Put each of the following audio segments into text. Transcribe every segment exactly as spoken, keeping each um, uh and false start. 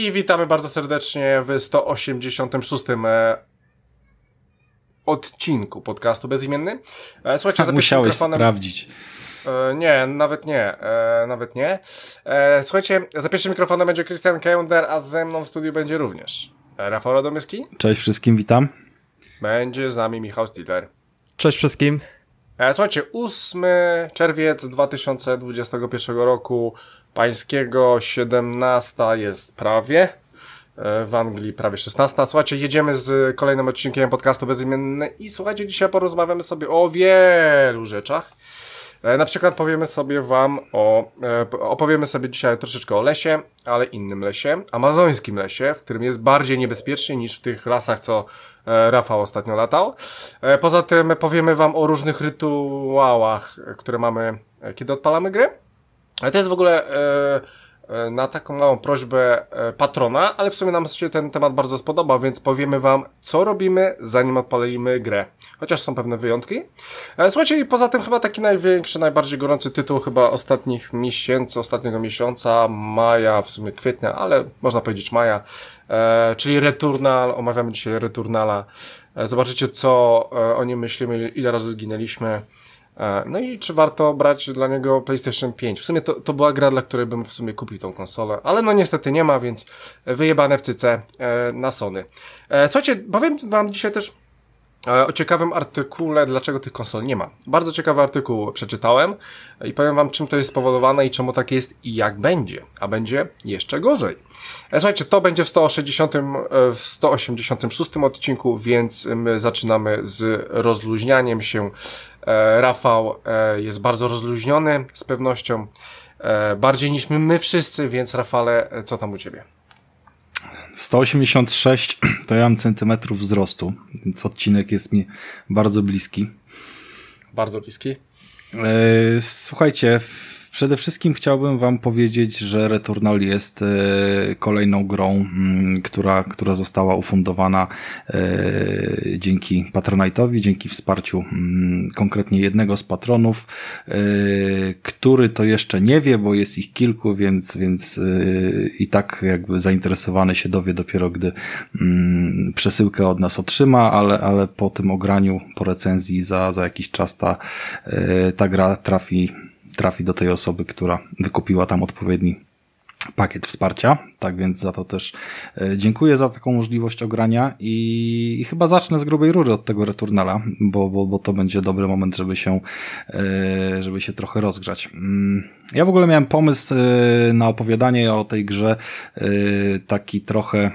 I witamy bardzo serdecznie w sto osiemdziesiątym szóstym e, odcinku podcastu Bezimienny. E, słuchajcie, tak musiałeś mikrofonem... sprawdzić. E, nie, nawet nie. E, nawet nie. E, słuchajcie, za pierwszym mikrofonem będzie Krystian Kender, a ze mną w studiu będzie również Rafał Radomyski. Cześć wszystkim, witam. Będzie z nami Michał Stiller. Cześć wszystkim. E, słuchajcie, ósmy czerwiec dwa tysiące dwudziestego pierwszego roku pańskiego, siedemnasta jest prawie, w Anglii prawie szesnasta. Słuchajcie, jedziemy z kolejnym odcinkiem podcastu Bezimienny i słuchajcie, dzisiaj porozmawiamy sobie o wielu rzeczach. Na przykład powiemy sobie wam o, opowiemy sobie dzisiaj troszeczkę o lesie, ale innym lesie, amazońskim lesie, w którym jest bardziej niebezpiecznie niż w tych lasach, co Rafał ostatnio latał. Poza tym powiemy wam o różnych rytuałach, które mamy, kiedy odpalamy grę. Ale to jest w ogóle e, na taką małą prośbę e, patrona, ale w sumie nam się ten temat bardzo spodobał, więc powiemy wam, co robimy, zanim odpalimy grę. Chociaż są pewne wyjątki. E, słuchajcie, i poza tym chyba taki największy, najbardziej gorący tytuł chyba ostatnich miesięcy, ostatniego miesiąca, maja, w sumie kwietnia, ale można powiedzieć maja, e, czyli Returnal. Omawiamy dzisiaj Returnala. E, zobaczycie, co e, o nim myślimy, ile razy zginęliśmy. No i czy warto brać dla niego PlayStation pięć? W sumie to, to była gra, dla której bym w sumie kupił tą konsolę, ale no niestety nie ma, więc wyjebane w cyce e, na Sony. E, słuchajcie, powiem wam dzisiaj też e, o ciekawym artykule, dlaczego tych konsol nie ma. Bardzo ciekawy artykuł przeczytałem i powiem wam, czym to jest spowodowane i czemu tak jest i jak będzie, a będzie jeszcze gorzej. E, słuchajcie, to będzie w sto osiemdziesiątym, w sto osiemdziesiątym szóstym odcinku, więc my zaczynamy z rozluźnianiem się. Rafał jest bardzo rozluźniony z pewnością, bardziej niż my, my wszyscy, więc Rafale, co tam u ciebie? sto osiemdziesiąt sześć to ja mam centymetrów wzrostu, więc odcinek jest mi bardzo bliski. Bardzo bliski? Słuchajcie, przede wszystkim chciałbym wam powiedzieć, że Returnal jest e, kolejną grą, m, która, która została ufundowana e, dzięki Patronite'owi, dzięki wsparciu m, konkretnie jednego z patronów, e, który to jeszcze nie wie, bo jest ich kilku, więc, więc e, i tak jakby zainteresowany się dowie dopiero, gdy m, przesyłkę od nas otrzyma, ale, ale po tym ograniu, po recenzji za, za jakiś czas ta, e, ta gra trafi trafi do tej osoby, która wykupiła tam odpowiedni pakiet wsparcia. Tak więc za to też e, dziękuję za taką możliwość ogrania i, i chyba zacznę z grubej rury od tego Returnala, bo, bo, bo to będzie dobry moment, żeby się e, żeby się trochę rozgrzać. Mm, ja w ogóle miałem pomysł e, na opowiadanie o tej grze e, taki trochę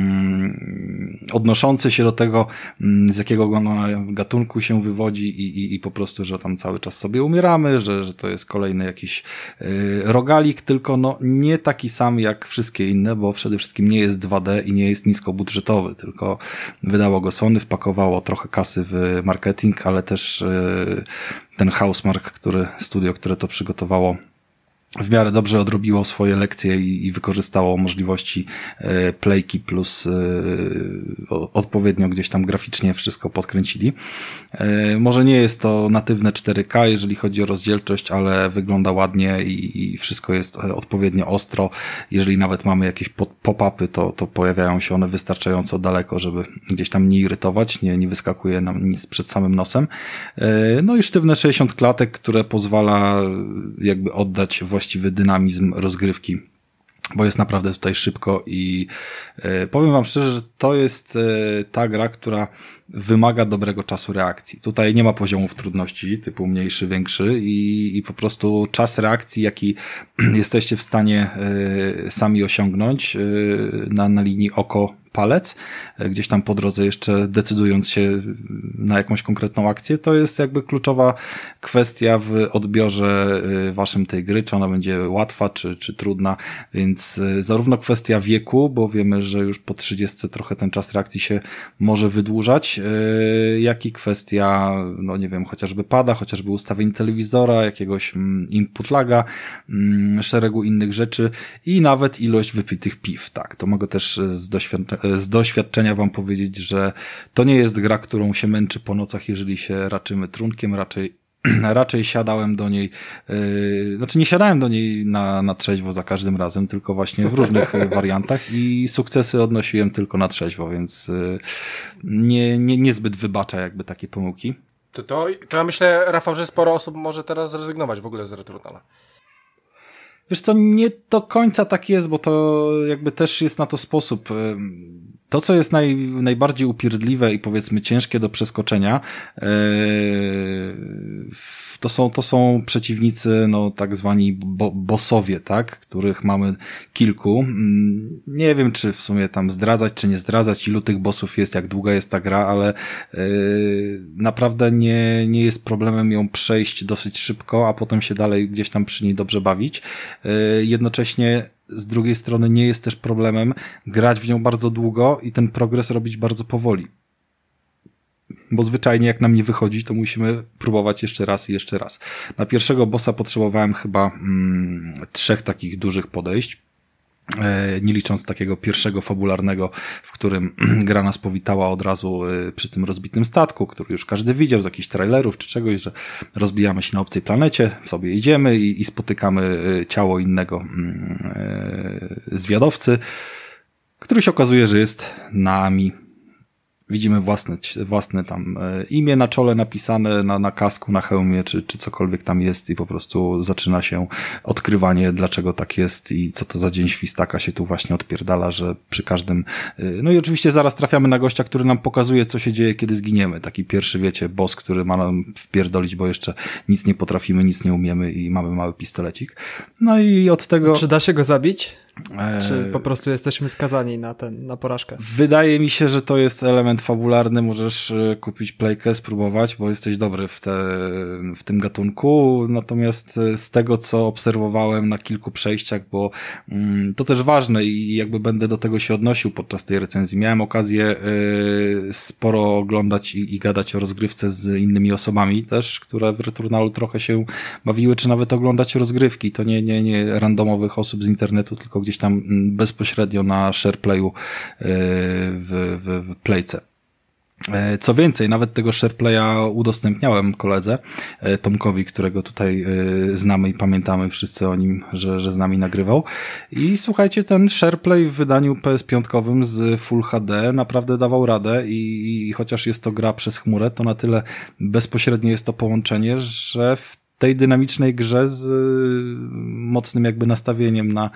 mm, odnoszący się do tego, mm, z jakiego gatunku się wywodzi i, i, i po prostu, że tam cały czas sobie umieramy, że, że to jest kolejny jakiś e, rogalik, tylko no nie taki sam jak wszystkie inne, bo przede wszystkim nie jest dwa D i nie jest niskobudżetowy, tylko wydało go Sony, wpakowało trochę kasy w marketing, ale też ten Housemarque, który, studio, które to przygotowało, w miarę dobrze odrobiło swoje lekcje i, i wykorzystało możliwości e, playki plus e, o, odpowiednio gdzieś tam graficznie wszystko podkręcili. E, może nie jest to natywne cztery K, jeżeli chodzi o rozdzielczość, ale wygląda ładnie i, i wszystko jest odpowiednio ostro. Jeżeli nawet mamy jakieś pop-upy, to, to pojawiają się one wystarczająco daleko, żeby gdzieś tam nie irytować, nie, nie wyskakuje nam nic przed samym nosem. E, no i sztywne sześćdziesiąt klatek, które pozwala jakby oddać właściwie właściwy dynamizm rozgrywki, bo jest naprawdę tutaj szybko i e, powiem wam szczerze, że to jest e, ta gra, która wymaga dobrego czasu reakcji. Tutaj nie ma poziomów trudności typu mniejszy, większy i, i po prostu czas reakcji, jaki jesteście w stanie e, sami osiągnąć e, na, na linii oko palec, gdzieś tam po drodze jeszcze decydując się na jakąś konkretną akcję, to jest jakby kluczowa kwestia w odbiorze waszym tej gry, czy ona będzie łatwa, czy, czy trudna, więc zarówno kwestia wieku, bo wiemy, że już po trzydziestce trochę ten czas reakcji się może wydłużać, jak i kwestia, no nie wiem, chociażby pada, chociażby ustawień telewizora, jakiegoś input laga, szeregu innych rzeczy i nawet ilość wypitych piw, tak, to mogę też z doświadczenia z doświadczenia wam powiedzieć, że to nie jest gra, którą się męczy po nocach, jeżeli się raczymy trunkiem, raczej raczej siadałem do niej, yy, znaczy nie siadałem do niej na, na trzeźwo za każdym razem, tylko właśnie w różnych wariantach i sukcesy odnosiłem tylko na trzeźwo, więc yy, nie, nie, niezbyt wybacza jakby takie pomyłki. To, to, to ja myślę, Rafał, że sporo osób może teraz zrezygnować w ogóle z Returnala. Wiesz co, nie do końca tak jest, bo to jakby też jest na to sposób. To, co jest naj, najbardziej upierdliwe i powiedzmy ciężkie do przeskoczenia, yy, to są, to są przeciwnicy, no tak zwani bo, bossowie, tak, których mamy kilku. Nie wiem, czy w sumie tam zdradzać, czy nie zdradzać, ilu tych bossów jest, jak długa jest ta gra, ale yy, naprawdę nie, nie jest problemem ją przejść dosyć szybko, a potem się dalej gdzieś tam przy niej dobrze bawić. Yy, jednocześnie z drugiej strony nie jest też problemem grać w nią bardzo długo i ten progres robić bardzo powoli. Bo zwyczajnie jak nam nie wychodzi, to musimy próbować jeszcze raz i jeszcze raz. Na pierwszego bossa potrzebowałem chyba mm, trzech takich dużych podejść. Nie licząc takiego pierwszego fabularnego, w którym gra nas powitała od razu przy tym rozbitym statku, który już każdy widział z jakichś trailerów czy czegoś, że rozbijamy się na obcej planecie, sobie idziemy i, i spotykamy ciało innego zwiadowcy, który się okazuje, że jest nami. Widzimy własne, własne tam imię na czole napisane, na, na kasku, na hełmie, czy, czy cokolwiek tam jest i po prostu zaczyna się odkrywanie, dlaczego tak jest i co to za dzień świstaka się tu właśnie odpierdala, że przy każdym... No i oczywiście zaraz trafiamy na gościa, który nam pokazuje, co się dzieje, kiedy zginiemy. Taki pierwszy, wiecie, boss, który ma nam wpierdolić, bo jeszcze nic nie potrafimy, nic nie umiemy i mamy mały pistolecik. No i od tego... Czy da się go zabić? Czy po prostu jesteśmy skazani na ten, na porażkę? Wydaje mi się, że to jest element fabularny. Możesz kupić playkę, spróbować, bo jesteś dobry w, te, w tym gatunku. Natomiast z tego, co obserwowałem na kilku przejściach, bo mm, to też ważne i jakby będę do tego się odnosił podczas tej recenzji. Miałem okazję y, sporo oglądać i, i gadać o rozgrywce z innymi osobami też, które w Returnalu trochę się bawiły, czy nawet oglądać rozgrywki. To nie, nie, nie randomowych osób z internetu, tylko gdzieś tam bezpośrednio na SharePlayu w, w, w playce. Co więcej, nawet tego SharePlaya udostępniałem koledze Tomkowi, którego tutaj znamy i pamiętamy wszyscy o nim, że, że z nami nagrywał. I słuchajcie, ten SharePlay w wydaniu P S pięć z Full H D naprawdę dawał radę i, i chociaż jest to gra przez chmurę, to na tyle bezpośrednie jest to połączenie, że w tej dynamicznej grze z mocnym jakby nastawieniem na,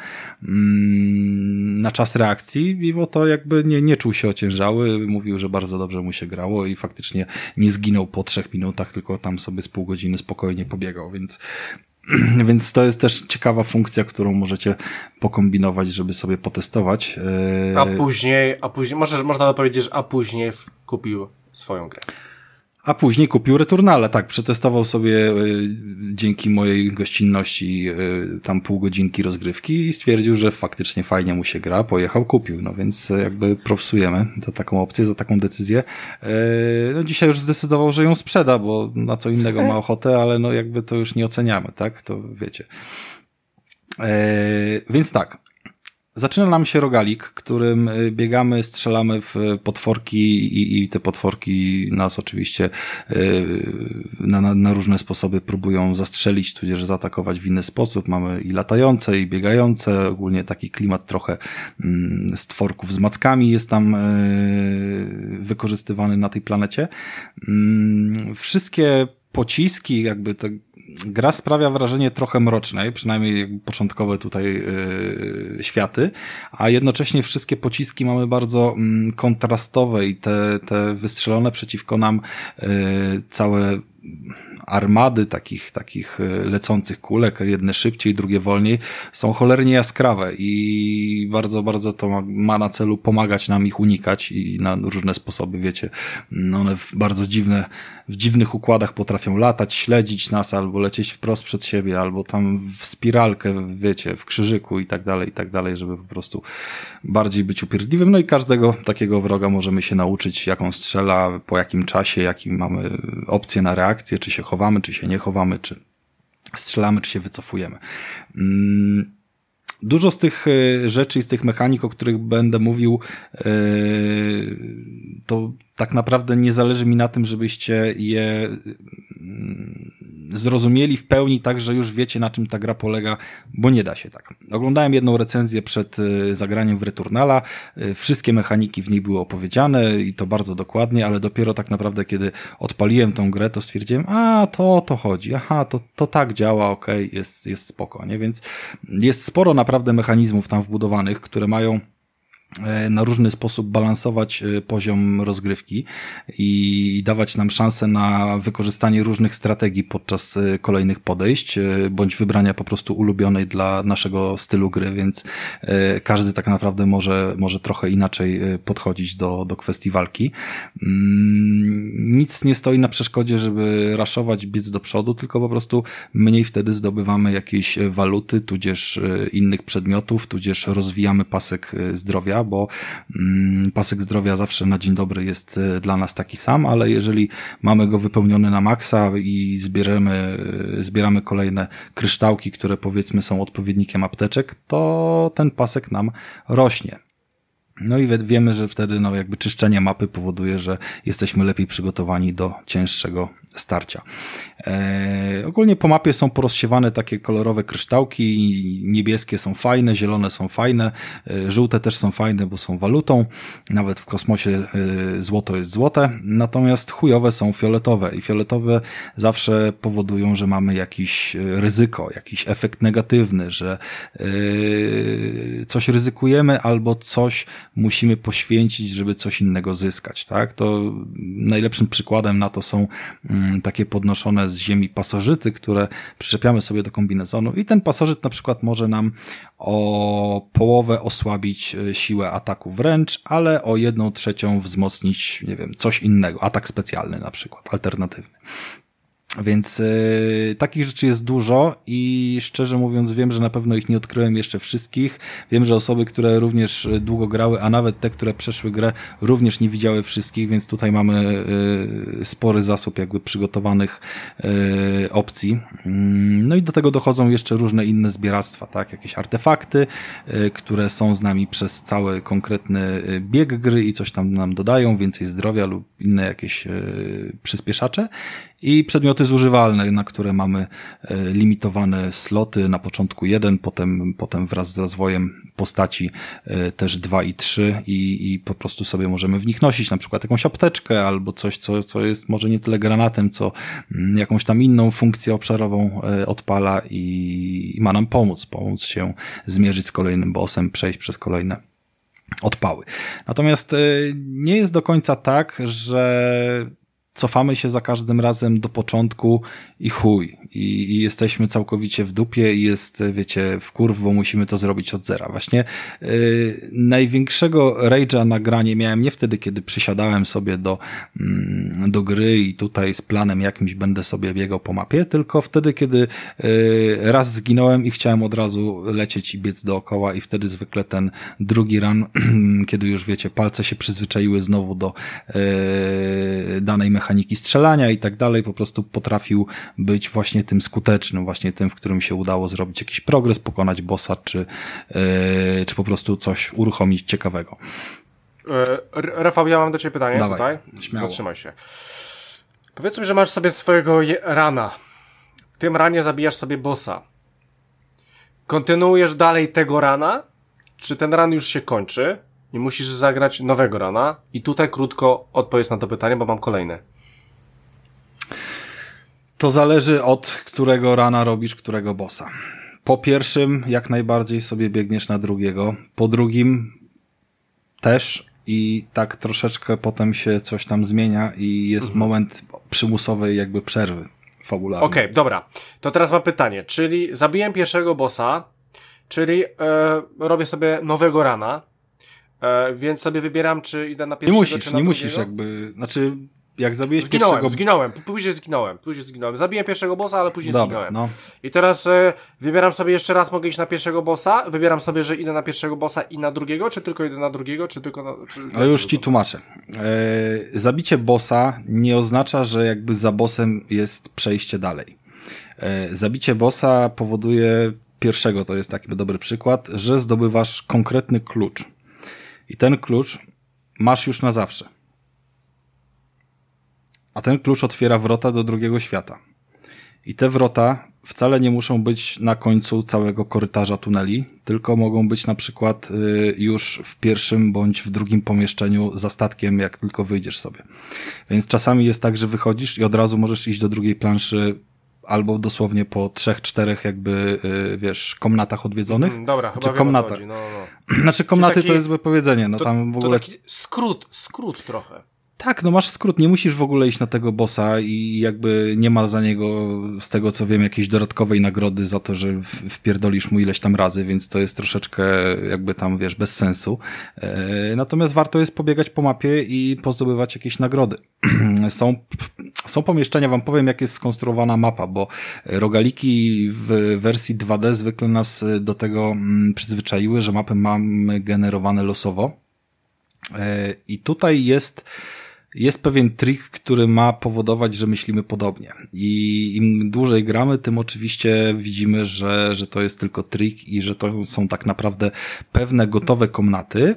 na czas reakcji, mimo to jakby nie, nie czuł się ociężały, mówił, że bardzo dobrze mu się grało i faktycznie nie zginął po trzech minutach, tylko tam sobie z pół godziny spokojnie pobiegał, więc Więc to jest też ciekawa funkcja, którą możecie pokombinować, żeby sobie potestować. A później, a później, może, można powiedzieć, że a później kupił swoją grę. A później kupił Returnale, tak, przetestował sobie y, dzięki mojej gościnności y, tam pół godzinki rozgrywki i stwierdził, że faktycznie fajnie mu się gra, pojechał, kupił, no więc y, jakby propsujemy za taką opcję, za taką decyzję. Y, no dzisiaj już zdecydował, że ją sprzeda, bo na co innego ma ochotę, ale no jakby to już nie oceniamy, tak, to wiecie. Y, więc tak. Zaczyna nam się rogalik, którym biegamy, strzelamy w potworki i, i te potworki nas oczywiście na, na, na różne sposoby próbują zastrzelić, tudzież zaatakować w inny sposób. Mamy i latające, i biegające, ogólnie taki klimat trochę stworków z mackami jest tam wykorzystywany na tej planecie. Wszystkie pociski, jakby ta gra sprawia wrażenie trochę mrocznej, przynajmniej jakby początkowe tutaj yy, światy, a jednocześnie wszystkie pociski mamy bardzo mm, kontrastowe i te, te wystrzelone przeciwko nam yy, całe armady takich, takich lecących kulek, jedne szybciej, drugie wolniej, są cholernie jaskrawe i bardzo, bardzo to ma, ma na celu pomagać nam ich unikać i na różne sposoby, wiecie, one w bardzo dziwne, w dziwnych układach potrafią latać, śledzić nas, albo lecieć wprost przed siebie, albo tam w spiralkę, wiecie, w krzyżyku i tak dalej, i tak dalej, żeby po prostu bardziej być upierdliwym. No i każdego takiego wroga możemy się nauczyć, jaką strzela, po jakim czasie, jakim mamy opcje na reakcję, czy się chowamy, czy się nie chowamy, czy strzelamy, czy się wycofujemy. Dużo z tych rzeczy i z tych mechanik, o których będę mówił, to tak naprawdę nie zależy mi na tym, żebyście je zrozumieli w pełni tak, że już wiecie, na czym ta gra polega, bo nie da się tak. Oglądałem jedną recenzję przed zagraniem w Returnala, wszystkie mechaniki w niej były opowiedziane i to bardzo dokładnie, ale dopiero tak naprawdę, kiedy odpaliłem tą grę, to stwierdziłem, a to o to chodzi, aha, to, to tak działa, okej, okay, jest, jest spoko, nie? Więc jest sporo naprawdę mechanizmów tam wbudowanych, które mają na różny sposób balansować poziom rozgrywki i dawać nam szansę na wykorzystanie różnych strategii podczas kolejnych podejść, bądź wybrania po prostu ulubionej dla naszego stylu gry, więc każdy tak naprawdę może, może trochę inaczej podchodzić do, do kwestii walki. Nic nie stoi na przeszkodzie, żeby raszować, biec do przodu, tylko po prostu mniej wtedy zdobywamy jakieś waluty, tudzież innych przedmiotów, tudzież rozwijamy pasek zdrowia, bo mm, pasek zdrowia zawsze na dzień dobry jest dla nas taki sam, ale jeżeli mamy go wypełniony na maksa i zbieramy, zbieramy kolejne kryształki, które powiedzmy są odpowiednikiem apteczek, to ten pasek nam rośnie. No i wiemy, że wtedy no jakby czyszczenie mapy powoduje, że jesteśmy lepiej przygotowani do cięższego starcia. E, ogólnie po mapie są porozsiewane takie kolorowe kryształki, niebieskie są fajne, zielone są fajne, e, żółte też są fajne, bo są walutą, nawet w kosmosie e, złoto jest złote, natomiast chujowe są fioletowe i fioletowe zawsze powodują, że mamy jakiś ryzyko, jakiś efekt negatywny, że e, coś ryzykujemy albo coś musimy poświęcić, żeby coś innego zyskać, tak? To najlepszym przykładem na to są mm, takie podnoszone z ziemi pasożyty, które przyczepiamy sobie do kombinezonu i ten pasożyt na przykład może nam o połowę osłabić siłę ataku wręcz, ale o jedną trzecią wzmocnić, nie wiem, coś innego, atak specjalny na przykład, alternatywny. Więc y, takich rzeczy jest dużo i szczerze mówiąc wiem, że na pewno ich nie odkryłem jeszcze wszystkich. Wiem, że osoby, które również długo grały, a nawet te, które przeszły grę, również nie widziały wszystkich, więc tutaj mamy y, spory zasób jakby przygotowanych y, opcji. No i do tego dochodzą jeszcze różne inne zbieractwa, tak? Jakieś artefakty, y, które są z nami przez cały konkretny bieg gry i coś tam nam dodają, więcej zdrowia lub inne jakieś y, przyspieszacze. I przedmioty zużywalne, na które mamy limitowane sloty, na początku jeden, potem, potem wraz z rozwojem postaci też dwa i trzy i, i po prostu sobie możemy w nich nosić na przykład jakąś apteczkę albo coś, co, co jest może nie tyle granatem, co jakąś tam inną funkcję obszarową odpala i, i ma nam pomóc, pomóc się zmierzyć z kolejnym bossem, przejść przez kolejne odpały. Natomiast nie jest do końca tak, że cofamy się za każdym razem do początku i chuj. I, i jesteśmy całkowicie w dupie i jest, wiecie, w kurw, bo musimy to zrobić od zera. Właśnie yy, największego rage'a na granie miałem nie wtedy, kiedy przysiadałem sobie do, mm, do gry i tutaj z planem jakimś będę sobie biegał po mapie, tylko wtedy, kiedy yy, raz zginąłem i chciałem od razu lecieć i biec dookoła i wtedy zwykle ten drugi run, kiedy już, wiecie, palce się przyzwyczaiły znowu do yy, danej mechaniki strzelania i tak dalej, po prostu potrafił być właśnie tym skutecznym, właśnie tym, w którym się udało zrobić jakiś progres, pokonać bossa, czy, yy, czy po prostu coś uruchomić ciekawego. Rafał, ja mam do ciebie pytanie. Dawaj, tutaj. śmiało. Zatrzymaj się. Powiedzmy, że masz sobie swojego rana. W tym ranie zabijasz sobie bossa. Kontynuujesz dalej tego rana? Czy ten ran już się kończy i musisz zagrać nowego rana? I tutaj krótko odpowiedz na to pytanie, bo mam kolejne. To zależy od którego rana robisz, którego bossa. Po pierwszym jak najbardziej sobie biegniesz na drugiego. Po drugim też i tak troszeczkę potem się coś tam zmienia i jest mhm. moment przymusowej jakby przerwy fabularnej. Okej, okay, dobra. To teraz mam pytanie. Czyli zabiłem pierwszego bossa, czyli e, robię sobie nowego rana, e, więc sobie wybieram, czy idę na pierwszego, nie musisz, czy na nie drugiego? musisz jakby, znaczy jak zabiłeś zginąłem, pierwszego... Zginąłem, później zginąłem, później zginąłem. Zabiłem pierwszego bossa, ale później Dobra, zginąłem. no. I teraz e, wybieram sobie jeszcze raz, mogę iść na pierwszego bossa, wybieram sobie, że idę na pierwszego bossa i na drugiego, czy tylko idę na drugiego, czy tylko na... Czy Ale już ci tłumaczę. E, zabicie bossa nie oznacza, że jakby za bossem jest przejście dalej. E, zabicie bossa powoduje pierwszego, to jest taki dobry przykład, że zdobywasz konkretny klucz. I ten klucz masz już na zawsze. A ten klucz otwiera wrota do drugiego świata. I te wrota wcale nie muszą być na końcu całego korytarza tuneli, tylko mogą być na przykład y, już w pierwszym bądź w drugim pomieszczeniu za statkiem, jak tylko wyjdziesz sobie. Więc czasami jest tak, że wychodzisz i od razu możesz iść do drugiej planszy albo dosłownie po trzech, czterech jakby, y, wiesz, komnatach odwiedzonych. Mm, dobra, chyba czy wiem, komnatach. o co chodzi. No, no. Znaczy komnaty taki, to jest złe powiedzenie, no to, tam w ogóle... To taki skrót, skrót trochę. Tak, no masz skrót, nie musisz w ogóle iść na tego bossa i jakby nie ma za niego, z tego co wiem, jakiejś dodatkowej nagrody za to, że wpierdolisz mu ileś tam razy, więc to jest troszeczkę jakby tam, wiesz, bez sensu. E, natomiast warto jest pobiegać po mapie i pozdobywać jakieś nagrody. są, są pomieszczenia, wam powiem, jak jest skonstruowana mapa, bo rogaliki w wersji dwa D zwykle nas do tego mm, przyzwyczaiły, że mapy mamy generowane losowo. E, I tutaj jest Jest pewien trik, który ma powodować, że myślimy podobnie. I im dłużej gramy, tym oczywiście widzimy, że, że to jest tylko trik i że to są tak naprawdę pewne gotowe komnaty,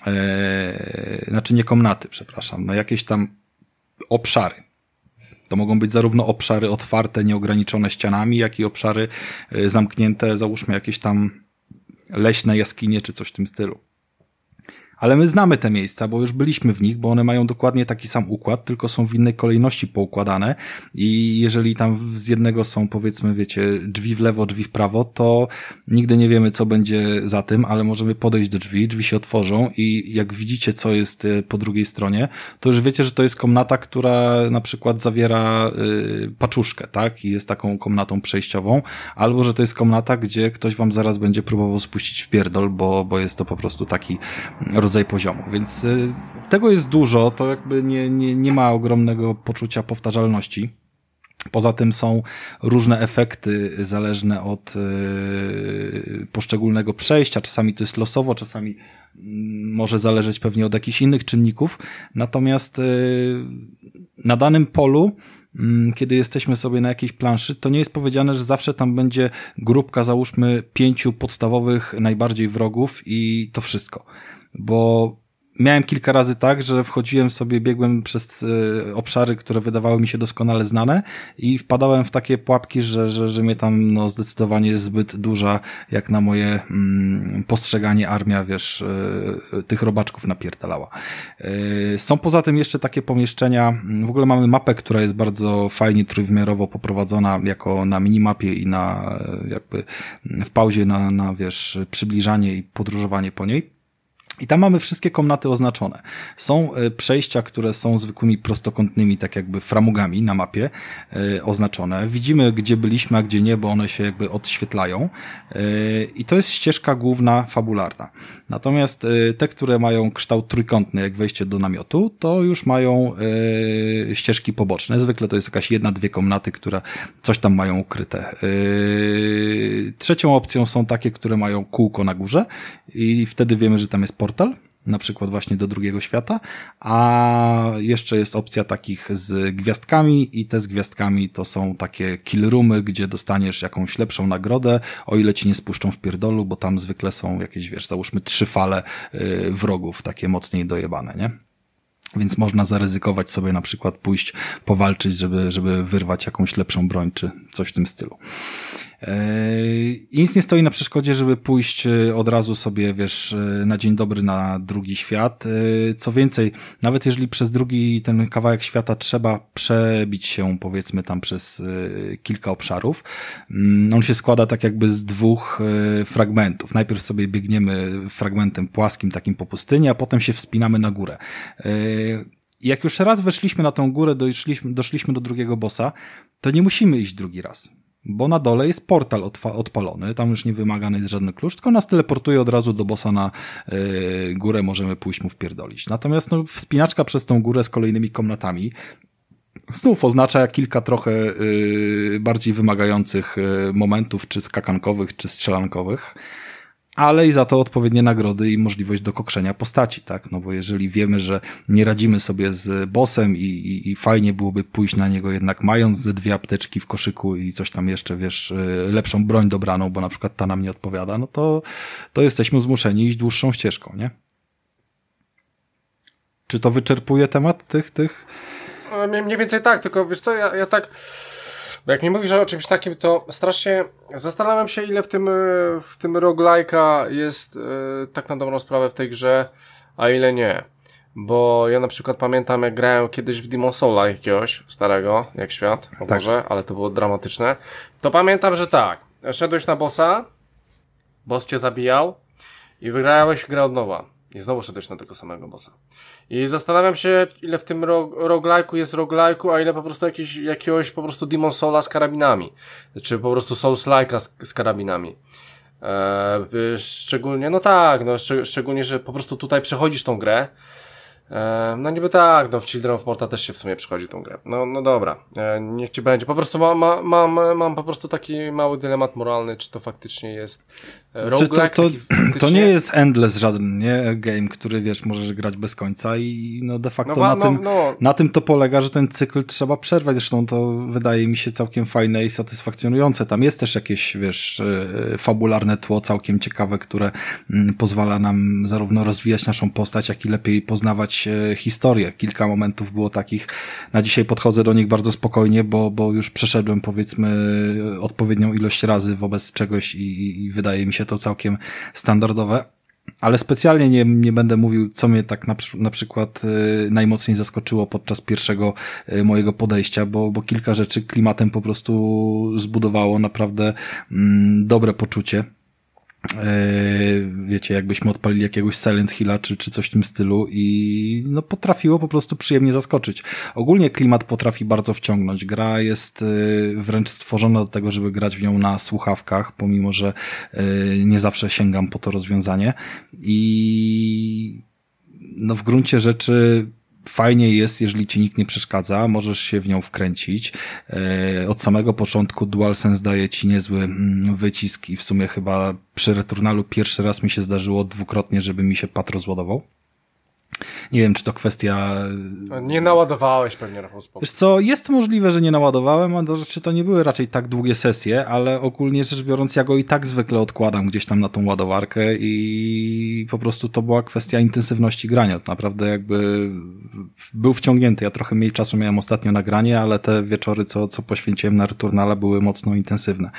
e, znaczy nie komnaty, przepraszam, no jakieś tam obszary. To mogą być zarówno obszary otwarte, nieograniczone ścianami, jak i obszary e, zamknięte, załóżmy jakieś tam leśne jaskinie czy coś w tym stylu. Ale my znamy te miejsca, bo już byliśmy w nich, bo one mają dokładnie taki sam układ, tylko są w innej kolejności poukładane i jeżeli tam z jednego są, powiedzmy, wiecie, drzwi w lewo, drzwi w prawo, to nigdy nie wiemy, co będzie za tym, ale możemy podejść do drzwi, drzwi się otworzą i jak widzicie, co jest po drugiej stronie, to już wiecie, że to jest komnata, która na przykład zawiera y, paczuszkę, tak? I jest taką komnatą przejściową, albo że to jest komnata, gdzie ktoś wam zaraz będzie próbował spuścić w pierdol, bo, bo jest to po prostu taki rodzaj poziomu, więc y, tego jest dużo, to jakby nie, nie, nie ma ogromnego poczucia powtarzalności. Poza tym są różne efekty zależne od y, poszczególnego przejścia, czasami to jest losowo, czasami y, może zależeć pewnie od jakichś innych czynników, natomiast y, na danym polu kiedy jesteśmy sobie na jakiejś planszy, to nie jest powiedziane, że zawsze tam będzie grupka, załóżmy, pięciu podstawowych najbardziej wrogów i to wszystko. Bo miałem kilka razy tak, że wchodziłem sobie, biegłem przez y, obszary, które wydawały mi się doskonale znane i wpadałem w takie pułapki, że, że, że mnie tam no, zdecydowanie jest zbyt duża, jak na moje mm, postrzeganie armia, wiesz, y, tych robaczków napierdalała. Y, są poza tym jeszcze takie pomieszczenia, w ogóle mamy mapę, która jest bardzo fajnie trójwymiarowo poprowadzona jako na minimapie i na jakby w pauzie na, na wiesz, przybliżanie i podróżowanie po niej. I tam mamy wszystkie komnaty oznaczone. Są przejścia, które są zwykłymi prostokątnymi, tak jakby framugami na mapie y, oznaczone. Widzimy, gdzie byliśmy, a gdzie nie, bo one się jakby odświetlają. Y, I to jest ścieżka główna, fabularna. Natomiast y, te, które mają kształt trójkątny, jak wejście do namiotu, to już mają y, ścieżki poboczne. Zwykle to jest jakaś jedna, dwie komnaty, które coś tam mają ukryte. Y, trzecią opcją są takie, które mają kółko na górze i wtedy wiemy, że tam jest portal, na przykład właśnie do drugiego świata, a jeszcze jest opcja takich z gwiazdkami i te z gwiazdkami to są takie kill roomy, gdzie dostaniesz jakąś lepszą nagrodę, o ile ci nie spuszczą w pierdolu, bo tam zwykle są jakieś, wiesz, załóżmy trzy fale yy, wrogów, takie mocniej dojebane, nie? Więc można zaryzykować sobie na przykład pójść powalczyć, żeby, żeby wyrwać jakąś lepszą broń, czy coś w tym stylu. I nic nie stoi na przeszkodzie, żeby pójść od razu sobie, wiesz, na dzień dobry na drugi świat. Co więcej, nawet jeżeli przez drugi ten kawałek świata trzeba przebić się, powiedzmy, tam przez kilka obszarów, on się składa tak jakby z dwóch fragmentów. Najpierw sobie biegniemy fragmentem płaskim, takim po pustyni, a potem się wspinamy na górę. Jak już raz weszliśmy na tą górę, doszliśmy, doszliśmy do drugiego bossa, to nie musimy iść drugi raz. Bo na dole jest portal odfa- odpalony, tam już nie wymagany jest żadny klucz, tylko nas teleportuje od razu do bossa na yy, górę, możemy pójść mu wpierdolić. Natomiast no, wspinaczka przez tą górę z kolejnymi komnatami znów oznacza kilka trochę yy, bardziej wymagających yy, momentów, czy skakankowych, czy strzelankowych, ale i za to odpowiednie nagrody i możliwość dokokszenia postaci, tak? No bo jeżeli wiemy, że nie radzimy sobie z bossem i, i, i fajnie byłoby pójść na niego jednak mając ze dwie apteczki w koszyku i coś tam jeszcze, wiesz, lepszą broń dobraną, bo na przykład ta nam nie odpowiada, no to, to jesteśmy zmuszeni iść dłuższą ścieżką, nie? Czy to wyczerpuje temat tych, tych? Mniej więcej tak, tylko wiesz co, ja, ja tak Bo jak mi mówisz o czymś takim, to strasznie zastanawiam się, ile w tym, w tym roguelike'a jest yy, tak na dobrą sprawę w tej grze, a ile nie. Bo ja na przykład pamiętam, jak grałem kiedyś w Demon Soul'a jakiegoś starego, jak świat, o tak. Boże, ale to było dramatyczne. To pamiętam, że tak, szedłeś na bossa, boss cię zabijał i wygrałeś grę od nowa. I znowu szedłeś na tego samego bossa. I zastanawiam się, ile w tym ro- roguelike'u jest roguelike'u, a ile po prostu jakiś, jakiegoś po prostu Demon Soul'a z karabinami. Czy po prostu Souls-like'a z, z karabinami. Eee, szczególnie, no tak, no szczeg- szczególnie, że po prostu tutaj przechodzisz tą grę. E, no niby tak, no w Children of Morta też się w sumie przychodzi tą grę. No, no dobra, e, niech ci będzie. Po prostu ma, ma, mam, mam po prostu taki mały dylemat moralny, czy to faktycznie jest e, roguelike. to, to, faktycznie... to nie jest endless żaden, nie? Game, który wiesz, możesz grać bez końca i no de facto no, na, no, tym, no. na tym to polega, że ten cykl trzeba przerwać. Zresztą to wydaje mi się całkiem fajne i satysfakcjonujące. Tam jest też jakieś, wiesz, fabularne tło całkiem ciekawe, które pozwala nam zarówno rozwijać naszą postać, jak i lepiej poznawać historię. Kilka momentów było takich. Na dzisiaj podchodzę do nich bardzo spokojnie, bo, bo już przeszedłem powiedzmy odpowiednią ilość razy wobec czegoś i, i wydaje mi się to całkiem standardowe. Ale specjalnie nie, nie będę mówił, co mnie tak na, na przykład y, najmocniej zaskoczyło podczas pierwszego y, mojego podejścia, bo, bo kilka rzeczy klimatem po prostu zbudowało naprawdę mm, dobre poczucie. Wiecie, jakbyśmy odpalili jakiegoś Silent Hilla czy, czy coś w tym stylu i no potrafiło po prostu przyjemnie zaskoczyć. Ogólnie klimat potrafi bardzo wciągnąć. Gra jest wręcz stworzona do tego, żeby grać w nią na słuchawkach, pomimo że nie zawsze sięgam po to rozwiązanie i no w gruncie rzeczy fajnie jest, jeżeli ci nikt nie przeszkadza, możesz się w nią wkręcić. E, od samego początku DualSense daje ci niezły mm, wycisk i w sumie chyba przy Returnalu pierwszy raz mi się zdarzyło dwukrotnie, żeby mi się pad rozładował. Nie wiem, czy to kwestia... Nie naładowałeś pewnie, Rafał, spoko. Wiesz co, jest możliwe, że nie naładowałem, a to, czy to nie były raczej tak długie sesje, ale ogólnie rzecz biorąc ja go i tak zwykle odkładam gdzieś tam na tą ładowarkę i po prostu to była kwestia intensywności grania. To naprawdę jakby był wciągnięty. Ja trochę mniej czasu miałem ostatnio na granie, ale te wieczory, co, co poświęciłem na Returnale, były mocno intensywne.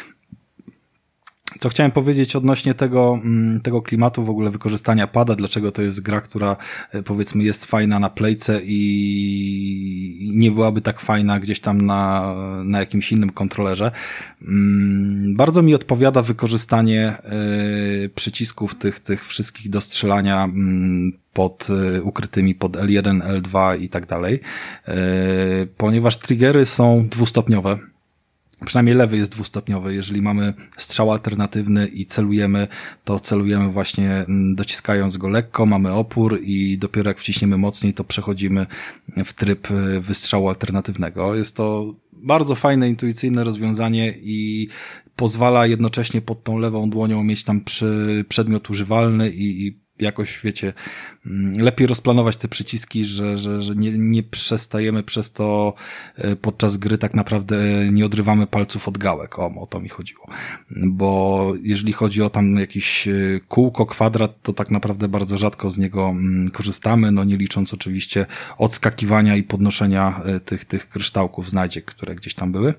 Co chciałem powiedzieć odnośnie tego, tego klimatu w ogóle wykorzystania pada, dlaczego to jest gra, która powiedzmy jest fajna na playce i nie byłaby tak fajna gdzieś tam na, na jakimś innym kontrolerze. Bardzo mi odpowiada wykorzystanie przycisków tych, tych wszystkich do strzelania pod ukrytymi pod L jeden, L dwa i tak dalej, ponieważ triggery są dwustopniowe. Przynajmniej lewy jest dwustopniowy. Jeżeli mamy strzał alternatywny i celujemy, to celujemy właśnie dociskając go lekko, mamy opór i dopiero jak wciśniemy mocniej, to przechodzimy w tryb wystrzału alternatywnego. Jest to bardzo fajne, intuicyjne rozwiązanie i pozwala jednocześnie pod tą lewą dłonią mieć tam przy przedmiot używalny i, i jakoś, wiecie, lepiej rozplanować te przyciski, że, że, że nie, nie przestajemy przez to podczas gry tak naprawdę nie odrywamy palców od gałek. O, o to mi chodziło. Bo jeżeli chodzi o tam jakiś kółko, kwadrat, to tak naprawdę bardzo rzadko z niego korzystamy, no nie licząc oczywiście odskakiwania i podnoszenia tych, tych kryształków znajdziek, które gdzieś tam były.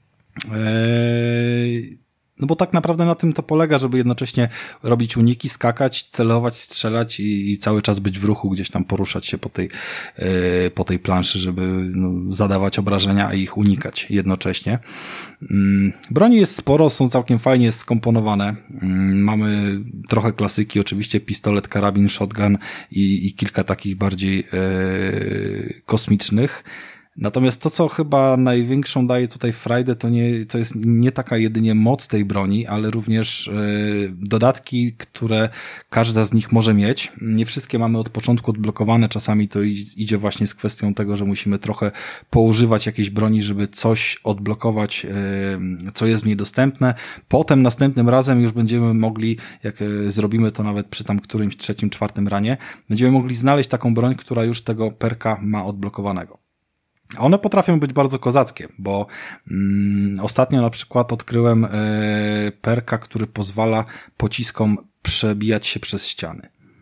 Eee... No bo tak naprawdę na tym to polega, żeby jednocześnie robić uniki, skakać, celować, strzelać i, i cały czas być w ruchu, gdzieś tam poruszać się po tej, yy, po tej planszy, żeby no, zadawać obrażenia, a ich unikać jednocześnie. Yy, broni jest sporo, są całkiem fajnie skomponowane. Yy, mamy trochę klasyki, oczywiście pistolet, karabin, shotgun i, i kilka takich bardziej yy, kosmicznych. Natomiast to, co chyba największą daje tutaj frajdę, to nie, to jest nie taka jedynie moc tej broni, ale również y, dodatki, które każda z nich może mieć. Nie wszystkie mamy od początku odblokowane, czasami to idzie właśnie z kwestią tego, że musimy trochę poużywać jakiejś broni, żeby coś odblokować, y, co jest w niej dostępne. Potem następnym razem już będziemy mogli, jak y, zrobimy to nawet przy tam którymś trzecim, czwartym ranie, będziemy mogli znaleźć taką broń, która już tego perka ma odblokowanego. One potrafią być bardzo kozackie, bo mm, ostatnio na przykład odkryłem e, perka, który pozwala pociskom przebijać się przez ściany.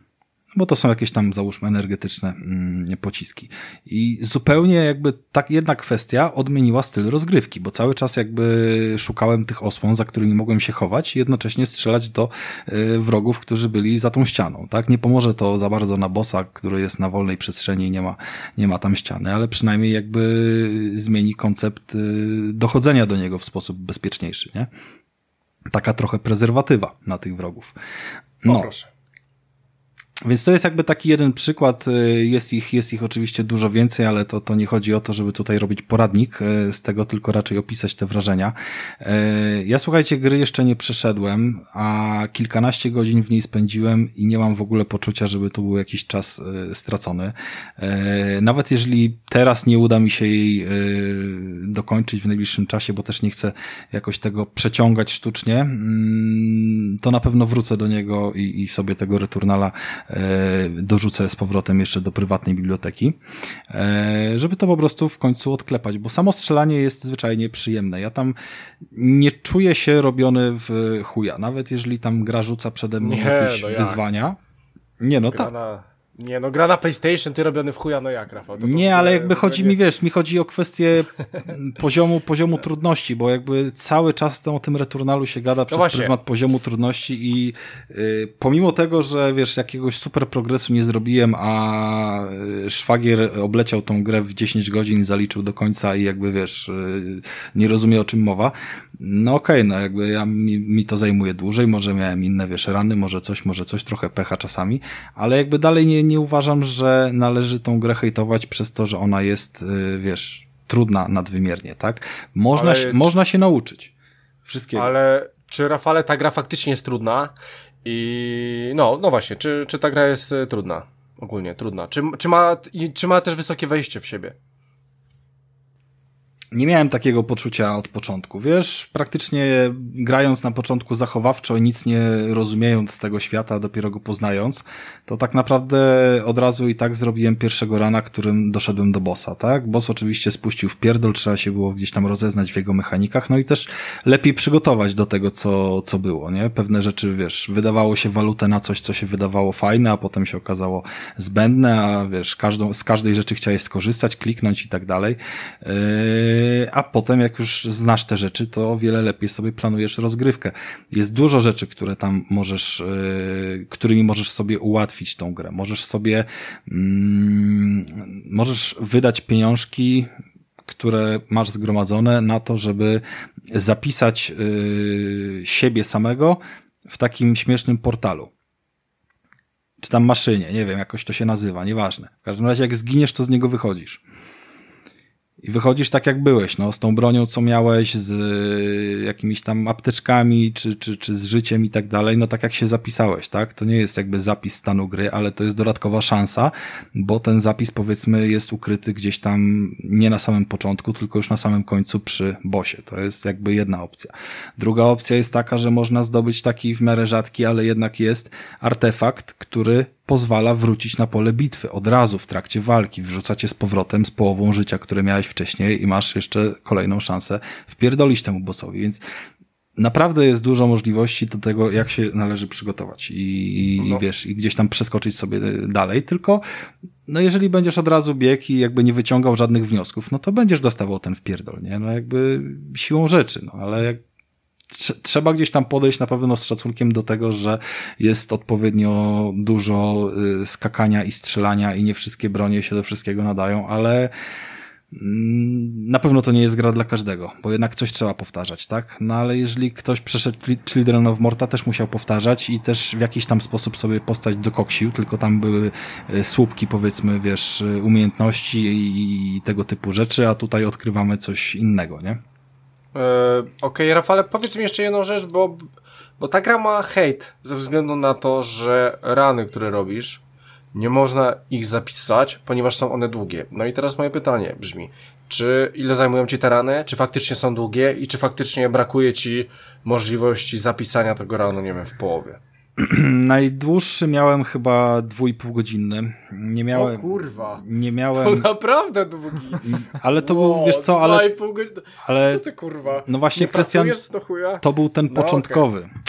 bo to są jakieś tam, załóżmy, energetyczne mm, pociski. I zupełnie jakby tak jedna kwestia odmieniła styl rozgrywki, bo cały czas jakby szukałem tych osłon, za którymi mogłem się chować i jednocześnie strzelać do y, wrogów, którzy byli za tą ścianą, tak? Nie pomoże to za bardzo na bossa, który jest na wolnej przestrzeni i nie ma, nie ma tam ściany, ale przynajmniej jakby zmieni koncept y, dochodzenia do niego w sposób bezpieczniejszy, nie? Taka trochę prezerwatywa na tych wrogów. No. O, proszę. Więc to jest jakby taki jeden przykład, jest ich, jest ich oczywiście dużo więcej, ale to, to nie chodzi o to, żeby tutaj robić poradnik z tego, tylko raczej opisać te wrażenia. Ja, słuchajcie, gry jeszcze nie przeszedłem, a kilkanaście godzin w niej spędziłem i nie mam w ogóle poczucia, żeby tu był jakiś czas stracony. Nawet jeżeli teraz nie uda mi się jej dokończyć w najbliższym czasie, bo też nie chcę jakoś tego przeciągać sztucznie, to na pewno wrócę do niego i, i sobie tego Returnala dorzucę z powrotem jeszcze do prywatnej biblioteki, żeby to po prostu w końcu odklepać, bo samo strzelanie jest zwyczajnie przyjemne. Ja tam nie czuję się robiony w chuja, nawet jeżeli tam gra rzuca przede mną nie, jakieś no jak? wyzwania. Nie, no gra tak. Na... Nie, no gra na PlayStation, ty robiony w chuja, no jak, Rafał? To nie, to ale ogóle, jakby chodzi nie... mi, wiesz, mi chodzi o kwestię poziomu, poziomu trudności, bo jakby cały czas o tym Returnalu się gada przez właśnie. pryzmat poziomu trudności i y, pomimo tego, że wiesz, jakiegoś super progresu nie zrobiłem, a y, szwagier obleciał tą grę w dziesięć godzin, zaliczył do końca i jakby wiesz, y, nie rozumie, o czym mowa, no okej, okay, no jakby ja, mi, mi to zajmuje dłużej, może miałem inne, wiesz, rany, może coś, może coś, trochę pecha czasami, ale jakby dalej nie, nie uważam, że należy tą grę hejtować przez to, że ona jest, wiesz, trudna nadwymiernie, tak? Można, ale... się, można się nauczyć wszystkiego. Ale czy, Rafale, ta gra faktycznie jest trudna? I no, no właśnie, czy, czy ta gra jest trudna? Ogólnie trudna. Czy, czy, ma, czy ma też wysokie wejście w siebie? Nie miałem takiego poczucia od początku, wiesz, praktycznie grając na początku zachowawczo i nic nie rozumiejąc z tego świata, dopiero go poznając, to tak naprawdę od razu i tak zrobiłem pierwszego rana, którym doszedłem do bossa, tak? Boss oczywiście spuścił w pierdol, trzeba się było gdzieś tam rozeznać w jego mechanikach, no i też lepiej przygotować do tego, co, co było, nie? Pewne rzeczy, wiesz, wydawało się walutę na coś, co się wydawało fajne, a potem się okazało zbędne, a wiesz, każdą, z każdej rzeczy chciałeś skorzystać, kliknąć i tak dalej. Yy... A potem, jak już znasz te rzeczy, to o wiele lepiej sobie planujesz rozgrywkę. Jest dużo rzeczy, które tam możesz, yy, którymi możesz sobie ułatwić tą grę. Możesz sobie, yy, możesz wydać pieniążki, które masz zgromadzone na to, żeby zapisać yy, siebie samego w takim śmiesznym portalu. Czy tam maszynie, nie wiem, jakoś to się nazywa, nieważne. W każdym razie, jak zginiesz, to z niego wychodzisz. I wychodzisz tak, jak byłeś, no, z tą bronią, co miałeś, z y, jakimiś tam apteczkami, czy, czy, czy z życiem i tak dalej, no tak jak się zapisałeś, tak? To nie jest jakby zapis stanu gry, ale to jest dodatkowa szansa, bo ten zapis, powiedzmy, jest ukryty gdzieś tam nie na samym początku, tylko już na samym końcu przy bossie. To jest jakby jedna opcja. Druga opcja jest taka, że można zdobyć taki w miarę rzadki, ale jednak jest artefakt, który pozwala wrócić na pole bitwy od razu w trakcie walki, wrzuca cię z powrotem z połową życia, które miałeś wcześniej i masz jeszcze kolejną szansę wpierdolić temu bossowi, więc naprawdę jest dużo możliwości do tego, jak się należy przygotować i, i no. wiesz, i gdzieś tam przeskoczyć sobie dalej, tylko no jeżeli będziesz od razu biegł i jakby nie wyciągał żadnych wniosków, no to będziesz dostawał ten wpierdol, nie? No jakby siłą rzeczy, no ale jak trzeba gdzieś tam podejść na pewno z szacunkiem do tego, że jest odpowiednio dużo skakania i strzelania i nie wszystkie bronie się do wszystkiego nadają, ale na pewno to nie jest gra dla każdego, bo jednak coś trzeba powtarzać, tak? No ale jeżeli ktoś przeszedł Children of Morta, też musiał powtarzać i też w jakiś tam sposób sobie postać dokoksił, tylko tam były słupki, powiedzmy, wiesz, umiejętności i tego typu rzeczy, a tutaj odkrywamy coś innego, nie? Okej, okay, Rafale, powiedz mi jeszcze jedną rzecz, bo, bo ta gra ma hejt ze względu na to, że rany, które robisz, nie można ich zapisać, ponieważ są one długie. No i teraz moje pytanie brzmi, czy ile zajmują ci te rany, czy faktycznie są długie i czy faktycznie brakuje ci możliwości zapisania tego ranu, nie wiem, w połowie? Najdłuższy miałem chyba dwójpółgodzinny. Nie miałem. O kurwa. Nie miałem. To naprawdę długi. Ale to wow, był, wiesz co, ale. Godziny. Ale co ty kurwa? no właśnie, nie Krystian, pracujesz do chuja? to był ten no, początkowy. Okay.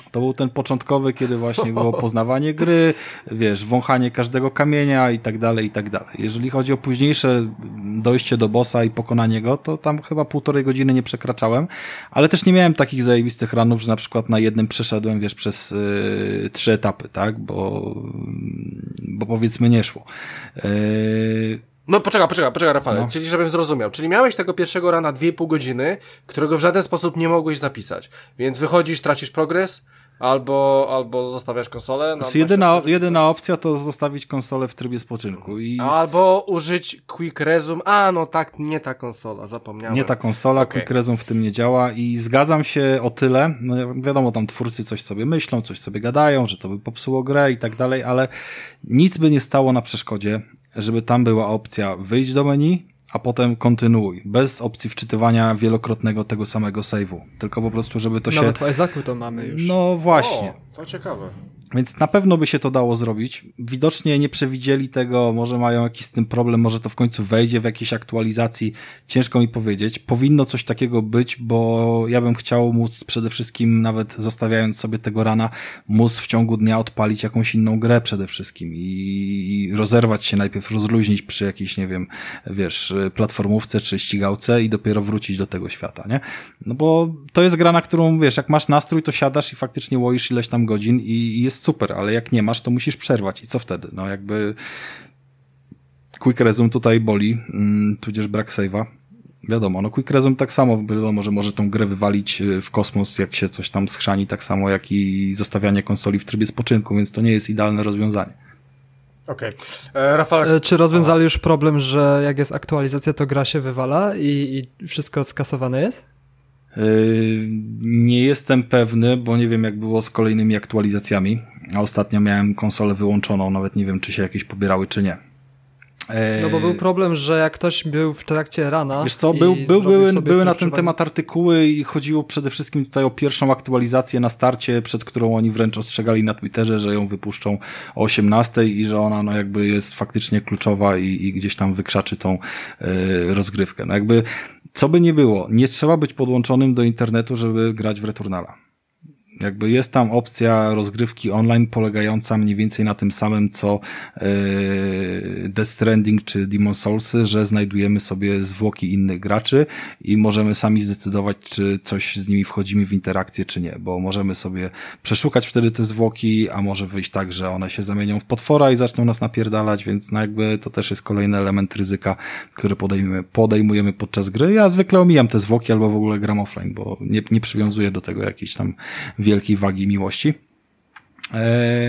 To był ten początkowy, kiedy właśnie było poznawanie gry, wiesz, wąchanie każdego kamienia i tak dalej, i tak dalej. Jeżeli chodzi o późniejsze dojście do bossa i pokonanie go, to tam chyba półtorej godziny nie przekraczałem, ale też nie miałem takich zajebistych ranów, że na przykład na jednym przeszedłem, wiesz, przez yy, trzy etapy, tak, bo, bo powiedzmy nie szło. Yy... No poczekaj, poczekaj, poczekaj Rafale, No. czyli żebym zrozumiał. Czyli miałeś tego pierwszego rana dwie i pół godziny, którego w żaden sposób nie mogłeś zapisać. Więc wychodzisz, tracisz progres, albo, albo zostawiasz konsolę. No, Znaczy jedyna, jedyna opcja to zostawić konsolę w trybie spoczynku. I albo użyć Quick Resume. A, no tak, nie ta konsola, zapomniałem. Nie ta konsola, Okay. Quick Resume w tym nie działa i zgadzam się o tyle, no wiadomo, tam twórcy coś sobie myślą, coś sobie gadają, że to by popsuło grę i tak dalej, ale nic by nie stało na przeszkodzie, żeby tam była opcja wyjść do menu, a potem kontynuuj, bez opcji wczytywania wielokrotnego tego samego save'u, tylko po prostu, żeby to się... Nawet w Isaacu to mamy już. No właśnie. O, to ciekawe. Więc na pewno by się to dało zrobić. Widocznie nie przewidzieli tego, może mają jakiś z tym problem, może to w końcu wejdzie w jakiejś aktualizacji. Ciężko mi powiedzieć. Powinno coś takiego być, bo ja bym chciał móc przede wszystkim, nawet zostawiając sobie tego rana, móc w ciągu dnia odpalić jakąś inną grę przede wszystkim i rozerwać się najpierw, rozluźnić przy jakiejś, nie wiem, wiesz, platformówce czy ścigałce i dopiero wrócić do tego świata, nie? No bo to jest gra, na którą, wiesz, jak masz nastrój, to siadasz i faktycznie łoisz ileś tam godzin i jest super, ale jak nie masz, to musisz przerwać. I co wtedy? No jakby Quick Resume tutaj boli, mm, tudzież brak save'a. Wiadomo, no Quick Resume tak samo, wiadomo, że może tą grę wywalić w kosmos, jak się coś tam schrzani, tak samo jak i zostawianie konsoli w trybie spoczynku, więc to nie jest idealne rozwiązanie. Okej. Okay. Rafał... E, czy rozwiązali już problem, że jak jest aktualizacja, to gra się wywala i, i wszystko skasowane jest? Nie jestem pewny, bo nie wiem jak było z kolejnymi aktualizacjami, a ostatnio miałem konsolę wyłączoną, nawet nie wiem czy się jakieś pobierały czy nie. No bo był problem, że jak ktoś był w trakcie rana... Wiesz co, był, był, były, były na ten temat artykuły i chodziło przede wszystkim tutaj o pierwszą aktualizację na starcie, przed którą oni wręcz ostrzegali na Twitterze, że ją wypuszczą o osiemnastej i że ona no jakby jest faktycznie kluczowa i, i gdzieś tam wykrzaczy tą yy, rozgrywkę. No jakby co by nie było, nie trzeba być podłączonym do internetu, żeby grać w Returnala. Jakby jest tam opcja rozgrywki online polegająca mniej więcej na tym samym, co yy, Death Stranding czy Demon's Soulsy, że znajdujemy sobie zwłoki innych graczy i możemy sami zdecydować, czy coś z nimi wchodzimy w interakcję, czy nie, bo możemy sobie przeszukać wtedy te zwłoki, a może wyjść tak, że one się zamienią w potwora i zaczną nas napierdalać, więc no jakby to też jest kolejny element ryzyka, który podejmujemy, podejmujemy podczas gry. Ja zwykle omijam te zwłoki albo w ogóle gram offline, bo nie, nie przywiązuję do tego jakiejś tam wielkiej wagi miłości. Eee,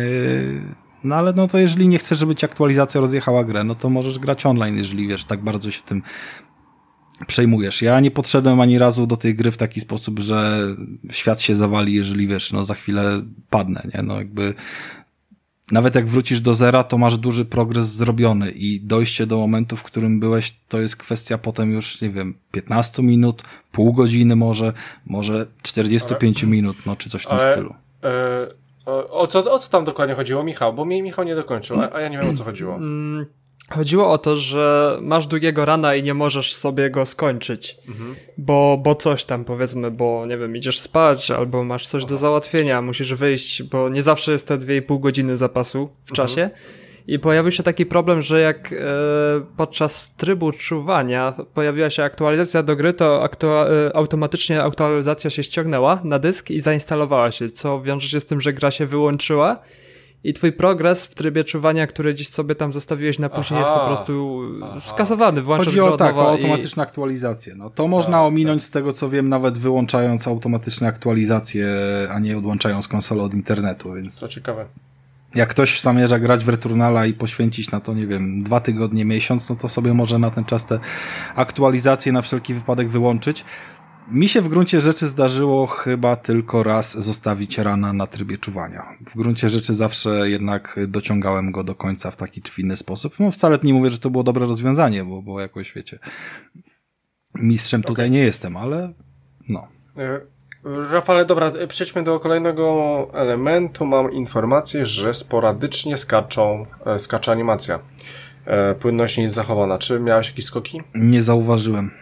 no ale no to jeżeli nie chcesz, żeby ci aktualizacja rozjechała grę, no to możesz grać online, jeżeli wiesz, tak bardzo się tym przejmujesz. Ja nie podszedłem ani razu do tej gry w taki sposób, że świat się zawali, jeżeli wiesz, no za chwilę padnę, nie? No jakby nawet jak wrócisz do zera, to masz duży progres zrobiony i dojście do momentu, w którym byłeś, to jest kwestia potem już, nie wiem, piętnaście minut, pół godziny może, może czterdzieści pięć ale, minut, no czy coś w tym ale, stylu. E, o, o, co, o co tam dokładnie chodziło, Michał? Bo mi Michał nie dokończył, a, a ja nie wiem, o co chodziło. Chodziło o to, że masz długiego rana i nie możesz sobie go skończyć, mhm. bo, bo coś tam powiedzmy, bo nie wiem, idziesz spać albo masz coś Aha. do załatwienia, musisz wyjść, bo nie zawsze jest te dwie i pół godziny zapasu w mhm. czasie i pojawił się taki problem, że jak e, podczas trybu czuwania pojawiła się aktualizacja do gry, to aktua- e, automatycznie aktualizacja się ściągnęła na dysk i zainstalowała się, co wiąże się z tym, że gra się wyłączyła. I twój progres w trybie czuwania, który dziś sobie tam zostawiłeś na później, aha, jest po prostu aha. skasowany. Włączasz Chodzi o tak, o i... automatyczne aktualizacje. No to można tak, ominąć tak. z tego, co wiem, nawet wyłączając automatyczne aktualizacje, a nie odłączając konsolę od internetu, więc... To ciekawe. Jak ktoś zamierza grać w Returnala i poświęcić na to, nie wiem, dwa tygodnie, miesiąc, no to sobie może na ten czas te aktualizacje na wszelki wypadek wyłączyć. Mi się w gruncie rzeczy zdarzyło chyba tylko raz zostawić rana na trybie czuwania. W gruncie rzeczy zawsze jednak dociągałem go do końca w taki czy w inny sposób. No wcale nie mówię, że to było dobre rozwiązanie, bo, bo jakoś, wiecie, mistrzem tutaj okay. nie jestem, ale no. Rafale, dobra, przejdźmy do kolejnego elementu. Mam informację, że sporadycznie skaczą, skacze animacja. Płynność nie jest zachowana. Czy miałeś jakieś skoki? Nie zauważyłem.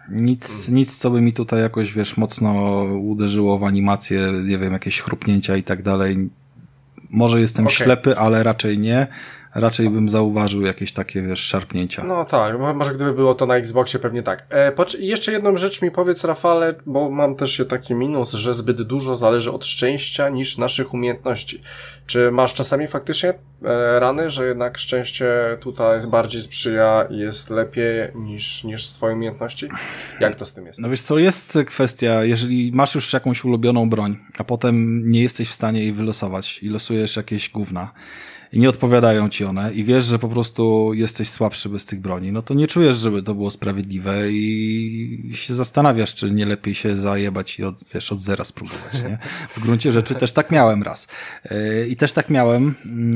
Nic, hmm. nic, co by mi tutaj jakoś, wiesz, mocno uderzyło w animację, nie wiem, jakieś chrupnięcia i tak dalej. Może jestem okay. ślepy, ale raczej nie. Raczej bym zauważył jakieś takie, wiesz, szarpnięcia. No tak, może gdyby było to na Xboxie pewnie tak. E, pocz- jeszcze jedną rzecz mi powiedz, Rafale, bo mam też taki minus, że zbyt dużo zależy od szczęścia niż naszych umiejętności. Czy masz czasami faktycznie e, rany, że jednak szczęście tutaj bardziej sprzyja i jest lepiej niż, niż twoje umiejętności? Jak to z tym jest? No wiesz co, jest kwestia, jeżeli masz już jakąś ulubioną broń, a potem nie jesteś w stanie jej wylosować i losujesz jakieś gówna, i nie odpowiadają ci one i wiesz, że po prostu jesteś słabszy bez tych broni, no to nie czujesz, żeby to było sprawiedliwe i się zastanawiasz, czy nie lepiej się zajebać i od, wiesz, od zera spróbować, nie? W gruncie rzeczy też tak miałem raz. I też tak miałem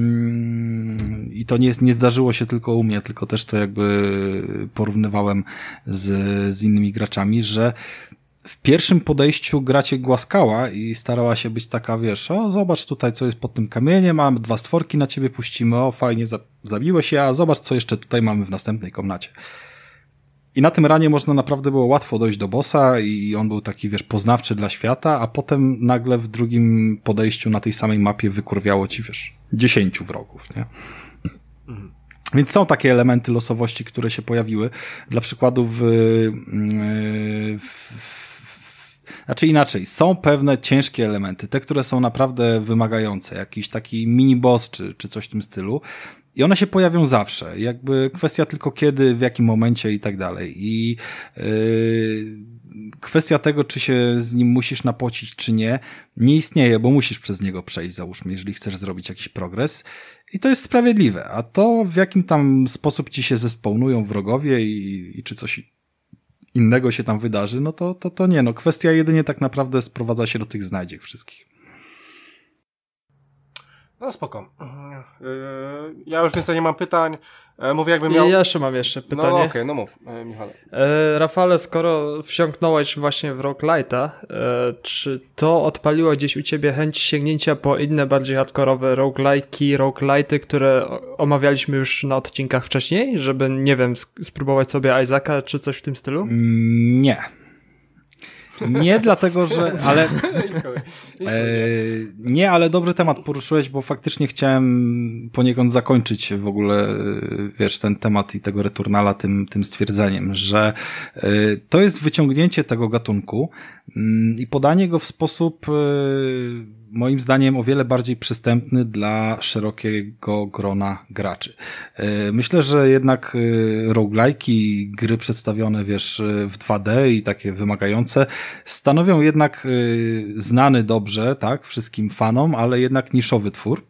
i to nie, nie zdarzyło się tylko u mnie, tylko też to jakby porównywałem z, z innymi graczami, że w pierwszym podejściu gra cię głaskała i starała się być taka, wiesz, o zobacz tutaj, co jest pod tym kamieniem, mamy dwa stworki na ciebie puścimy, o fajnie, zabiłeś się, a zobacz, co jeszcze tutaj mamy w następnej komnacie. I na tym ranie można naprawdę było łatwo dojść do bossa i on był taki, wiesz, poznawczy dla świata, a potem nagle w drugim podejściu na tej samej mapie wykurwiało ci, wiesz, dziesięciu wrogów, nie? Mhm. Więc są takie elementy losowości, które się pojawiły. Dla przykładu w, w, w Znaczy inaczej, są pewne ciężkie elementy, te, które są naprawdę wymagające, jakiś taki mini-boss czy, czy coś w tym stylu i one się pojawią zawsze, jakby kwestia tylko kiedy, w jakim momencie i tak dalej i yy, kwestia tego, czy się z nim musisz napocić, czy nie, nie istnieje, bo musisz przez niego przejść, załóżmy, jeżeli chcesz zrobić jakiś progres i to jest sprawiedliwe, a to w jakim tam sposób ci się zespawnują wrogowie i, i czy coś innego się tam wydarzy, no to, to, to nie, no kwestia jedynie tak naprawdę sprowadza się do tych znajdziek wszystkich. No spoko. Ja już więcej nie mam pytań. Mówię jakbym miał... Ja jeszcze mam jeszcze pytanie. No okej, okay, no mów, Michale. E, Rafale, skoro wsiąknąłeś właśnie w roguelite'a, e, czy to odpaliło gdzieś u ciebie chęć sięgnięcia po inne, bardziej hardkorowe roguelike'i, roguelite'y, które omawialiśmy już na odcinkach wcześniej, żeby, nie wiem, spróbować sobie Isaaca czy coś w tym stylu? Nie. Nie dlatego, że, ale e, nie, ale dobry temat poruszyłeś, bo faktycznie chciałem poniekąd zakończyć w ogóle, wiesz, ten temat i tego Returnala tym, tym stwierdzeniem, że e, to jest wyciągnięcie tego gatunku m, i podanie go w sposób e, moim zdaniem o wiele bardziej przystępny dla szerokiego grona graczy. Myślę, że jednak roguelike'i, gry przedstawione, wiesz, w dwa D i takie wymagające, stanowią jednak znany dobrze, tak, wszystkim fanom, ale jednak niszowy twór.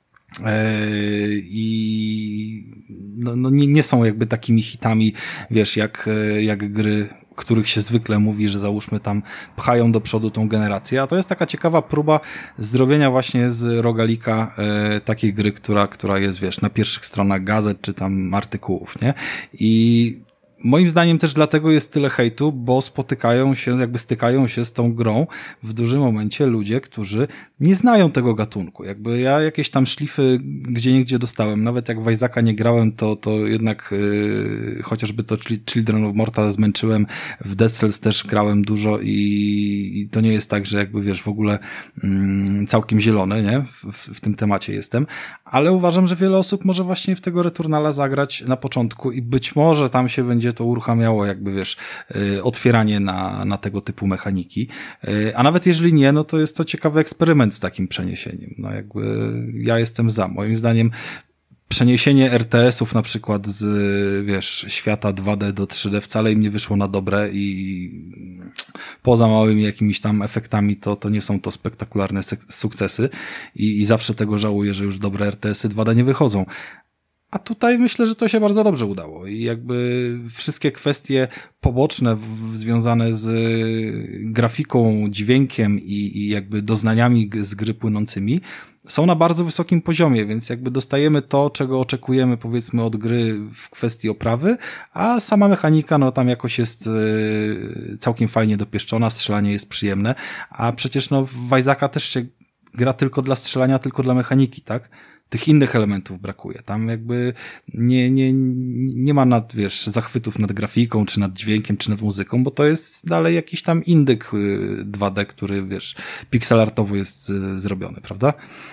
I no, no nie, nie są jakby takimi hitami, wiesz, jak, jak gry, których się zwykle mówi, że załóżmy tam pchają do przodu tą generację, a to jest taka ciekawa próba zrobienia właśnie z rogalika e, takiej gry, która, która jest, wiesz, na pierwszych stronach gazet czy tam artykułów, nie? I moim zdaniem też dlatego jest tyle hejtu, bo spotykają się, jakby stykają się z tą grą w dużym momencie ludzie, którzy nie znają tego gatunku. Jakby ja jakieś tam szlify gdzieniegdzie dostałem, nawet jak w Isaaca nie grałem, to, to jednak yy, chociażby to Children of Morta zmęczyłem, w Dead Cells też grałem dużo i, i to nie jest tak, że jakby wiesz, w ogóle yy, całkiem zielony, nie? W, w, w tym temacie jestem, ale uważam, że wiele osób może właśnie w tego Returnala zagrać na początku i być może tam się będzie to uruchamiało jakby, wiesz, y, otwieranie na, na tego typu mechaniki. Y, a nawet jeżeli nie, no to jest to ciekawy eksperyment z takim przeniesieniem. No jakby ja jestem za. Moim zdaniem przeniesienie er te esów na przykład z, wiesz, świata dwa D do trzy D wcale im nie wyszło na dobre i poza małymi jakimiś tam efektami to, to nie są to spektakularne sukcesy i, i zawsze tego żałuję, że już dobre er te esy dwa D nie wychodzą. A tutaj myślę, że to się bardzo dobrze udało i jakby wszystkie kwestie poboczne w, związane z grafiką, dźwiękiem i, i jakby doznaniami z gry płynącymi są na bardzo wysokim poziomie, więc jakby dostajemy to, czego oczekujemy, powiedzmy, od gry w kwestii oprawy, a sama mechanika, no tam jakoś jest yy, całkiem fajnie dopieszczona, strzelanie jest przyjemne, a przecież no w Isaaca też się gra tylko dla strzelania, tylko dla mechaniki, tak? tych innych elementów brakuje. Tam jakby nie, nie, nie ma nad, wiesz, zachwytów nad grafiką, czy nad dźwiękiem, czy nad muzyką, bo to jest dalej jakiś tam indyk dwa D, który, wiesz, pixelartowo jest zrobiony, prawda?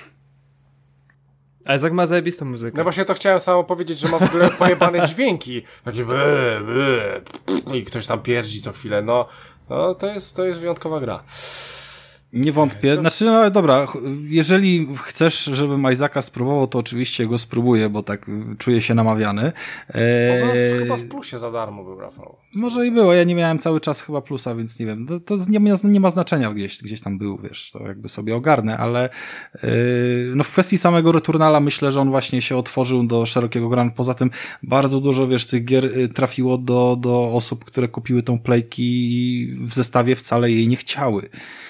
Isaac ma zajebistą muzykę. No właśnie to chciałem samo powiedzieć, że ma w ogóle pojebane dźwięki. Takie ble, ble, i ktoś tam pierdzi co chwilę. No, no to jest, to jest wyjątkowa gra. Nie wątpię. Znaczy, no dobra, jeżeli chcesz, żebym Isaaca spróbował, to oczywiście go spróbuję, bo tak czuję się namawiany. Eee... Chyba w plusie za darmo był, Rafał. Może i było, ja nie miałem cały czas chyba plusa, więc nie wiem. To, to nie, nie ma znaczenia, gdzieś, gdzieś tam był, wiesz, to jakby sobie ogarnę, ale yy, no w kwestii samego Returnala myślę, że on właśnie się otworzył do szerokiego grona. Poza tym bardzo dużo, wiesz, tych gier trafiło do, do osób, które kupiły tą Playki i w zestawie wcale jej nie chciały.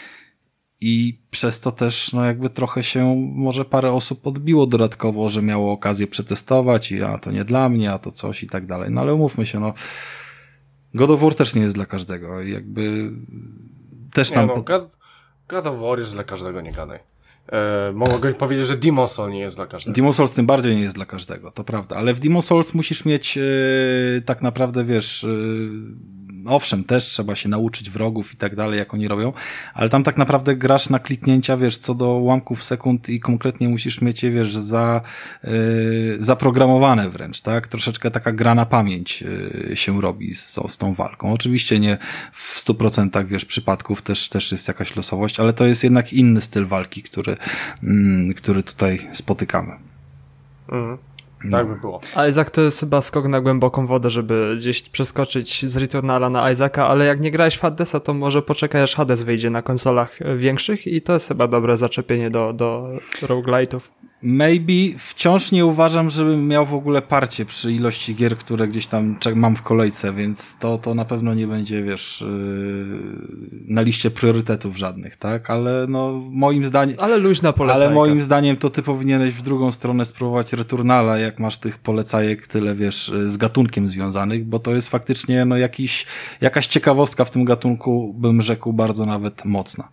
I przez to też, no jakby trochę się może parę osób odbiło dodatkowo, że miało okazję przetestować i a to nie dla mnie, a to coś i tak dalej. No ale umówmy się, no God of War też nie jest dla każdego i jakby też tam... Nie no, God, God of War jest dla każdego, nie gadaj. E, mogę powiedzieć, że Demon's Souls nie jest dla każdego. Demon's Souls tym bardziej nie jest dla każdego, to prawda, ale w Demon's Souls musisz mieć e, tak naprawdę, wiesz... E, owszem, też trzeba się nauczyć wrogów i tak dalej, jak oni robią, ale tam tak naprawdę grasz na kliknięcia, wiesz, co do ułamków sekund i konkretnie musisz mieć je, wiesz, za, yy, zaprogramowane wręcz, tak? Troszeczkę taka gra na pamięć yy, się robi z, z tą walką. Oczywiście nie w stu procentach, wiesz, przypadków też, też jest jakaś losowość, ale to jest jednak inny styl walki, który, yy, który tutaj spotykamy. Mhm. Tak by było. Isaac to jest chyba skok na głęboką wodę, żeby gdzieś przeskoczyć z Returnala na Isaaca, ale jak nie grałeś w Hadesa, to może poczekaj, aż Hades wyjdzie na konsolach większych i to jest chyba dobre zaczepienie do, do roguelite'ów. Maybe. Wciąż nie uważam, żebym miał w ogóle parcie przy ilości gier, które gdzieś tam mam w kolejce, więc to, to na pewno nie będzie, wiesz, yy, na liście priorytetów żadnych, tak? Ale no, moim zdaniem... Ale luźna polecajka. Ale moim zdaniem to ty powinieneś w drugą stronę spróbować Returnala, jak masz tych polecajek tyle, wiesz, z gatunkiem związanych, bo to jest faktycznie, no, jakiś, jakaś ciekawostka w tym gatunku, bym rzekł, bardzo nawet mocna.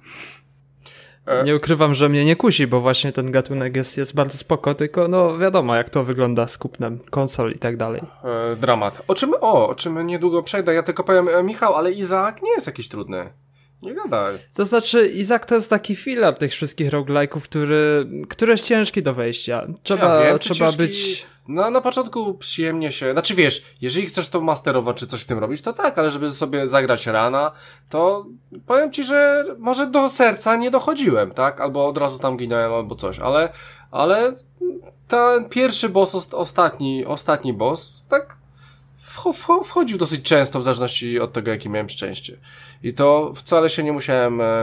Nie ukrywam, że mnie nie kusi, bo właśnie ten gatunek jest, jest bardzo spoko, tylko no wiadomo, jak to wygląda z kupnem konsol i tak dalej. E, dramat. O czym, o, o czym niedługo przejdę, ja tylko powiem, e, Michał, ale Izaak nie jest jakiś trudny. Nie gadaj. To znaczy, Izak to jest taki filar tych wszystkich roguelike'ów, który, który jest ciężki do wejścia. Trzeba, ja wiem, trzeba ciężki... być... No, na początku przyjemnie się... Znaczy wiesz, jeżeli chcesz to masterować czy coś w tym robić, to tak, ale żeby sobie zagrać rana, to powiem ci, że może do serca nie dochodziłem, tak? Albo od razu tam ginąłem, albo coś, ale ale ten pierwszy boss, ostatni, ostatni boss, tak wchodził dosyć często w zależności od tego, jakie miałem szczęście. I to wcale się nie musiałem, e,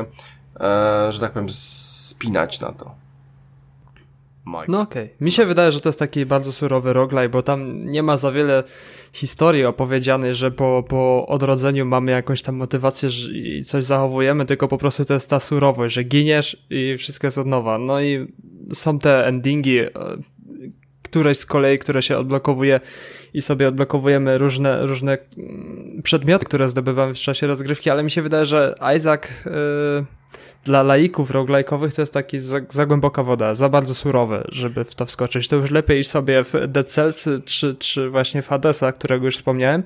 e, że tak powiem, spinać na to. Mike. No okej. Okay. Mi się wydaje, że to jest taki bardzo surowy roguelike, bo tam nie ma za wiele historii opowiedzianej, że po, po odrodzeniu mamy jakąś tam motywację i coś zachowujemy, tylko po prostu to jest ta surowość, że giniesz i wszystko jest od nowa. No i są te endingi, któreś z kolei, które się odblokowuje i sobie odblokowujemy różne, różne przedmioty, które zdobywamy w czasie rozgrywki, ale mi się wydaje, że Isaac yy, dla laików roguelike'owych to jest taki za, za głęboka woda, za bardzo surowy, żeby w to wskoczyć. To już lepiej iść sobie w Dead Cells czy, czy właśnie w Hadesa, którego już wspomniałem,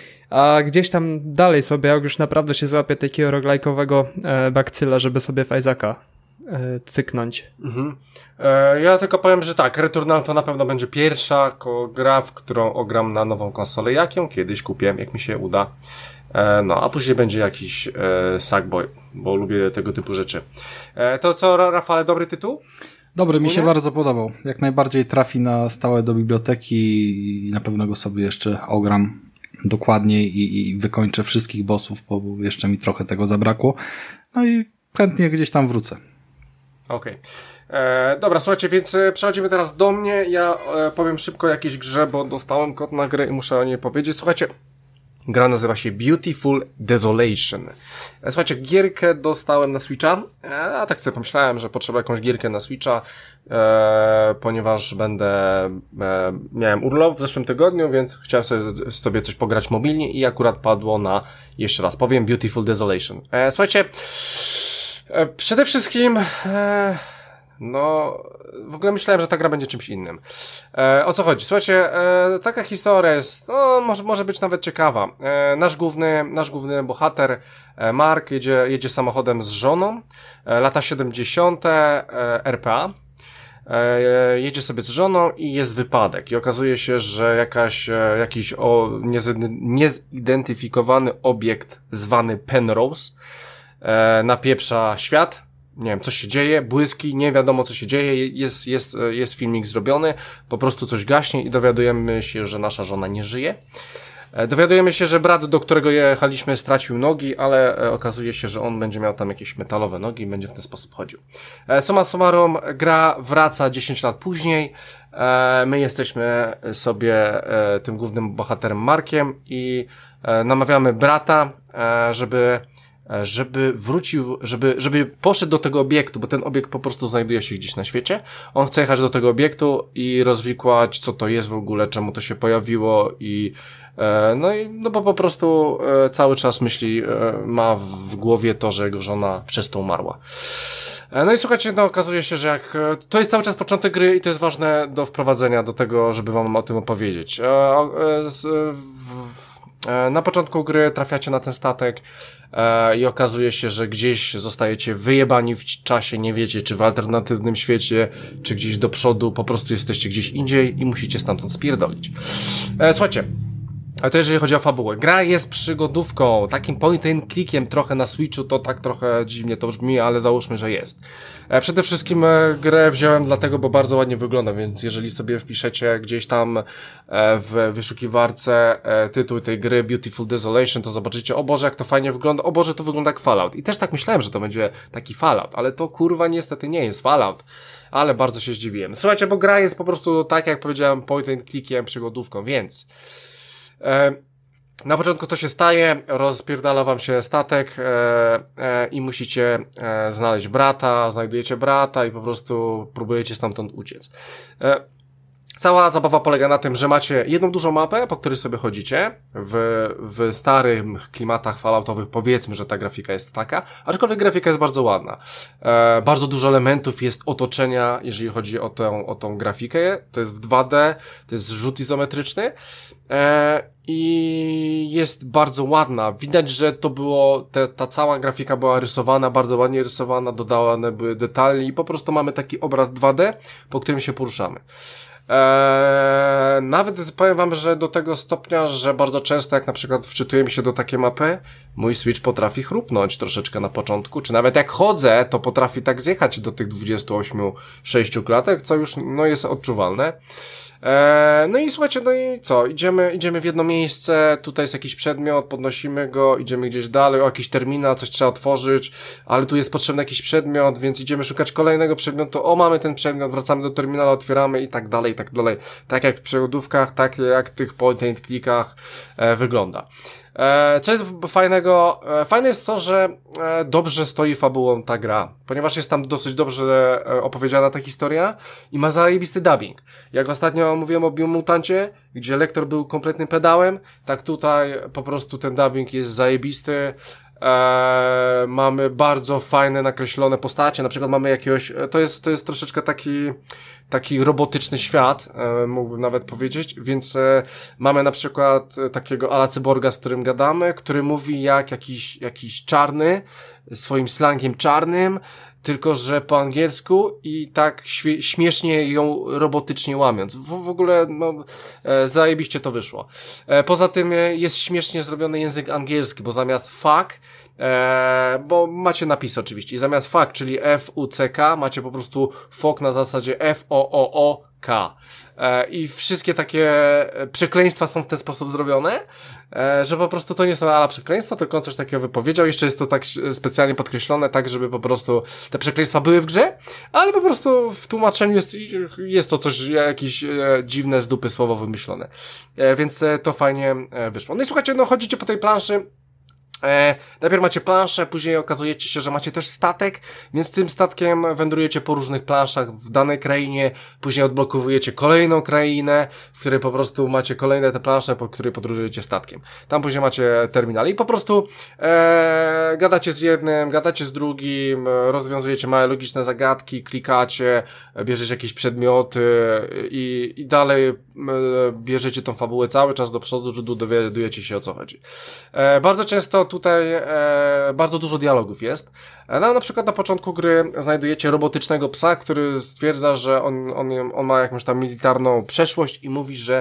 a gdzieś tam dalej sobie, jak już naprawdę się złapie takiego roguelike'owego e, bakcyla, żeby sobie w Isaaca cyknąć. Mhm. E, ja tylko powiem, że tak, Returnal to na pewno będzie pierwsza gra, w którą ogram na nową konsolę, jak ją kiedyś kupię, jak mi się uda. E, no, a później będzie jakiś e, Sackboy, bo lubię tego typu rzeczy. E, to co, Rafale, dobry tytuł? Dobry, mi się bardzo podobał. Jak najbardziej trafi na stałe do biblioteki i na pewno go sobie jeszcze ogram dokładniej i, i wykończę wszystkich bossów, bo jeszcze mi trochę tego zabrakło. No i chętnie gdzieś tam wrócę. Okej. Okay. Dobra, słuchajcie, więc przechodzimy teraz do mnie. Ja e, powiem szybko o jakiejś grze, bo dostałem kod na grę i muszę o niej powiedzieć. Słuchajcie, gra nazywa się Beautiful Desolation. E, słuchajcie, gierkę dostałem na Switcha, e, a tak sobie pomyślałem, że potrzeba jakąś gierkę na Switcha, e, ponieważ będę, e, miałem urlop w zeszłym tygodniu, więc chciałem sobie, sobie coś pograć mobilnie i akurat padło na, jeszcze raz powiem, Beautiful Desolation. E, słuchajcie, Przede wszystkim e, No, w ogóle myślałem, że ta gra będzie czymś innym. E, o co chodzi? Słuchajcie, e, taka historia jest, no, może, może być nawet ciekawa. E, nasz główny, nasz główny bohater, e, Mark, jedzie, jedzie samochodem z żoną, e, lata siedemdziesiąte, e, R P A. E, jedzie sobie z żoną i jest wypadek i okazuje się, że jakaś, e, jakiś o, niezid- niezidentyfikowany obiekt zwany Penrose e, napieprza świat. Nie wiem, coś się dzieje, błyski, nie wiadomo co się dzieje, jest, jest, jest filmik zrobiony, po prostu coś gaśnie i dowiadujemy się, że nasza żona nie żyje. Dowiadujemy się, że brat, do którego jechaliśmy, stracił nogi, ale okazuje się, że on będzie miał tam jakieś metalowe nogi i będzie w ten sposób chodził. Summa summarum, gra wraca dziesięć lat później, my jesteśmy sobie tym głównym bohaterem Markiem i namawiamy brata, żeby żeby wrócił, żeby, żeby poszedł do tego obiektu, bo ten obiekt po prostu znajduje się gdzieś na świecie. On chce jechać do tego obiektu i rozwikłać, co to jest w ogóle, czemu to się pojawiło i e, no i no bo po prostu e, cały czas myśli, e, ma w, w głowie to, że jego żona wcześniej umarła. E, no i słuchajcie, no okazuje się, że jak, e, to jest cały czas początek gry i to jest ważne do wprowadzenia, do tego, żeby wam o tym opowiedzieć. E, e, z, w, w, Na początku gry trafiacie na ten statek e, i okazuje się, że gdzieś zostajecie wyjebani w czasie, nie wiecie, czy w alternatywnym świecie, czy gdzieś do przodu, po prostu jesteście gdzieś indziej i musicie stamtąd spierdolić. E, słuchajcie, ale to jeżeli chodzi o fabułę. Gra jest przygodówką, takim point and clickiem trochę na Switchu, to tak trochę dziwnie to brzmi, ale załóżmy, że jest. E, przede wszystkim e, grę wziąłem dlatego, bo bardzo ładnie wygląda, więc jeżeli sobie wpiszecie gdzieś tam e, w wyszukiwarce e, tytuł tej gry Beautiful Desolation, to zobaczycie, o Boże, jak to fajnie wygląda, o Boże, to wygląda jak Fallout. I też tak myślałem, że to będzie taki Fallout, ale to kurwa niestety nie jest Fallout. Ale bardzo się zdziwiłem. Słuchajcie, bo gra jest po prostu, tak jak powiedziałem, point and clickiem, przygodówką, więc... E, na początku co się staje, rozpierdala wam się statek e, e, i musicie e, znaleźć brata, znajdujecie brata i po prostu próbujecie stamtąd uciec. E, Cała zabawa polega na tym, że macie jedną dużą mapę, po której sobie chodzicie. W, w starych klimatach falloutowych powiedzmy, że ta grafika jest taka, aczkolwiek grafika jest bardzo ładna. E, bardzo dużo elementów jest otoczenia, jeżeli chodzi o tę, o tą grafikę. To jest w dwa D, to jest rzut izometryczny. E, I jest bardzo ładna. Widać, że to było, te, ta cała grafika była rysowana, bardzo ładnie rysowana, dodawane były detali i po prostu mamy taki obraz dwa D, po którym się poruszamy. Eee, nawet powiem wam, że do tego stopnia, że bardzo często jak na przykład wczytujemy się do takiej mapy, mój Switch potrafi chrupnąć troszeczkę na początku, czy nawet jak chodzę, to potrafi tak zjechać do tych dwudziestu ośmiu sześciu klatek, co już no jest odczuwalne. Eee, no i słuchajcie, no i co? Idziemy, idziemy w jedno miejsce, tutaj jest jakiś przedmiot, podnosimy go, idziemy gdzieś dalej, o jakiś terminal, coś trzeba otworzyć, ale tu jest potrzebny jakiś przedmiot, więc idziemy szukać kolejnego przedmiotu, o mamy ten przedmiot, wracamy do terminala, otwieramy i tak dalej, i tak dalej. Tak jak w przygodówkach, tak jak w tych point and clickach e, wygląda. E, co jest fajnego? E, fajne jest to, że e, dobrze stoi fabułą ta gra, ponieważ jest tam dosyć dobrze e, opowiedziana ta historia i ma zajebisty dubbing. Jak ostatnio mówiłem o Biomutancie, gdzie lektor był kompletnym pedałem, tak tutaj po prostu ten dubbing jest zajebisty. Eee, mamy bardzo fajne, nakreślone postacie, na przykład mamy jakiegoś, to jest, to jest troszeczkę taki, taki robotyczny świat, e, mógłbym nawet powiedzieć, więc e, mamy na przykład takiego ala cyborga, z którym gadamy, który mówi jak jakiś, jakiś czarny, swoim slangiem czarnym, tylko że po angielsku i tak świe- śmiesznie ją robotycznie łamiąc. W, w ogóle, no, e, zajebiście to wyszło. E, poza tym e, jest śmiesznie zrobiony język angielski, bo zamiast fuck, e, bo macie napis oczywiście, i zamiast fuck, czyli F U C K, macie po prostu fuck na zasadzie F O O O K. E, I wszystkie takie przekleństwa są w ten sposób zrobione, e, że po prostu to nie są ala przekleństwa, tylko on coś takiego wypowiedział. Jeszcze jest to tak specjalnie podkreślone, tak żeby po prostu te przekleństwa były w grze, ale po prostu w tłumaczeniu jest, jest to coś, jakieś e, dziwne z dupy słowo wymyślone. E, więc e, to fajnie e, wyszło. No i słuchajcie, no chodzicie po tej planszy, E, najpierw macie planszę, później okazujecie się, że macie też statek, więc tym statkiem wędrujecie po różnych planszach w danej krainie, później odblokowujecie kolejną krainę, w której po prostu macie kolejne te plansze, po której podróżujecie statkiem. Tam później macie terminal i po prostu e, gadacie z jednym, gadacie z drugim, rozwiązujecie małe logiczne zagadki, klikacie, bierzecie jakieś przedmioty i, i dalej e, bierzecie tą fabułę cały czas do przodu, że dowiadujecie się, o co chodzi. E, bardzo często tutaj e, bardzo dużo dialogów jest. E, no, na przykład na początku gry znajdujecie robotycznego psa, który stwierdza, że on, on, on ma jakąś tam militarną przeszłość i mówi, że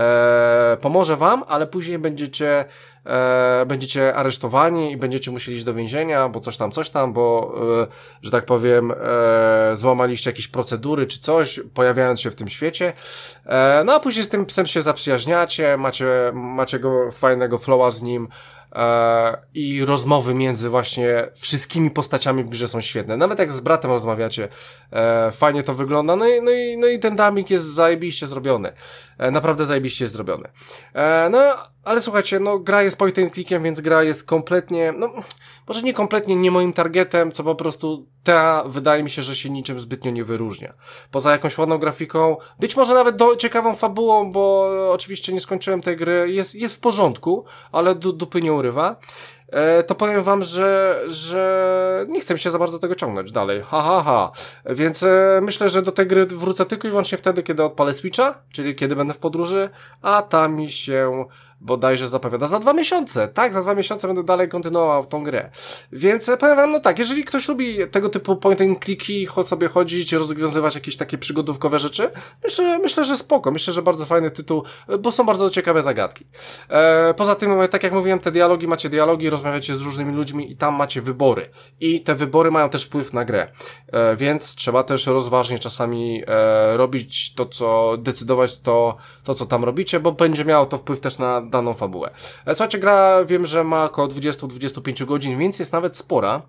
e, pomoże wam, ale później będziecie E, będziecie aresztowani i będziecie musieli iść do więzienia, bo coś tam, coś tam, bo, e, że tak powiem, e, złamaliście jakieś procedury czy coś, pojawiając się w tym świecie. E, no a później z tym psem się zaprzyjaźniacie, macie, macie go fajnego flowa z nim, E, i rozmowy między właśnie wszystkimi postaciami w grze są świetne. Nawet jak z bratem rozmawiacie, e, fajnie to wygląda, no i, no i, no i ten dubbing jest zajebiście zrobiony. E, naprawdę zajebiście jest zrobiony. E, no, ale słuchajcie, no gra jest point and clickiem, więc gra jest kompletnie, no może nie kompletnie nie moim targetem, co po prostu ta wydaje mi się, że się niczym zbytnio nie wyróżnia. Poza jakąś ładną grafiką, być może nawet do, ciekawą fabułą, bo oczywiście nie skończyłem tej gry, jest, jest w porządku, ale du, dupy nie urywa. E, to powiem wam, że, że nie chcę mi się za bardzo tego ciągnąć dalej. Ha, ha, ha. Więc e, myślę, że do tej gry wrócę tylko i wyłącznie wtedy, kiedy odpalę Switcha, czyli kiedy będę w podróży, a tam mi się bodajże zapowiada za dwa miesiące. Tak, za dwa miesiące będę dalej kontynuował tą grę. Więc e, powiem wam, no tak, jeżeli ktoś lubi tego typu point and clicki, sobie chodzić, rozwiązywać jakieś takie przygodówkowe rzeczy, myślę, myślę, że spoko. Myślę, że bardzo fajny tytuł, bo są bardzo ciekawe zagadki. E, poza tym, tak jak mówiłem, te dialogi, macie dialogi, rozmawiacie z różnymi ludźmi i tam macie wybory. I te wybory mają też wpływ na grę. E, więc trzeba też rozważnie czasami e, robić to, co, decydować to, to, co tam robicie, bo będzie miało to wpływ też na daną fabułę. E, słuchajcie, gra wiem, że ma około dwadzieścia do dwudziestu pięciu godzin, więc jest nawet spora.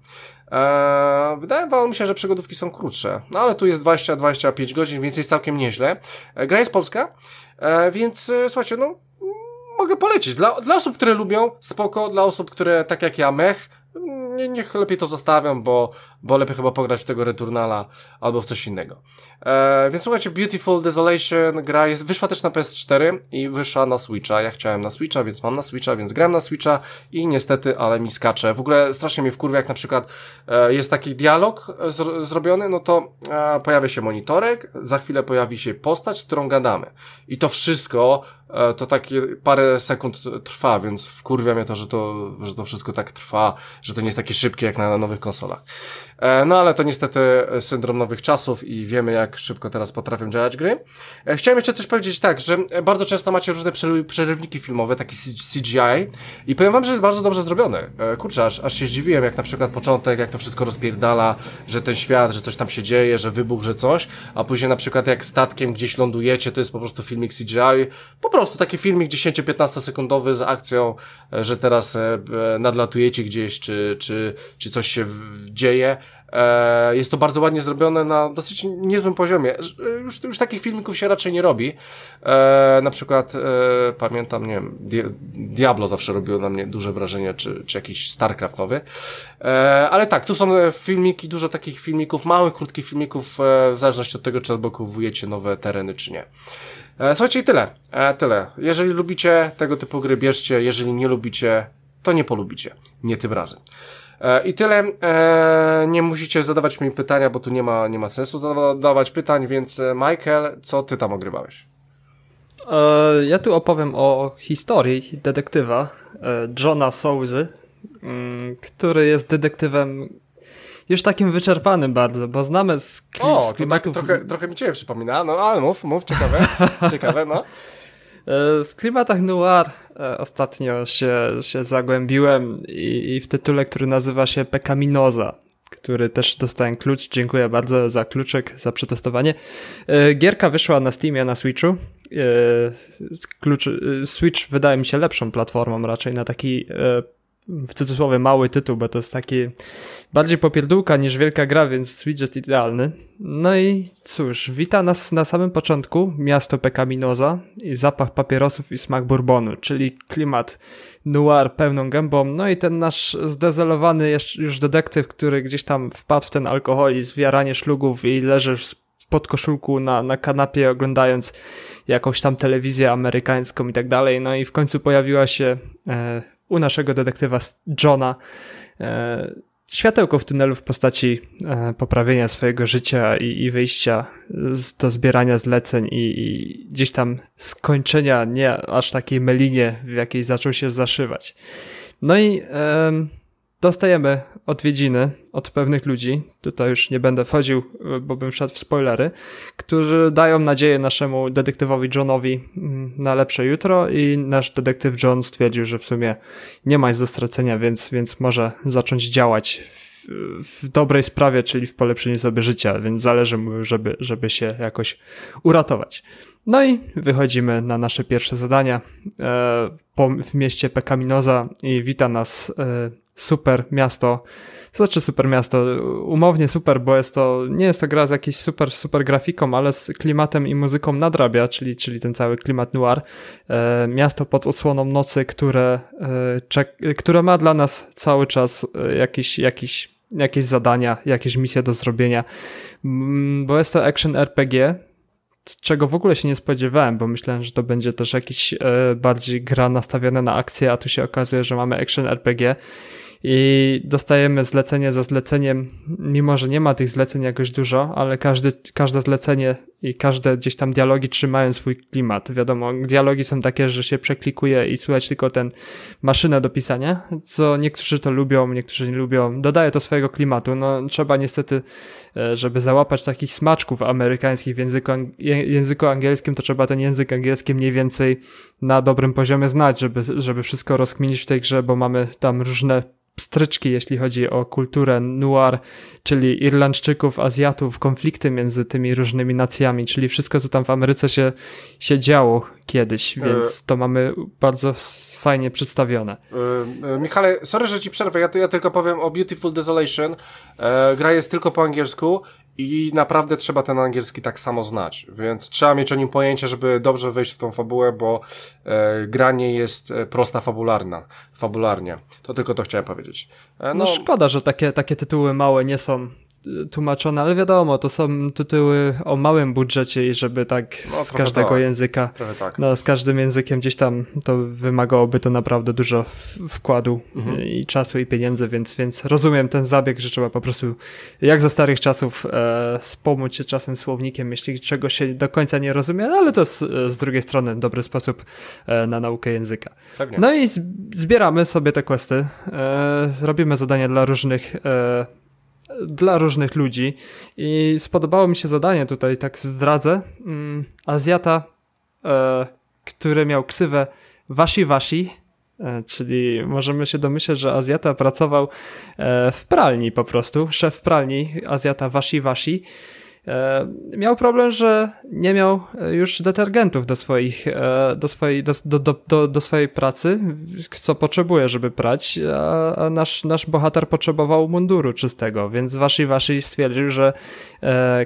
E, wydaje mi się, że przygodówki są krótsze. No ale tu jest dwadzieścia do dwudziestu pięciu godzin, więc jest całkiem nieźle. E, gra jest polska, e, więc e, słuchajcie, no mogę polecić. Dla, dla osób, które lubią, spoko. Dla osób, które tak jak ja, mech, nie, niech lepiej to zostawiam, bo, bo lepiej chyba pograć w tego Returnala albo w coś innego. E, więc słuchajcie, Beautiful Desolation gra jest, wyszła też na P S cztery i wyszła na Switcha. Ja chciałem na Switcha, więc mam na Switcha, więc gram na Switcha i niestety, ale mi skacze. W ogóle strasznie mnie wkurwia, jak na przykład e, jest taki dialog z, zrobiony, no to e, pojawia się monitorek, za chwilę pojawi się postać, z którą gadamy. I to wszystko e, to takie parę sekund trwa, więc wkurwia mnie to, że to, że to wszystko tak trwa, że to nie jest takie szybkie jak na nowych konsolach. E, no ale to niestety syndrom nowych czasów i wiemy, jak szybko teraz potrafią działać gry. E, chciałem jeszcze coś powiedzieć tak, że bardzo często macie różne przerywniki filmowe, takie C G I i powiem wam, że jest bardzo dobrze zrobione. E, kurczę, aż, aż się zdziwiłem, jak na przykład początek, jak to wszystko rozpierdala, że ten świat, że coś tam się dzieje, że wybuch, że coś, a później na przykład jak statkiem gdzieś lądujecie, to jest po prostu filmik C G I, po prostu taki filmik dziesięć do piętnastu sekundowy z akcją, e, że teraz e, nadlatujecie gdzieś, czy, czy, czy coś się w, dzieje. E, jest to bardzo ładnie zrobione na dosyć niezłym poziomie. Już, już takich filmików się raczej nie robi. E, na przykład e, pamiętam, nie wiem, Diablo zawsze robiło na mnie duże wrażenie, czy, czy jakiś StarCraft nowy. E, ale tak, tu są filmiki, dużo takich filmików, małych, krótkich filmików, e, w zależności od tego, czy odblokowujecie nowe tereny, czy nie. E, słuchajcie, i tyle. E, tyle. Jeżeli lubicie tego typu gry, bierzcie. Jeżeli nie lubicie, to nie polubicie. Nie tym razem. I tyle. E, nie musicie zadawać mi pytania, bo tu nie ma, nie ma sensu zadawać pytań, więc Michael, co ty tam ogrywałeś? E, ja tu opowiem o historii detektywa e, Johna Souzy, m, który jest detektywem już takim wyczerpanym bardzo, bo znamy z, kli- o, z klimatów... O, tak trochę, trochę mi ciebie przypomina, no ale mów, mów, ciekawe, ciekawe, no. W klimatach noir ostatnio się, się zagłębiłem i, i w tytule, który nazywa się Pecaminosa, który też dostałem klucz. Dziękuję bardzo za kluczyk, za przetestowanie. Gierka wyszła na Steamie, na Switchu. Klucz, Switch wydaje mi się lepszą platformą raczej na taki w cudzysłowie mały tytuł, bo to jest taki bardziej popierdółka niż wielka gra, więc widget idealny. No i cóż, wita nas na samym początku miasto Pecaminosa i zapach papierosów i smak bourbonu, czyli klimat noir pełną gębą. No i ten nasz zdezelowany już detektyw, który gdzieś tam wpadł w ten alkoholizm, jaranie szlugów i leży w podkoszulku na, na kanapie oglądając jakąś tam telewizję amerykańską i tak dalej. No i w końcu pojawiła się e, u naszego detektywa Johna e, światełko w tunelu w postaci e, poprawienia swojego życia i, i wyjścia z, do zbierania zleceń i, i gdzieś tam skończenia nie aż takiej melinie, w jakiej zaczął się zaszywać. No i e, dostajemy odwiedziny od pewnych ludzi, tutaj już nie będę wchodził, bo bym wszedł w spoilery, którzy dają nadzieję naszemu detektywowi Johnowi na lepsze jutro i nasz detektyw John stwierdził, że w sumie nie ma nic do stracenia, więc, więc może zacząć działać w, w dobrej sprawie, czyli w polepszeniu sobie życia, więc zależy mu, żeby, żeby się jakoś uratować. No i wychodzimy na nasze pierwsze zadania e, po, w mieście Pecaminosa i wita nas e, super miasto. To znaczy super miasto, umownie super, bo jest to, nie jest to gra z jakiejś super, super grafiką, ale z klimatem i muzyką nadrabia, czyli, czyli ten cały klimat noir. E, miasto pod osłoną nocy, które, e, czek, które ma dla nas cały czas e, jakiś, jakiś, jakieś zadania, jakieś misje do zrobienia, mm, bo jest to action R P G, czego w ogóle się nie spodziewałem, bo myślałem, że to będzie też jakiś e, bardziej gra nastawiona na akcję, a tu się okazuje, że mamy action R P G i dostajemy zlecenie za zleceniem, mimo że nie ma tych zleceń jakoś dużo, ale każdy, każde zlecenie i każde gdzieś tam dialogi trzymają swój klimat. Wiadomo, dialogi są takie, że się przeklikuje i słychać tylko ten maszynę do pisania, co niektórzy to lubią, niektórzy nie lubią. Dodaje to swojego klimatu. No trzeba niestety, żeby załapać takich smaczków amerykańskich w języku, języku angielskim, to trzeba ten język angielski mniej więcej na dobrym poziomie znać, żeby, żeby wszystko rozkminić w tej grze, bo mamy tam różne stryczki, jeśli chodzi o kulturę noir, czyli Irlandczyków, Azjatów, konflikty między tymi różnymi nacjami, czyli wszystko, co tam w Ameryce się, się działo kiedyś, więc to mamy bardzo fajnie przedstawione. Yy, Michale, sorry, że ci przerwę, ja, to, ja tylko powiem o Beautiful Desolation. E, gra jest tylko po angielsku i naprawdę trzeba ten angielski tak samo znać, więc trzeba mieć o nim pojęcie, żeby dobrze wejść w tą fabułę, bo e, gra nie jest prosta fabularna, fabularnie. To tylko to chciałem powiedzieć. E, no, no szkoda, że takie, takie tytuły małe nie są tłumaczone, ale wiadomo, to są tytuły o małym budżecie i żeby tak no, z każdego tak. języka, tak. no z każdym językiem gdzieś tam to wymagałoby to naprawdę dużo wkładu mhm. i czasu i pieniędzy, więc, więc rozumiem ten zabieg, że trzeba po prostu jak za starych czasów e, wspomóc się czasem słownikiem, jeśli czegoś się do końca nie rozumie, ale to z, z drugiej strony dobry sposób e, na naukę języka. Pewnie. No i zbieramy sobie te questy, e, robimy zadania dla różnych e, dla różnych ludzi i spodobało mi się zadanie, tutaj tak zdradzę, mm, Azjata, e, który miał ksywę Washi Washi, e, czyli możemy się domyśleć, że Azjata pracował e, w pralni po prostu, szef pralni Azjata Washi Washi. E, miał problem, że nie miał już detergentów do swoich, e, do swojej, do, do, do, do swojej pracy, co potrzebuje, żeby prać, a, a nasz, nasz bohater potrzebował munduru czystego, więc Washi Washi stwierdził, że e,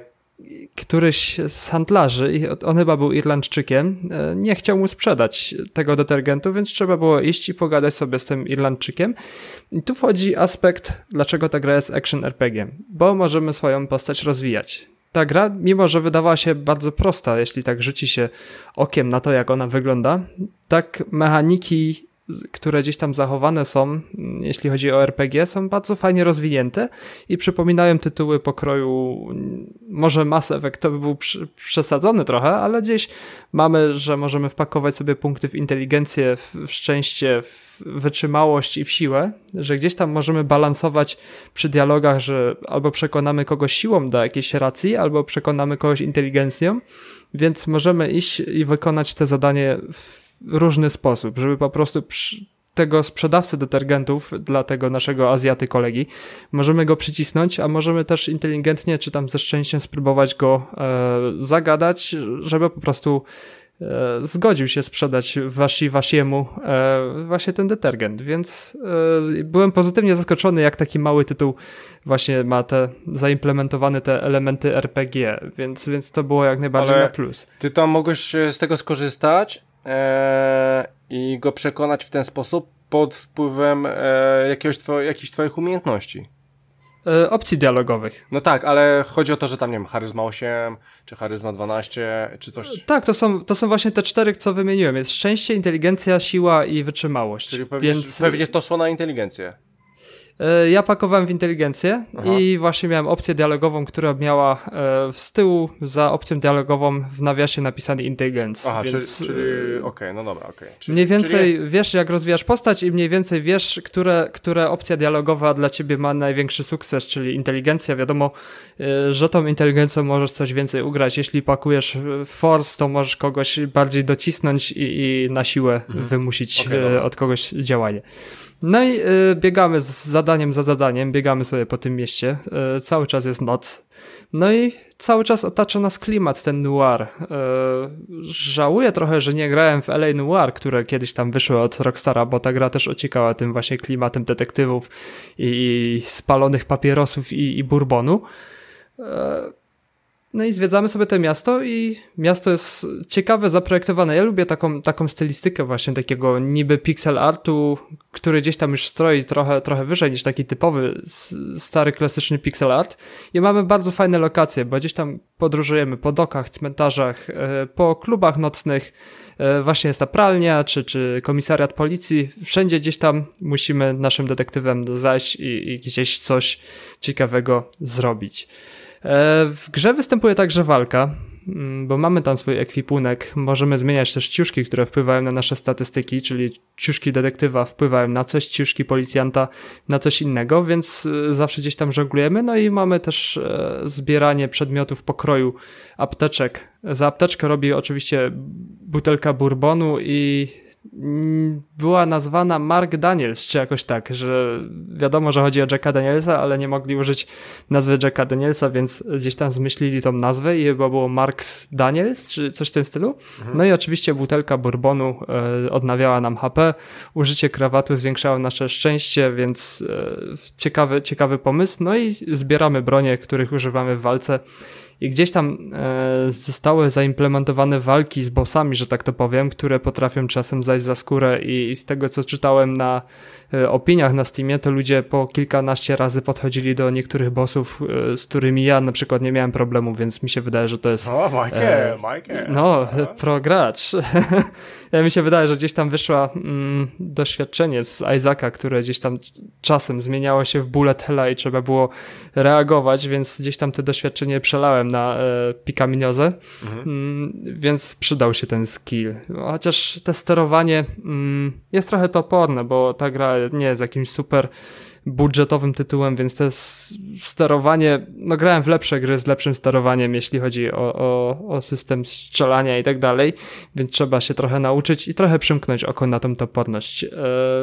któryś z handlarzy, i on chyba był Irlandczykiem, e, nie chciał mu sprzedać tego detergentu, więc trzeba było iść i pogadać sobie z tym Irlandczykiem. I tu wchodzi aspekt, dlaczego ta gra jest action R P G, bo możemy swoją postać rozwijać. Ta gra, mimo że wydawała się bardzo prosta, jeśli tak rzuci się okiem na to, jak ona wygląda, tak mechaniki, które gdzieś tam zachowane są, jeśli chodzi o R P G, są bardzo fajnie rozwinięte i przypominają tytuły pokroju, może Mass Effect to by był przesadzony trochę, ale gdzieś mamy, że możemy wpakować sobie punkty w inteligencję, w szczęście, w wytrzymałość i w siłę, że gdzieś tam możemy balansować przy dialogach, że albo przekonamy kogoś siłą do jakiejś racji, albo przekonamy kogoś inteligencją, więc możemy iść i wykonać te zadanie w różny sposób, żeby po prostu przy tego sprzedawcy detergentów dla tego naszego Azjaty kolegi możemy go przycisnąć, a możemy też inteligentnie czy tam ze szczęściem spróbować go e, zagadać, żeby po prostu zgodził się sprzedać wasi, wasiemu właśnie ten detergent, więc byłem pozytywnie zaskoczony, jak taki mały tytuł właśnie ma te zaimplementowane te elementy R P G, więc, więc to było jak najbardziej Ale na plus. Ty tam mogłeś z tego skorzystać e, i go przekonać w ten sposób pod wpływem e, jakiegoś two, jakichś twoich umiejętności. Opcji dialogowych. No tak, ale chodzi o to, że tam, nie wiem, charyzma osiem, czy charyzma dwanaście, czy coś. Tak, to są, to są właśnie te cztery, co wymieniłem. Jest szczęście, inteligencja, siła i wytrzymałość. Czyli pewnie, Więc pewnie to szło na inteligencję. ja pakowałem w inteligencję. Aha. I właśnie miałem opcję dialogową, która miała z tyłu za opcją dialogową w nawiasie napisany intelligence. Aha, więc czyli, czyli okej, okay, no dobra, okej. Okay. Mniej więcej czyli... wiesz, jak rozwijasz postać i mniej więcej wiesz, które, które opcja dialogowa dla ciebie ma największy sukces, czyli inteligencja. Wiadomo, że tą inteligencją możesz coś więcej ugrać. Jeśli pakujesz force, to możesz kogoś bardziej docisnąć i, i na siłę mhm. wymusić okay, od kogoś działanie. No i y, biegamy z zadaniem za zadaniem, biegamy sobie po tym mieście, y, cały czas jest noc, no i cały czas otacza nas klimat, ten noir. Y, żałuję trochę, że nie grałem w L A Noir, które kiedyś tam wyszły od Rockstara, bo ta gra też ociekała tym właśnie klimatem detektywów i, i spalonych papierosów i, i bourbonu. Y, No i zwiedzamy sobie to miasto i miasto jest ciekawe zaprojektowane. Ja lubię taką, taką stylistykę właśnie takiego niby pixel artu, który gdzieś tam już stroi trochę, trochę wyżej niż taki typowy stary klasyczny pixel art. I mamy bardzo fajne lokacje, bo gdzieś tam podróżujemy po dokach, cmentarzach, po klubach nocnych. Właśnie jest ta pralnia, czy, czy komisariat policji. Wszędzie gdzieś tam musimy naszym detektywem zajść i, i gdzieś coś ciekawego zrobić. W grze występuje także walka, bo mamy tam swój ekwipunek, możemy zmieniać też ciuszki, które wpływają na nasze statystyki, czyli ciuszki detektywa wpływają na coś, ciuszki policjanta na coś innego, więc zawsze gdzieś tam żonglujemy, no i mamy też zbieranie przedmiotów pokroju apteczek. Za apteczkę robi oczywiście butelka bourbonu i była nazwana Mark Daniels, czy jakoś tak, że wiadomo, że chodzi o Jacka Danielsa, ale nie mogli użyć nazwy Jacka Danielsa, więc gdzieś tam zmyślili tą nazwę i chyba było Marks Daniels, czy coś w tym stylu. Mhm. No i oczywiście butelka bourbonu e, odnawiała nam H P, użycie krawatu zwiększało nasze szczęście, więc e, ciekawy, ciekawy pomysł. No i zbieramy bronie, których używamy w walce. I gdzieś tam e, zostały zaimplementowane walki z bossami, że tak to powiem, które potrafią czasem zajść za skórę i, i z tego, co czytałem na e, opiniach na Steamie, to ludzie po kilkanaście razy podchodzili do niektórych bossów, e, z którymi ja na przykład nie miałem problemu, więc mi się wydaje, że to jest... O, Michael, e, Michael. No, pro gracz. Ja mi się wydaje, że gdzieś tam wyszła mm, doświadczenie z Isaaca, które gdzieś tam czasem zmieniało się w bullet hella i trzeba było reagować, więc gdzieś tam te doświadczenie przelałem na e, pikaminiozę, mhm. mm, więc przydał się ten skill. Chociaż te sterowanie mm, jest trochę toporne, bo ta gra nie jest jakimś super budżetowym tytułem, więc to jest sterowanie, no grałem w lepsze gry z lepszym sterowaniem, jeśli chodzi o, o, o system strzelania i tak dalej, więc trzeba się trochę nauczyć i trochę przymknąć oko na tą toporność. Yy,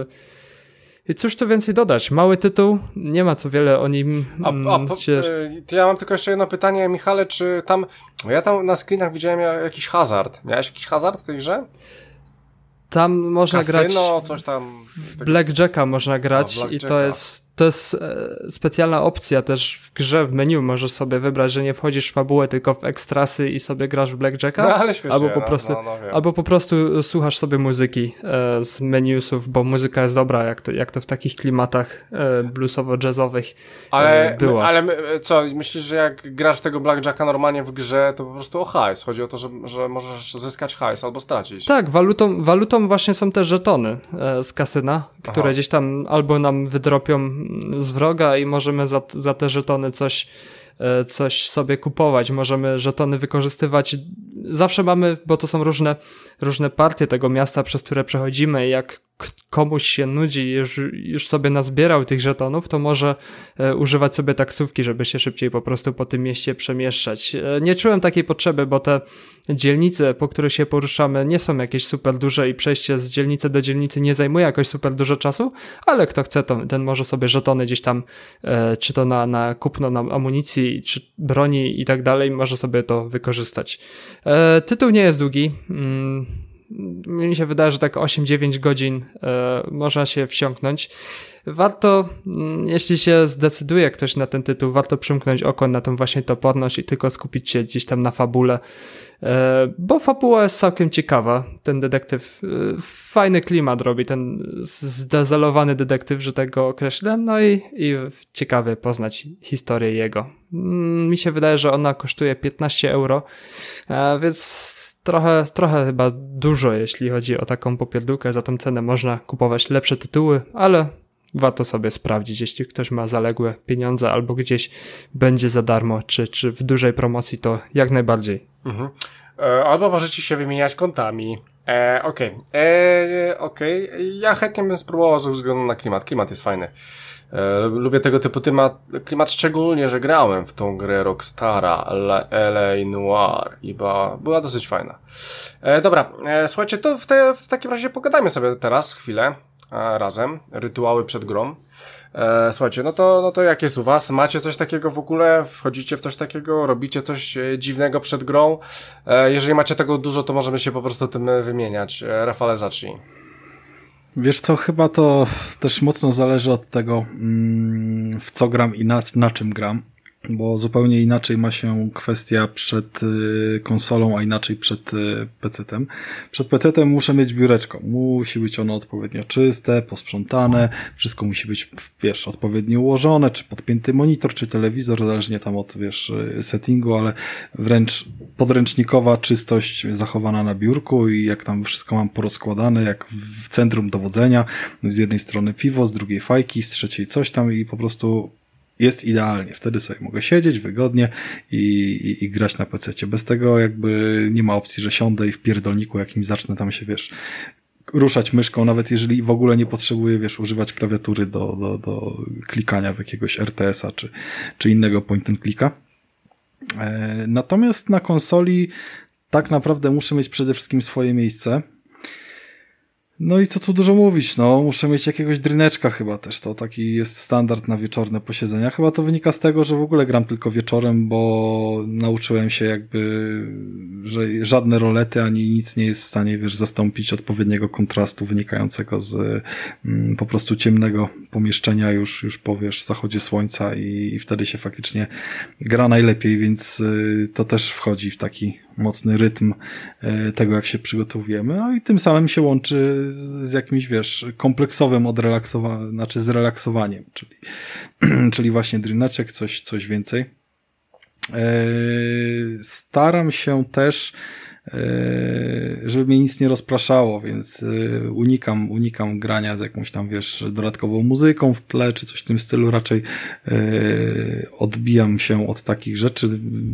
I cóż tu więcej dodać? Mały tytuł, nie ma co wiele o nim mm, a, a po, się... yy, Ja mam tylko jeszcze jedno pytanie, Michale, czy tam, ja tam na screenach widziałem jakiś hazard. Miałeś jakiś hazard w tej grze? Tam można Kasyno, grać coś tam... w Blackjacka można grać no, i to jest, to jest e, specjalna opcja też w grze, w menu możesz sobie wybrać, że nie wchodzisz w fabułę, tylko w ekstrasy i sobie grasz w Blackjacka, no, ale śmiesznie, albo po prostu, no, no, no, albo po prostu słuchasz sobie muzyki e, z menusów, bo muzyka jest dobra, jak to, jak to w takich klimatach e, bluesowo-jazzowych ale, e, było. Ale co, myślisz, że jak grasz w tego Blackjacka normalnie w grze, to po prostu o hajs, chodzi o to, że, że możesz zyskać hajs albo stracić. Tak, walutą, walutą właśnie są te żetony e, z kasyna, które Aha. gdzieś tam albo nam wydropią z wroga i możemy za, za te żetony coś, e, coś sobie kupować. Możemy żetony wykorzystywać. Zawsze mamy, bo to są różne, różne partie tego miasta, przez które przechodzimy. Jak komuś się nudzi, już, już sobie nazbierał tych żetonów, to może e, używać sobie taksówki, żeby się szybciej po prostu po tym mieście przemieszczać. E, nie czułem takiej potrzeby, bo te dzielnice, po których się poruszamy, nie są jakieś super duże i przejście z dzielnicy do dzielnicy nie zajmuje jakoś super dużo czasu, ale kto chce, to ten może sobie żetony gdzieś tam, e, czy to na, na kupno na amunicji, czy broni i tak dalej, może sobie to wykorzystać. E, tytuł nie jest długi. Mm, mi się wydaje, że tak osiem dziewięć godzin e, można się wsiąknąć. Warto, mm, jeśli się zdecyduje ktoś na ten tytuł, warto przymknąć oko na tą właśnie toporność i tylko skupić się gdzieś tam na fabule, e, bo fabuła jest całkiem ciekawa. Ten detektyw e, fajny klimat robi, ten zdezelowany detektyw, że tak go określę, no i, i ciekawie poznać historię jego. Mm, mi się wydaje, że ona kosztuje piętnaście euro, e, więc Trochę, trochę chyba dużo, jeśli chodzi o taką popierdółkę. Za tą cenę można kupować lepsze tytuły, ale warto sobie sprawdzić, jeśli ktoś ma zaległe pieniądze albo gdzieś będzie za darmo, czy, czy w dużej promocji, to jak najbardziej. Mhm. E, albo możecie się wymieniać kontami. E, Okej, okay. e, okej. Okay. Ja chętnie bym spróbował ze względu na klimat. Klimat jest fajny. E, lubię tego typu temat, klimat, szczególnie, że grałem w tą grę Rockstara L A Noire i była, była dosyć fajna. E, dobra, e, słuchajcie, to w, te, w takim razie pogadajmy sobie teraz chwilę e, razem. Rytuały przed grą. E, słuchajcie, no to, no to jak jest u was? Macie coś takiego w ogóle? Wchodzicie w coś takiego? Robicie coś e, dziwnego przed grą? E, jeżeli macie tego dużo, to możemy się po prostu tym wymieniać. E, Rafale, zacznij. Wiesz co, chyba to też mocno zależy od tego, w co gram i na, na czym gram, bo zupełnie inaczej ma się kwestia przed konsolą, a inaczej przed pecetem. Przed pecetem muszę mieć biureczko. Musi być ono odpowiednio czyste, posprzątane, wszystko musi być, wiesz, odpowiednio ułożone, czy podpięty monitor, czy telewizor, zależnie tam od, wiesz, settingu, ale wręcz podręcznikowa czystość zachowana na biurku i jak tam wszystko mam porozkładane, jak w centrum dowodzenia, z jednej strony piwo, z drugiej fajki, z trzeciej coś tam i po prostu jest idealnie. Wtedy sobie mogę siedzieć wygodnie i, i, i grać na pececie. Bez tego jakby nie ma opcji, że siądę i w pierdolniku jakimś zacznę tam się, wiesz, ruszać myszką, nawet jeżeli w ogóle nie potrzebuję, wiesz, używać klawiatury do, do, do klikania w jakiegoś R T S a czy, czy innego point and clicka. E, natomiast na konsoli tak naprawdę muszę mieć przede wszystkim swoje miejsce. No i co tu dużo mówić, no muszę mieć jakiegoś dryneczka chyba też, to taki jest standard na wieczorne posiedzenia. Chyba to wynika z tego, że w ogóle gram tylko wieczorem, bo nauczyłem się jakby, że żadne rolety ani nic nie jest w stanie, wiesz, zastąpić odpowiedniego kontrastu wynikającego z mm, po prostu ciemnego pomieszczenia już, już po, wiesz, zachodzie słońca i, i wtedy się faktycznie gra najlepiej, więc y, to też wchodzi w taki mocny rytm y, tego, jak się przygotowujemy, no i tym samym się łączy z jakimś, wiesz, kompleksowym odrelaksowaniem, znaczy zrelaksowaniem, czyli, czyli właśnie dryneczek, coś, coś więcej. Yy, staram się też, yy, żeby mnie nic nie rozpraszało, więc yy, unikam, unikam grania z jakąś tam, wiesz, dodatkową muzyką w tle, czy coś w tym stylu, raczej yy, odbijam się od takich rzeczy.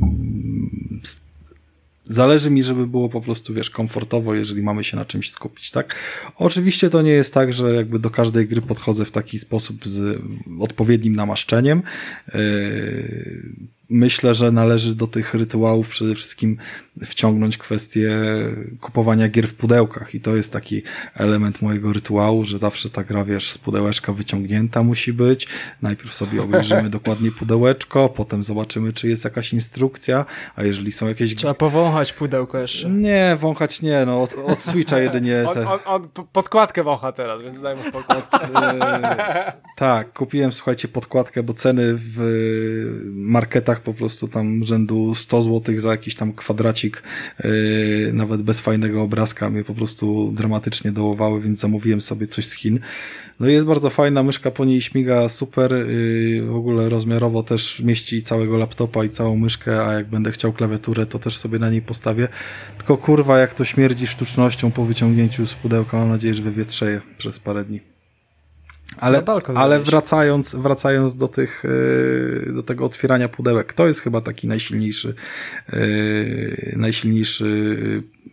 Zależy mi, żeby było po prostu, wiesz, komfortowo, jeżeli mamy się na czymś skupić, tak? Oczywiście to nie jest tak, że jakby do każdej gry podchodzę w taki sposób z odpowiednim namaszczeniem. Yy, Myślę, że należy do tych rytuałów przede wszystkim wciągnąć kwestię kupowania gier w pudełkach i to jest taki element mojego rytuału, że zawsze ta gra, wiesz, z pudełeczka wyciągnięta musi być. Najpierw sobie obejrzymy dokładnie pudełeczko, potem zobaczymy, czy jest jakaś instrukcja, a jeżeli są jakieś... Trzeba powąchać pudełko jeszcze. Nie, wąchać nie, no od, od Switcha jedynie te... On, on, on podkładkę wącha teraz, więc daj mu spokój. Od, e, tak, kupiłem, słuchajcie, podkładkę, bo ceny w marketach po prostu tam rzędu sto złotych za jakiś tam kwadracik, yy, nawet bez fajnego obrazka mnie po prostu dramatycznie dołowały, więc zamówiłem sobie coś z Chin. No i jest bardzo fajna, myszka po niej śmiga super, yy, w ogóle rozmiarowo też mieści całego laptopa i całą myszkę, a jak będę chciał klawiaturę, to też sobie na niej postawię. Tylko kurwa, jak to śmierdzi sztucznością po wyciągnięciu z pudełka, mam nadzieję, że wywietrzeje przez parę dni. Ale, ale wracając, wracając do tych, do tego otwierania pudełek, to jest chyba taki najsilniejszy, najsilniejszy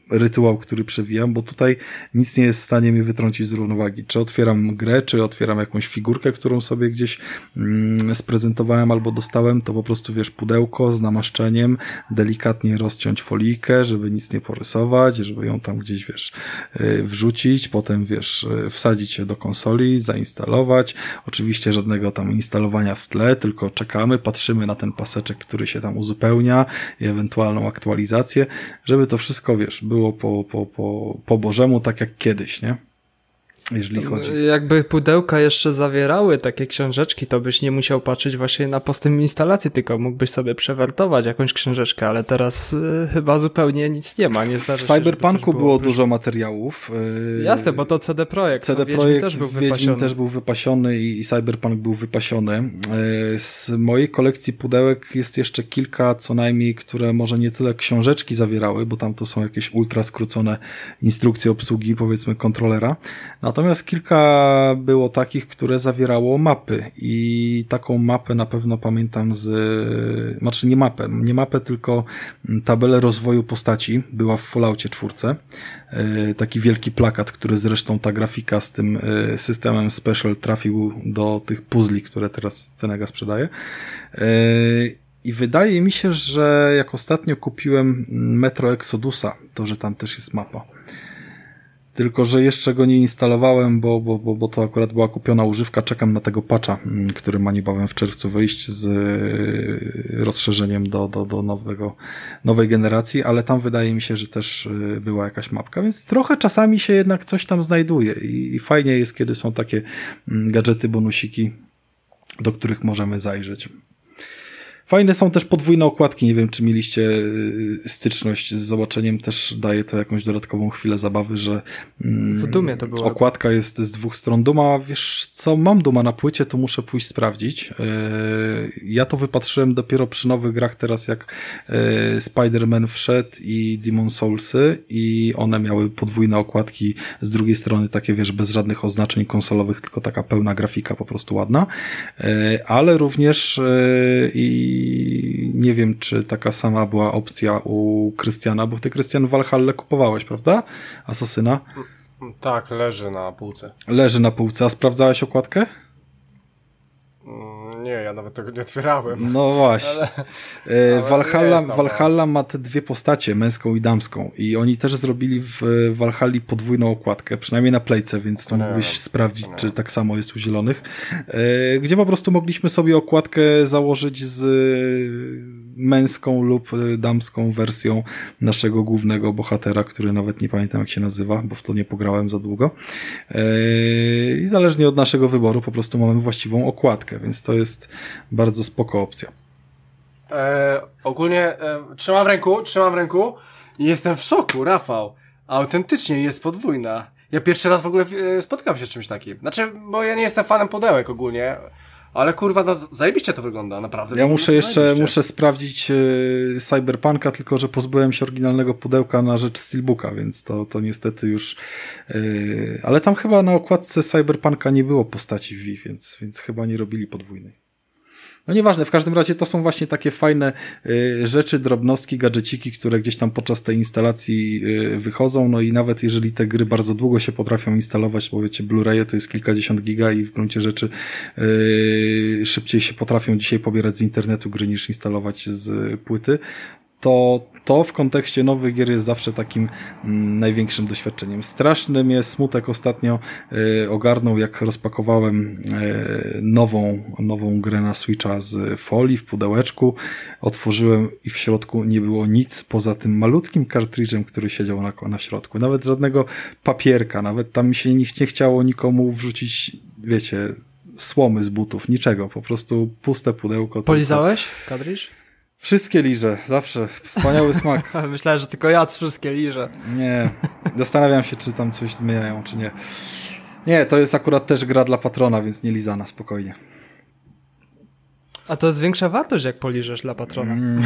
rytuał, który przewijam, bo tutaj nic nie jest w stanie mnie wytrącić z równowagi. Czy otwieram grę, czy otwieram jakąś figurkę, którą sobie gdzieś mm, sprezentowałem albo dostałem, to po prostu, wiesz, pudełko z namaszczeniem, delikatnie rozciąć folijkę, żeby nic nie porysować, żeby ją tam gdzieś, wiesz, yy, wrzucić, potem, wiesz, yy, wsadzić się do konsoli, zainstalować. Oczywiście żadnego tam instalowania w tle, tylko czekamy, patrzymy na ten paseczek, który się tam uzupełnia i ewentualną aktualizację, żeby to wszystko, wiesz, było po, po, po, po bożemu, tak jak kiedyś, nie? Jeżeli chodzi. Jakby pudełka jeszcze zawierały takie książeczki, to byś nie musiał patrzeć właśnie na postęp instalacji, tylko mógłbyś sobie przewertować jakąś książeczkę, ale teraz y, chyba zupełnie nic nie ma. Nie w Cyberpunku było, było dużo materiałów. Yy, Jasne, bo to C D Projekt. C D no, Projekt, też był Wiedźmin wypasiony. też był wypasiony i, i Cyberpunk był wypasiony. Yy, z mojej kolekcji pudełek jest jeszcze kilka co najmniej, które może nie tyle książeczki zawierały, bo tam to są jakieś ultra skrócone instrukcje obsługi, powiedzmy, kontrolera. Natomiast kilka było takich, które zawierało mapy i taką mapę na pewno pamiętam z, znaczy nie mapę, nie mapę, tylko tabelę rozwoju postaci była w Falloutie czwórce. Taki wielki plakat, który zresztą ta grafika z tym systemem Special trafił do tych puzli, które teraz Cenega sprzedaje. I wydaje mi się, że jak ostatnio kupiłem Metro Exodusa, to że tam też jest mapa. Tylko że jeszcze go nie instalowałem, bo, bo, bo, bo to akurat była kupiona używka. Czekam na tego patcha, który ma niebawem w czerwcu wyjść z rozszerzeniem do, do, do nowego, nowej generacji, ale tam wydaje mi się, że też była jakaś mapka, więc trochę czasami się jednak coś tam znajduje i, i fajnie jest, kiedy są takie gadżety, bonusiki, do których możemy zajrzeć. Fajne są też podwójne okładki, nie wiem, czy mieliście styczność z zobaczeniem, też daje to jakąś dodatkową chwilę zabawy, że mm, w Dumie to było. Okładka jest z dwóch stron. Duma, wiesz co, mam Duma na płycie, to muszę pójść sprawdzić. Yy, ja to wypatrzyłem dopiero przy nowych grach teraz, jak yy, Spider-Man wszedł i Demon Soulsy i one miały podwójne okładki z drugiej strony, takie, wiesz, bez żadnych oznaczeń konsolowych, tylko taka pełna grafika, po prostu ładna, yy, ale również yy, i I nie wiem, czy taka sama była opcja u Krystiana, bo ty, Krystian, Valhalla kupowałeś, prawda? Asasyna? Tak, leży na półce. Leży na półce, a sprawdzałeś okładkę? Nie, ja nawet tego nie otwierałem. No właśnie. Ale, ale Valhalla, tam, Valhalla ma te dwie postacie, męską i damską. I oni też zrobili w Valhalli podwójną okładkę, przynajmniej na Playce, więc to mógłbyś wiem, sprawdzić, czy tak samo jest u zielonych. Gdzie po prostu mogliśmy sobie okładkę założyć z męską lub damską wersją naszego głównego bohatera, który nawet nie pamiętam, jak się nazywa, bo w to nie pograłem za długo. I zależnie od naszego wyboru po prostu mamy właściwą okładkę, więc to jest bardzo spoko opcja. E, ogólnie e, trzymam w ręku, trzymam w ręku i jestem w szoku, Rafał. Autentycznie jest podwójna. Ja pierwszy raz w ogóle e, spotkam się z czymś takim. Znaczy, bo ja nie jestem fanem pudełek ogólnie, ale kurwa, no, zajebiście to wygląda, naprawdę. Ja muszę jeszcze, zajebiście. muszę sprawdzić e, Cyberpunka, tylko że pozbyłem się oryginalnego pudełka na rzecz Steelbooka, więc to, to niestety już... E, ale tam chyba na okładce Cyberpunka nie było postaci V, więc, więc chyba nie robili podwójnej. No nieważne, w każdym razie to są właśnie takie fajne y, rzeczy, drobnostki, gadżeciki, które gdzieś tam podczas tej instalacji y, wychodzą, no i nawet jeżeli te gry bardzo długo się potrafią instalować, bo wiecie, Blu-raye to jest kilkadziesiąt giga i w gruncie rzeczy y, szybciej się potrafią dzisiaj pobierać z internetu gry niż instalować z płyty, to to w kontekście nowych gier jest zawsze takim mm, największym doświadczeniem. Straszny mnie smutek ostatnio y, ogarnął, jak rozpakowałem y, nową, nową grę na Switcha z folii w pudełeczku. Otworzyłem i w środku nie było nic poza tym malutkim kartridżem, który siedział na, na środku. Nawet żadnego papierka, nawet tam mi się nie, nie chciało nikomu wrzucić, wiecie, słomy z butów, niczego. Po prostu puste pudełko. Polizałeś kartridż? Wszystkie liże, zawsze. Wspaniały smak. Myślałem, że tylko ja wszystkie liże. Nie. Zastanawiam się, czy tam coś zmieniają, czy nie. Nie, to jest akurat też gra dla patrona, więc nie lizana, spokojnie. A to jest większa wartość, jak poliżesz dla patrona. Mm.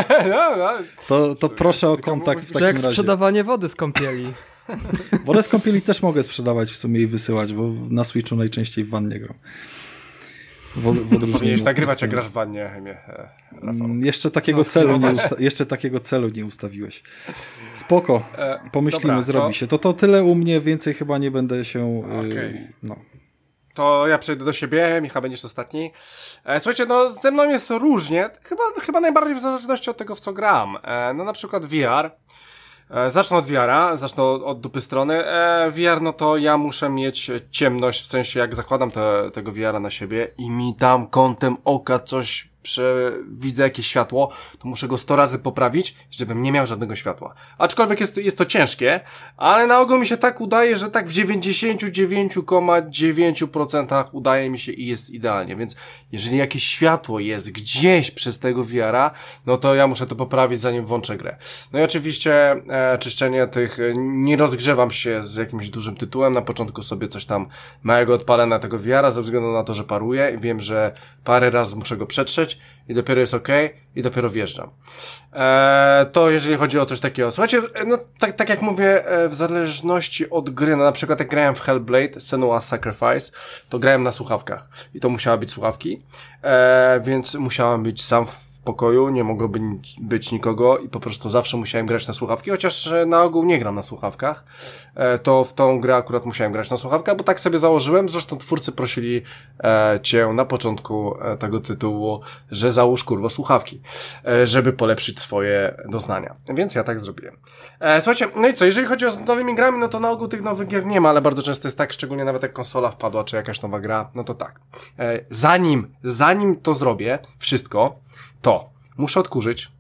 To, to proszę o kontakt w takim jak razie. sprzedawanie wody z kąpieli. Wodę z kąpieli też mogę sprzedawać w sumie i wysyłać, bo na Switchu najczęściej w wannie gram. w, w odróżnieniu Powinieneś od nagrywać, jak Krystyny. grasz w wannie, e, Rafał. Mm, Jeszcze takiego, No, celu nie filmować. usta- jeszcze takiego celu nie ustawiłeś. Spoko, E, pomyślimy, dobra, zrobi to- się. To to tyle u mnie, więcej chyba nie będę się... Okej. Yy, no. To ja przejdę do siebie, Michał, będziesz ostatni. E, słuchajcie, no ze mną jest różnie, chyba, chyba najbardziej w zależności od tego, w co gram. E, no na przykład V R. E, zacznę od V R-a, zacznę od, od dupy strony. E, V R, no to ja muszę mieć ciemność, w sensie jak zakładam te, tego V R-a na siebie i mi tam kątem oka coś prze, widzę jakieś światło, to muszę go sto razy poprawić, żebym nie miał żadnego światła. Aczkolwiek jest, jest to ciężkie, ale na ogół mi się tak udaje, że tak w dziewięćdziesiąt dziewięć przecinek dziewięć procent udaje mi się i jest idealnie, więc jeżeli jakieś światło jest gdzieś przez tego V R-a, no to ja muszę to poprawić, zanim włączę grę. No i oczywiście e, czyszczenie tych, e, nie rozgrzewam się z jakimś dużym tytułem, na początku sobie coś tam małego odpalę na tego V R-a, ze względu na to, że paruje i wiem, że parę razy muszę go przetrzeć i dopiero jest ok i dopiero wjeżdżam. Eee, to jeżeli chodzi o coś takiego. Słuchajcie, no tak, tak jak mówię, e, w zależności od gry, no na przykład jak grałem w Hellblade, Senua's Sacrifice, to grałem na słuchawkach i to musiały być słuchawki, eee, więc musiałem być sam w pokoju, nie mogło być, być nikogo i po prostu zawsze musiałem grać na słuchawki, chociaż e, na ogół nie gram na słuchawkach, e, to w tą grę akurat musiałem grać na słuchawkach, bo tak sobie założyłem, zresztą twórcy prosili e, cię na początku e, tego tytułu, że załóż kurwo słuchawki, e, żeby polepszyć swoje doznania, więc ja tak zrobiłem. E, słuchajcie, no i co, jeżeli chodzi o z nowymi grami, no to na ogół tych nowych gier nie ma, ale bardzo często jest tak, szczególnie nawet jak konsola wpadła, czy jakaś nowa gra, no to tak. E, zanim, zanim to zrobię, wszystko, to muszę odkurzyć e,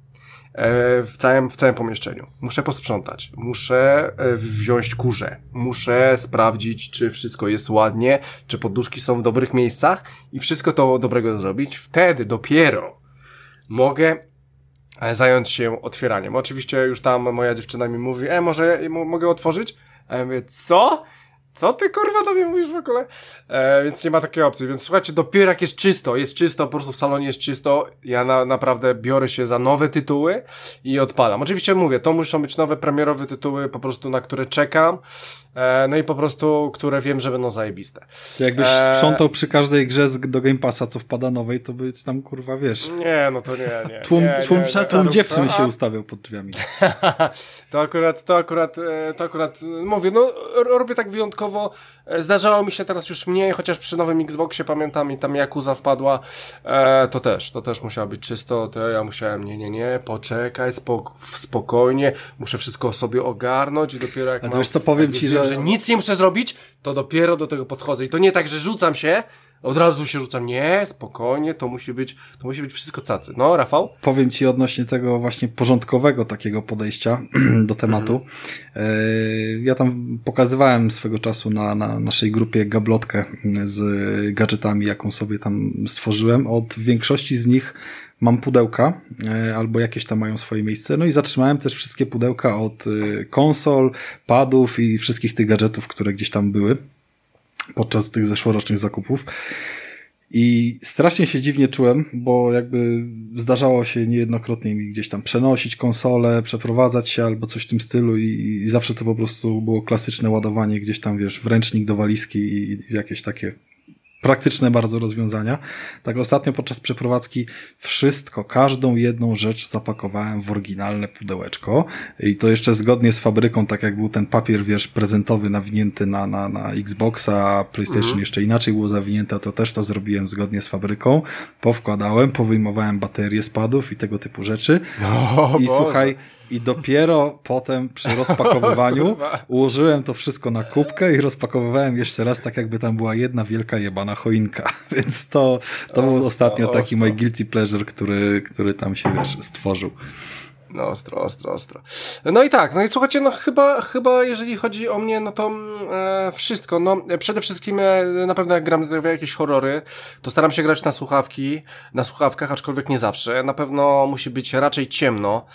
w całym, w całym pomieszczeniu. Muszę posprzątać. Muszę e, wziąć kurze. Muszę sprawdzić, czy wszystko jest ładnie, czy poduszki są w dobrych miejscach i wszystko to dobrego zrobić. Wtedy dopiero mogę e, zająć się otwieraniem. Oczywiście już tam moja dziewczyna mi mówi, e, może m- mogę otworzyć? A ja mówię, co? Co ty kurwa do mnie mówisz w ogóle? E, więc nie ma takiej opcji. Więc słuchajcie, dopiero jak jest czysto, jest czysto, po prostu w salonie jest czysto, ja na, naprawdę biorę się za nowe tytuły i odpalam. Oczywiście mówię, to muszą być nowe premierowe tytuły, po prostu na które czekam, e, no i po prostu, które wiem, że będą zajebiste. Jakbyś Eee. sprzątał przy każdej grze z, do Game Passa, co wpada nowej, to by tam kurwa, wiesz, Nie, no to nie, nie. tłum, nie, tłum, nie, nie, tłum nie, dziewczyn a- się ustawiał pod drzwiami. To akurat, to akurat, e, to akurat, e, mówię, no r- robię tak wyjątkowo, e, zdarzało mi się teraz już mniej, chociaż przy nowym Xboxie pamiętam i tam Yakuza wpadła, e, to też, to też musiało być czysto, to ja musiałem, nie, nie, nie, poczekaj, spok- spokojnie, muszę wszystko sobie ogarnąć i dopiero jak A to mam, wiesz co, powiem jak ci, już wiem, że- że nic nie muszę zrobić, to dopiero do tego podchodzę i to nie tak, że rzucam się, od razu się rzucam, nie, spokojnie, to musi być, to musi być wszystko cacy. No, Rafał? Powiem ci odnośnie tego właśnie porządkowego takiego podejścia do tematu. Yy, Ja tam pokazywałem swego czasu na, na naszej grupie gablotkę z gadżetami, jaką sobie tam stworzyłem. Od większości z nich mam pudełka, yy, albo jakieś tam mają swoje miejsce. No i zatrzymałem też wszystkie pudełka od yy, konsol, padów i wszystkich tych gadżetów, które gdzieś tam były podczas tych zeszłorocznych zakupów. I strasznie się dziwnie czułem, bo jakby zdarzało się niejednokrotnie mi gdzieś tam przenosić konsolę, przeprowadzać się albo coś w tym stylu i, i zawsze to po prostu było klasyczne ładowanie gdzieś tam, wiesz, w ręcznik do walizki i, i jakieś takie praktyczne bardzo rozwiązania. Tak ostatnio podczas przeprowadzki wszystko, każdą jedną rzecz zapakowałem w oryginalne pudełeczko i to jeszcze zgodnie z fabryką, tak jak był ten papier, wiesz, prezentowy nawinięty na, na, na Xboxa, a PlayStation mhm. jeszcze inaczej było zawinięte, to też to zrobiłem zgodnie z fabryką. Powkładałem, powyjmowałem baterie z padów i tego typu rzeczy. No, I Boże. słuchaj, i dopiero potem przy rozpakowywaniu ułożyłem to wszystko na kubkę i rozpakowywałem jeszcze raz, tak jakby tam była jedna wielka jebana choinka. Więc to, to był Ostro, ostatnio taki ostro. mój guilty pleasure, który, który tam się, wiesz, stworzył. No, ostro, ostro, ostro. No i tak, no i słuchajcie, no chyba, chyba jeżeli chodzi o mnie, no to e, wszystko, no przede wszystkim e, na pewno jak gram w jakieś horrory, to staram się grać na słuchawki, na słuchawkach, aczkolwiek nie zawsze. Na pewno musi być raczej ciemno,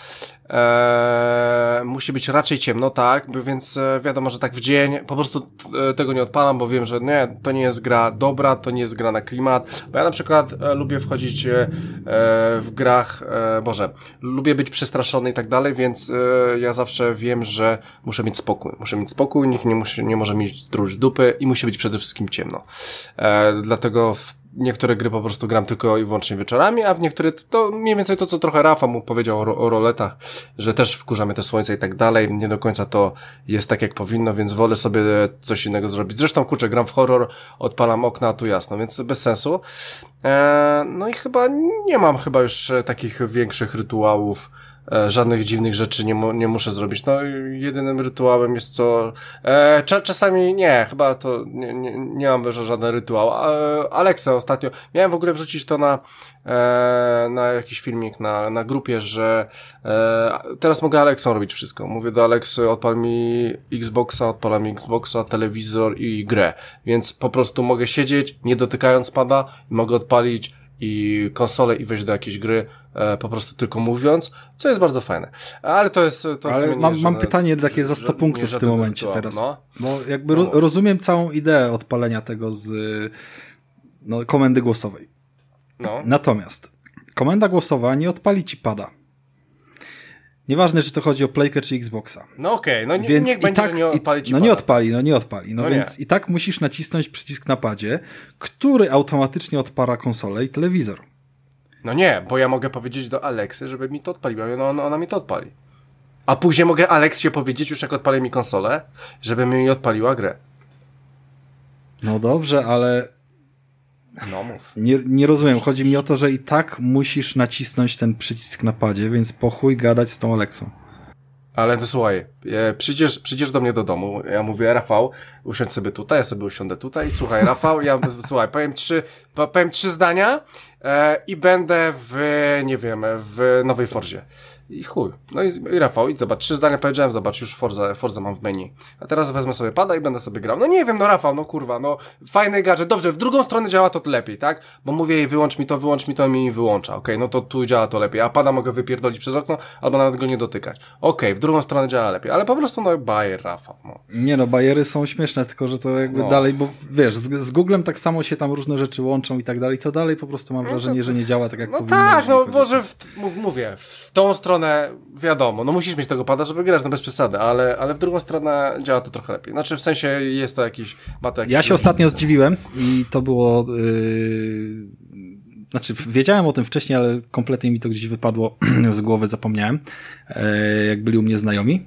e, musi być raczej ciemno, tak, by- więc e, wiadomo, że tak w dzień po prostu t, tego nie odpalam, bo wiem, że nie, to nie jest gra dobra, to nie jest gra na klimat, bo ja na przykład e, lubię wchodzić e, w grach, e, Boże, lubię być przestraszony i tak dalej, więc e, ja zawsze wiem, że muszę mieć spokój. Muszę mieć spokój, nikt nie, musi, nie może mi truć dupy i musi być przede wszystkim ciemno. E, dlatego w niektóre gry po prostu gram tylko i wyłącznie wieczorami, a w niektóre to mniej więcej to, co trochę Rafa mu powiedział o, o roletach, że też wkurza mnie te słońce i tak dalej, nie do końca to jest tak, jak powinno, więc wolę sobie coś innego zrobić. Zresztą, kurczę, gram w horror, odpalam okna, tu jasno, więc bez sensu. Eee, no i chyba nie mam chyba już takich większych rytuałów, E, żadnych dziwnych rzeczy nie, mu, nie muszę zrobić. No jedynym rytuałem jest co... E, cza, czasami nie, chyba to nie, nie, nie mam żaden rytuał. E, Alexa ostatnio... Miałem w ogóle wrzucić to na e, na jakiś filmik na, na grupie, że e, teraz mogę Alexą robić wszystko. Mówię do Alexy, odpal mi Xboxa, odpala mi Xboxa, telewizor i grę. Więc po prostu mogę siedzieć, nie dotykając pada i mogę odpalić i konsolę i wejść do jakiejś gry, e, po prostu tylko mówiąc, co jest bardzo fajne. Ale to jest... To Ale mam, mam żadne, pytanie takie za sto punktów w tym momencie rytuał, teraz. No. Bo jakby no. ro, rozumiem całą ideę odpalenia tego z no, komendy głosowej. No. Natomiast komenda głosowa nie odpali ci pada. Nieważne, czy to chodzi o Playkę czy Xboxa. No okej, okay. no nie, więc niech będzie, tak, że nie odpali ci No pada. nie odpali, no nie odpali. No, no więc nie. i tak musisz nacisnąć przycisk na padzie, który automatycznie odpala konsolę i telewizor. No nie, bo ja mogę powiedzieć do Alexy, żeby mi to odpaliła i ona, ona, ona mi to odpali. A później mogę Aleksie powiedzieć, już jak odpali mi konsolę, żeby mi odpaliła grę. No dobrze, ale... No mów. Nie, nie rozumiem. Chodzi mi o to, że i tak musisz nacisnąć ten przycisk na padzie, więc po chuj gadać z tą Alexą. Ale no słuchaj, e, przyjdziesz, przyjdziesz do mnie do domu, ja mówię, Rafał, usiądź sobie tutaj, ja sobie usiądę tutaj, słuchaj, Rafał, ja, słuchaj, powiem trzy, powiem trzy zdania e, i będę w, nie wiem, w Nowej Forzie. I chuj. No i, i Rafał, idź zobacz, trzy zdania powiedziałem, zobacz, już Forza, Forza mam w menu. A teraz wezmę sobie pada i będę sobie grał. No nie wiem, no Rafał, no kurwa, no fajny gadżet. Dobrze, w drugą stronę działa to lepiej, tak? Bo mówię jej, wyłącz mi to, wyłącz mi to, mi wyłącza. Okej, okay, no to tu działa to lepiej. A pada mogę wypierdolić przez okno, albo nawet go nie dotykać. Okej, okay, w drugą stronę działa lepiej. Ale po prostu, no bajer, Rafał, no. Nie no, bajery są śmieszne, tylko że to jakby no. dalej, bo wiesz, z, z Googlem tak samo się tam różne rzeczy łączą i tak dalej, to dalej po prostu mam wrażenie, no to, że nie działa tak, jak no powinno. Tak, no może, w, mówię, w tą stronę wiadomo, no musisz mieć tego pada, żeby grać, no bez przesady, ale, ale w drugą stronę działa to trochę lepiej. Znaczy w sensie jest to jakiś, ma to jakiś... Ja się ostatnio sens. Zdziwiłem i to było... Yy... Znaczy wiedziałem o tym wcześniej, ale kompletnie mi to gdzieś wypadło z głowy, zapomniałem, yy, jak byli u mnie znajomi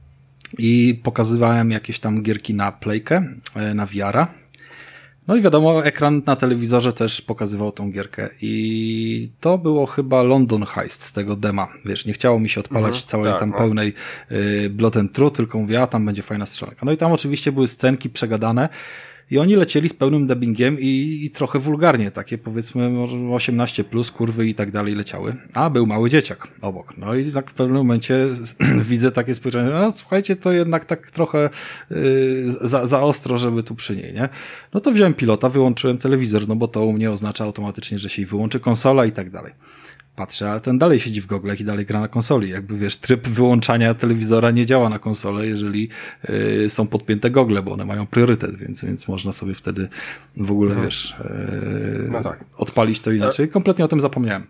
i pokazywałem jakieś tam gierki na Playkę, yy, na V R-a. No i wiadomo, ekran na telewizorze też pokazywał tą gierkę i to było chyba London Heist z tego dema. Wiesz, nie chciało mi się odpalać mhm, całej tak, tam no. pełnej y, Blood and True, tylko mówię, a tam będzie fajna strzelanka. No i tam oczywiście były scenki przegadane i oni lecieli z pełnym dubbingiem i, i trochę wulgarnie, takie powiedzmy może osiemnaście plus, kurwy i tak dalej leciały. A był mały dzieciak obok. No i tak w pewnym momencie widzę takie spojrzenie, no słuchajcie, to jednak tak trochę yy, za, za ostro, żeby tu przy niej, nie? No to wziąłem pilota, wyłączyłem telewizor, no bo to u mnie oznacza automatycznie, że się wyłączy konsola i tak dalej. Patrzę, ale ten dalej siedzi w goglach i dalej gra na konsoli. Jakby wiesz, tryb wyłączania telewizora nie działa na konsolę, jeżeli y, są podpięte gogle, bo one mają priorytet, więc, więc można sobie wtedy w ogóle, mhm. wiesz, y, no tak. odpalić to inaczej. Kompletnie o tym zapomniałem.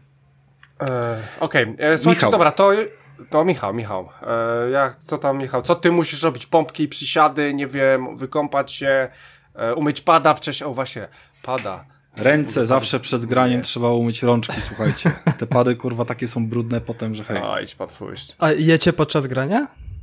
E, Okej, okay. Słuchajcie, Michał. dobra, to... To Michał, Michał, e, jak, co tam Michał, co ty musisz robić? Pompki, przysiady, nie wiem, wykąpać się, e, umyć pada wcześniej, o właśnie, pada. Ręce zawsze przed graniem trzeba umyć rączki, słuchajcie. Te pady, kurwa, takie są brudne potem, że hej. A, idź pan pójść. A jecie podczas grania?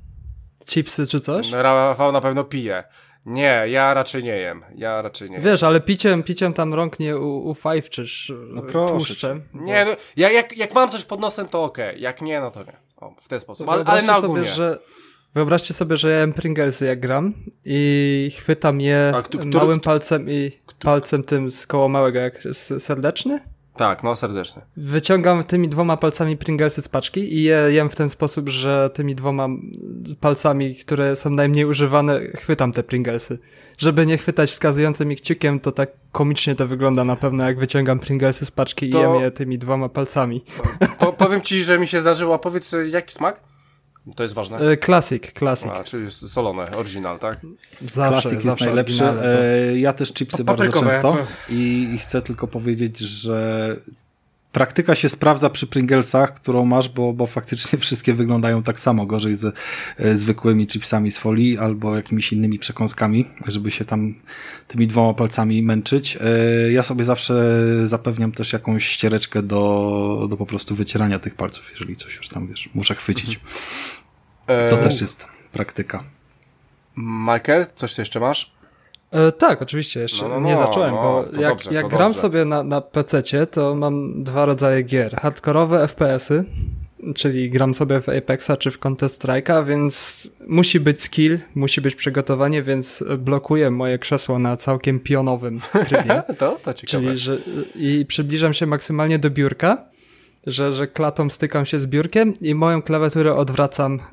Chipsy czy coś? No, Rafał na pewno pije. Nie, ja raczej nie jem. Ja raczej nie jem. Wiesz, ale piciem, piciem tam rąk nie u, ufajwczysz no proszę tłuszczem. Bo... Nie, no, ja, jak, jak mam coś pod nosem, to okej. Okay. Jak nie, no to nie. O, w ten sposób. Ale, ale na ogół sobie, że Wyobraźcie sobie, że ja jem Pringlesy jak gram i chwytam je A, który, małym palcem i który? palcem tym z koło małego, jak serdeczny? Tak, no serdeczny. Wyciągam tymi dwoma palcami Pringlesy z paczki i je jem w ten sposób, że tymi dwoma palcami, które są najmniej używane, chwytam te Pringlesy. Żeby nie chwytać wskazującym i kciukiem, to tak komicznie to wygląda na pewno, jak wyciągam Pringlesy z paczki to... i jem je tymi dwoma palcami. Po, powiem ci, że mi się zdarzyło, a powiedz jaki smak? To jest ważne. Classic, classic. A, czyli solone, oryginal, tak? Zawsze, classic jest najlepszy. E, ja też chipsy bardzo często i, i chcę tylko powiedzieć, że praktyka się sprawdza przy Pringlesach, którą masz, bo, bo faktycznie wszystkie wyglądają tak samo, gorzej z e, zwykłymi chipsami z folii albo jakimiś innymi przekąskami, żeby się tam tymi dwoma palcami męczyć. E, ja sobie zawsze zapewniam też jakąś ściereczkę do, do po prostu wycierania tych palców, jeżeli coś już tam, wiesz, muszę chwycić. Mhm. To e... też jest praktyka. Michael, coś jeszcze masz? E, tak, oczywiście, jeszcze no, no, no, nie zacząłem, no, bo jak, dobrze, jak gram dobrze. sobie na, na pececie, to mam dwa rodzaje gier. Hardkorowe F P S y, czyli gram sobie w Apexa czy w Counter Strike'a, więc musi być skill, musi być przygotowanie, więc blokuję moje krzesło na całkiem pionowym trybie. to, to ciekawe. Czyli, że, i przybliżam się maksymalnie do biurka, że, że klatą stykam się z biurkiem i moją klawiaturę odwracam e,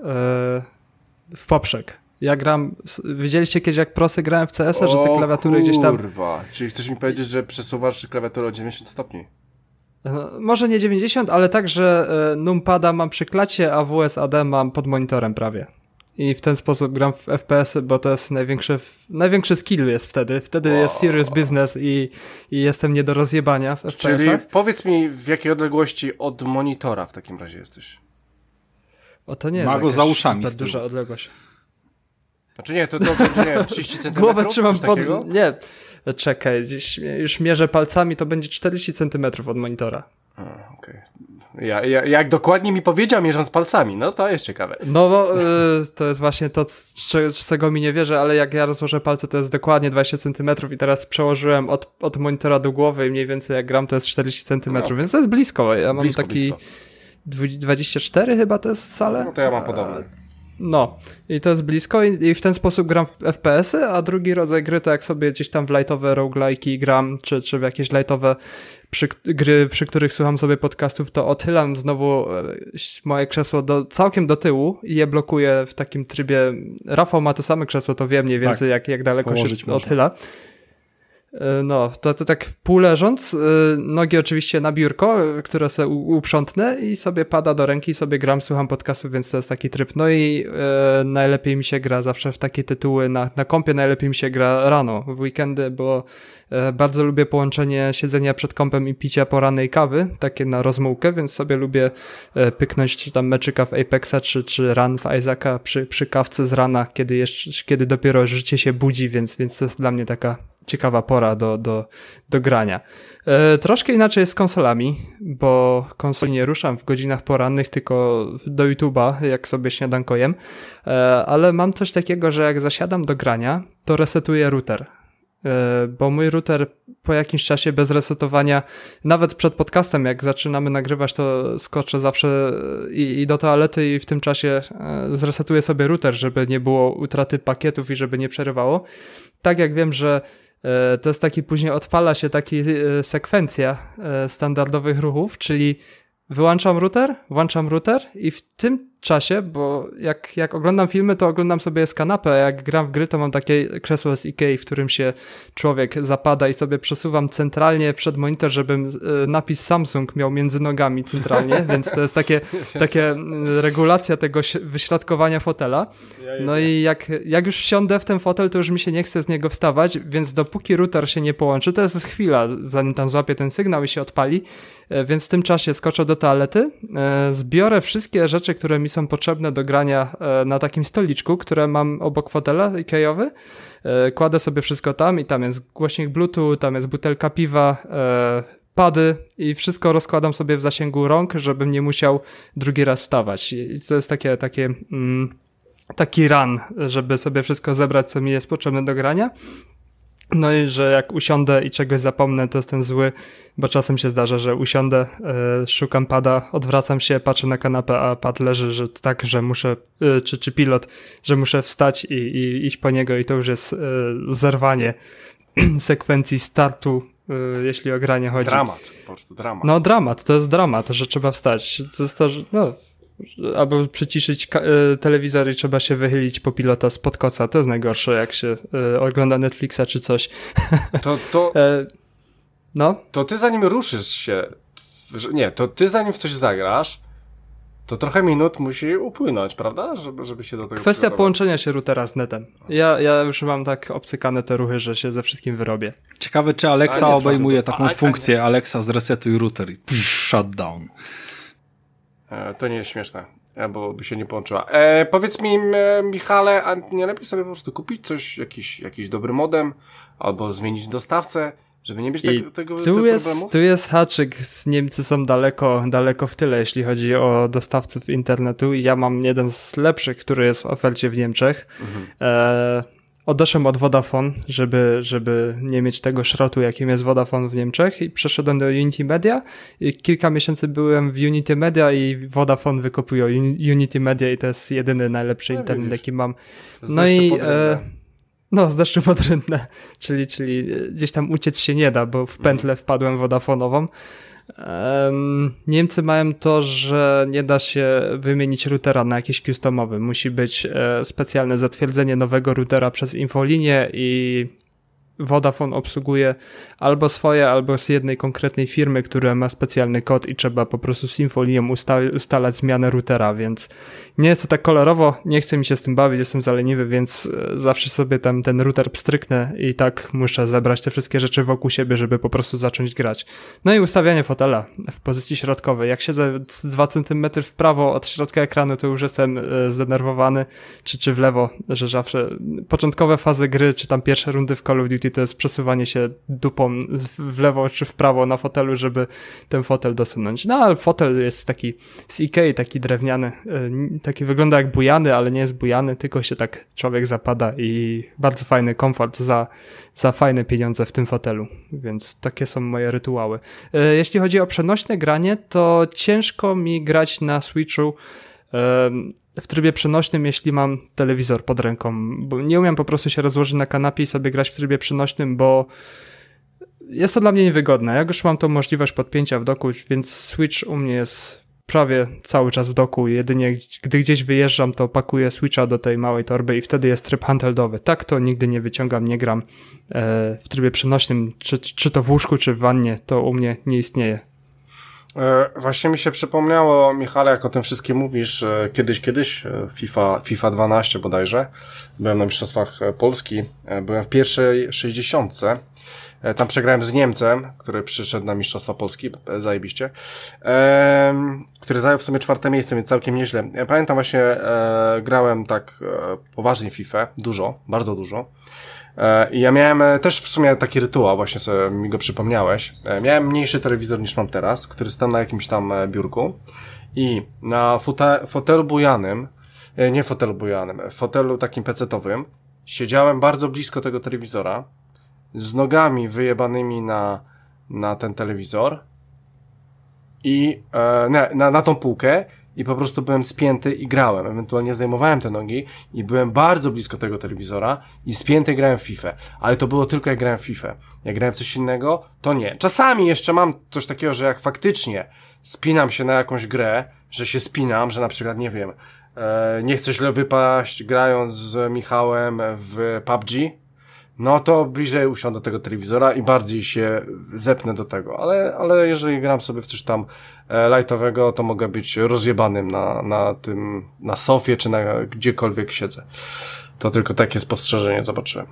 w poprzek. Ja gram, widzieliście kiedyś jak prosy grałem w C S a, że te klawiatury gdzieś tam... kurwa, czyli chcesz mi powiedzieć, że przesuwasz klawiaturę o dziewięćdziesiąt stopni? No, może nie dziewięćdziesiąt, ale tak, że e, numpada mam przy klacie, a W S A D mam pod monitorem prawie. I w ten sposób gram w F P S y, bo to jest największy, największy skill jest wtedy. Wtedy wow. jest serious business i, i jestem nie do rozjebania w F P S ach. Czyli powiedz mi, w jakiej odległości od monitora w takim razie jesteś? O, to nie Ma jest go za uszami super duża odległość. Znaczy nie, to, to będzie, nie wiem, trzydzieści centymetrów? Głowę trzymam pod... Takiego? Nie, czekaj, gdzieś już mierzę palcami, to będzie czterdzieści centymetrów od monitora. A, okej. Okay. Ja, ja, jak dokładnie mi powiedział, mierząc palcami, no to jest ciekawe. No bo y, to jest właśnie to, z, z czego mi nie wierzę, ale jak ja rozłożę palce, to jest dokładnie dwadzieścia centymetrów i teraz przełożyłem od, od monitora do głowy i mniej więcej jak gram, to jest czterdzieści centymetrów, no. Więc to jest blisko. Ja mam blisko, taki blisko. dwadzieścia cztery chyba to jest salę. No to ja mam podobne. No, i to jest blisko i, i w ten sposób gram w F P S y, a drugi rodzaj gry to jak sobie gdzieś tam w lightowe roguelike'i gram, czy, czy w jakieś lightowe przy, gry, przy których słucham sobie podcastów, to odchylam znowu moje krzesło do, całkiem do tyłu i je blokuję w takim trybie. Rafał ma to same krzesło, to wie mniej więcej tak, jak, jak daleko się można. Odchyla. No, to, to tak pół leżąc, nogi oczywiście na biurko, które sobie uprzątnę i sobie pada do ręki i sobie gram, słucham podcastów, więc to jest taki tryb. No i e, najlepiej mi się gra zawsze w takie tytuły, na, na kompie najlepiej mi się gra rano, w weekendy, bo e, bardzo lubię połączenie siedzenia przed kompem i picia porannej kawy, takie na rozmułkę, więc sobie lubię e, pyknąć czy tam meczyka w Apexa, czy, czy run w Isaaca przy, przy kawce z rana, kiedy, jeszcze, kiedy dopiero życie się budzi, więc, więc to jest dla mnie taka ciekawa pora do, do, do grania. E, troszkę inaczej jest z konsolami, bo konsoli nie ruszam w godzinach porannych, tylko do YouTube'a, jak sobie śniadanko jem, e, ale mam coś takiego, że jak zasiadam do grania, to resetuję router. E, bo mój router po jakimś czasie bez resetowania, nawet przed podcastem, jak zaczynamy nagrywać, to skoczę zawsze i, i do toalety i w tym czasie e, zresetuję sobie router, żeby nie było utraty pakietów i żeby nie przerywało. Tak jak wiem, że to jest taki, później odpala się taka sekwencja standardowych ruchów, czyli wyłączam router, włączam router i w tym czasie, bo jak, jak oglądam filmy, to oglądam sobie z kanapy, a jak gram w gry, to mam takie krzesło z Ikei, w którym się człowiek zapada i sobie przesuwam centralnie przed monitor, żebym napis Samsung miał między nogami centralnie, więc to jest takie, takie regulacja tego wyśrodkowania fotela. No i jak, jak już wsiądę w ten fotel, to już mi się nie chce z niego wstawać, więc dopóki router się nie połączy, to jest chwila, zanim tam złapię ten sygnał i się odpali, więc w tym czasie skoczę do toalety, zbiorę wszystkie rzeczy, które mi są potrzebne do grania na takim stoliczku, które mam obok fotela Ikeowy. Kładę sobie wszystko tam i tam jest głośnik Bluetooth, tam jest butelka piwa, pady i wszystko rozkładam sobie w zasięgu rąk, żebym nie musiał drugi raz wstawać. I to jest takie, takie mm, taki run, żeby sobie wszystko zebrać, co mi jest potrzebne do grania. No i że jak usiądę i czegoś zapomnę, to jestem zły, bo czasem się zdarza, że usiądę, y, szukam pada, odwracam się, patrzę na kanapę, a pad leży, że tak, że muszę, y, czy, czy pilot, że muszę wstać i, i iść po niego i to już jest y, zerwanie sekwencji startu, y, jeśli o granie chodzi. Dramat, po prostu dramat. No dramat, to jest dramat, że trzeba wstać. To jest to, że no... albo przyciszyć ka- y, telewizor i trzeba się wychylić po pilota spod koca. To jest najgorsze, jak się y, ogląda Netflixa czy coś. To, to, e, no? To ty zanim ruszysz się, w, nie, to ty zanim w coś zagrasz, to trochę minut musi upłynąć, prawda? Żeby, żeby się do tego Kwestia przygotować. połączenia się routera z netem. Ja, ja już mam tak obcykane te ruchy, że się ze wszystkim wyrobię. Ciekawe, czy Alexa A nie, obejmuje to- taką a- a- funkcję Alexa zresetuj router i psz, shutdown. E, to nie jest śmieszne, e, bo by się nie połączyła. E, powiedz mi, e, Michale, a nie lepiej sobie po prostu kupić coś, jakiś, jakiś dobry modem, albo zmienić dostawcę, żeby nie mieć I tego, tego, tu tego jest, problemów? tu jest haczyk, Niemcy są daleko, daleko w tyle, jeśli chodzi o dostawców internetu i ja mam jeden z lepszych, który jest w ofercie w Niemczech. Mhm. E, odeszłem od Vodafone, żeby, żeby nie mieć tego szrotu, jakim jest Vodafone w Niemczech i przeszedłem do Unity Media i kilka miesięcy byłem w Unity Media i Vodafone wykupił Unity Media i to jest jedyny najlepszy No, internet, widzisz. jaki mam. Z No deszczu i pod rynnem. e, no, z deszczu pod rynne, czyli, czyli gdzieś tam uciec się nie da, bo w pętlę wpadłem wodafonową. Um, Niemcy mają to, że nie da się wymienić routera na jakiś customowy. Musi być e, specjalne zatwierdzenie nowego routera przez infolinię i Vodafone obsługuje albo swoje, albo z jednej konkretnej firmy, która ma specjalny kod i trzeba po prostu z infolinią usta- ustalać zmianę routera, więc nie jest to tak kolorowo, nie chcę mi się z tym bawić, jestem zaleniwy, więc e, zawsze sobie tam ten router pstryknę i tak muszę zebrać te wszystkie rzeczy wokół siebie, żeby po prostu zacząć grać. No i ustawianie fotela w pozycji środkowej. Jak siedzę dwa centymetry w prawo od środka ekranu, to już jestem e, zdenerwowany, czy, czy w lewo, że zawsze początkowe fazy gry, czy tam pierwsze rundy w Call of Duty to jest przesuwanie się dupą w lewo czy w prawo na fotelu, żeby ten fotel dosunąć. No ale fotel jest taki z Ikei, taki drewniany, yy, taki wygląda jak bujany, ale nie jest bujany, tylko się tak człowiek zapada i bardzo fajny komfort za, za fajne pieniądze w tym fotelu, więc takie są moje rytuały. Yy, jeśli chodzi o przenośne granie, to ciężko mi grać na Switchu w trybie przenośnym, jeśli mam telewizor pod ręką, bo nie umiem po prostu się rozłożyć na kanapie i sobie grać w trybie przenośnym, bo jest to dla mnie niewygodne. Jak już mam tą możliwość podpięcia w doku, więc Switch u mnie jest prawie cały czas w doku. Jedynie gdy gdzieś wyjeżdżam, to pakuję Switcha do tej małej torby i wtedy jest tryb handheldowy. Tak to nigdy nie wyciągam, nie gram e, w trybie przenośnym, czy, czy to w łóżku, czy w wannie, to u mnie nie istnieje. E, właśnie mi się przypomniało, Michale, jak o tym wszystkim mówisz, e, kiedyś, kiedyś, e, FIFA, FIFA dwanaście bodajże, byłem na Mistrzostwach e, Polski, e, byłem w pierwszej sześćdziesiątce, e, tam przegrałem z Niemcem, który przyszedł na Mistrzostwa Polski, e, zajebiście, e, który zajął w sumie czwarte miejsce, więc całkiem nieźle. Ja pamiętam właśnie, e, grałem tak e, poważnie FIFA, dużo, bardzo dużo. I ja miałem też w sumie taki rytuał, właśnie sobie mi go przypomniałeś. Miałem mniejszy telewizor niż mam teraz, który stał na jakimś tam biurku i na fota- fotelu bujanym, nie fotelu bujanym, fotelu takim pecetowym, siedziałem bardzo blisko tego telewizora, z nogami wyjebanymi na, na ten telewizor i e, na, na, na tą półkę i po prostu byłem spięty i grałem. Ewentualnie zdejmowałem te nogi i byłem bardzo blisko tego telewizora i spięty grałem w FIFA. Ale to było tylko jak grałem w FIFA. Jak grałem w coś innego, to nie. Czasami jeszcze mam coś takiego, że jak faktycznie spinam się na jakąś grę, że się spinam, że na przykład, nie wiem, e, nie chcę źle wypaść grając z Michałem w P U B G, no to bliżej usiądę do tego telewizora i bardziej się zepnę do tego, ale, ale jeżeli gram sobie w coś tam e, lightowego, to mogę być rozjebanym na, na tym, na sofie, czy na gdziekolwiek siedzę. To tylko takie spostrzeżenie zobaczyłem.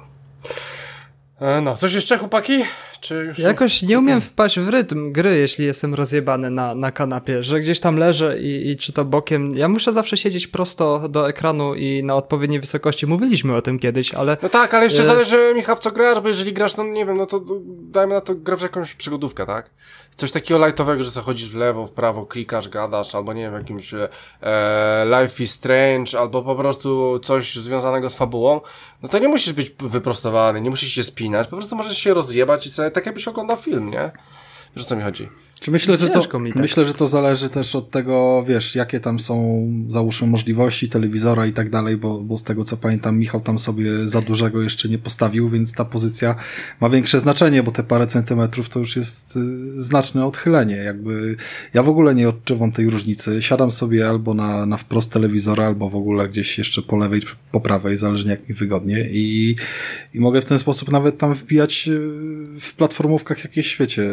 E, no, coś jeszcze, chłopaki? Czy już... Jakoś nie umiem wpaść w rytm gry, jeśli jestem rozjebany na, na kanapie, że gdzieś tam leżę i, i czy to bokiem. Ja muszę zawsze siedzieć prosto do ekranu i na odpowiedniej wysokości. Mówiliśmy o tym kiedyś, ale... No tak, ale jeszcze e... zależy, Michał, w co grasz, bo jeżeli grasz, no nie wiem, no to dajmy na to, grasz w jakąś przygodówkę, tak? Coś takiego lightowego, że sobie chodzisz w lewo, w prawo, klikasz, gadasz, albo nie wiem, jakimś e, Life is Strange, albo po prostu coś związanego z fabułą, no to nie musisz być wyprostowany, nie musisz się spinać, po prostu możesz się rozjebać i sobie tak jakbyś oglądał film, nie? Wiesz, o co mi chodzi? Myślę, że to, mi tak. myślę, że to zależy też od tego, wiesz, jakie tam są, załóżmy, możliwości telewizora i tak dalej, bo, bo z tego co pamiętam, Michał tam sobie za dużego jeszcze nie postawił, więc ta pozycja ma większe znaczenie, bo te parę centymetrów to już jest y, znaczne odchylenie. Jakby ja w ogóle nie odczuwam tej różnicy. Siadam sobie albo na, na wprost telewizora, albo w ogóle gdzieś jeszcze po lewej czy po prawej, zależnie jak mi wygodnie i, i mogę w ten sposób nawet tam wbijać w platformówkach jakieś, wiecie,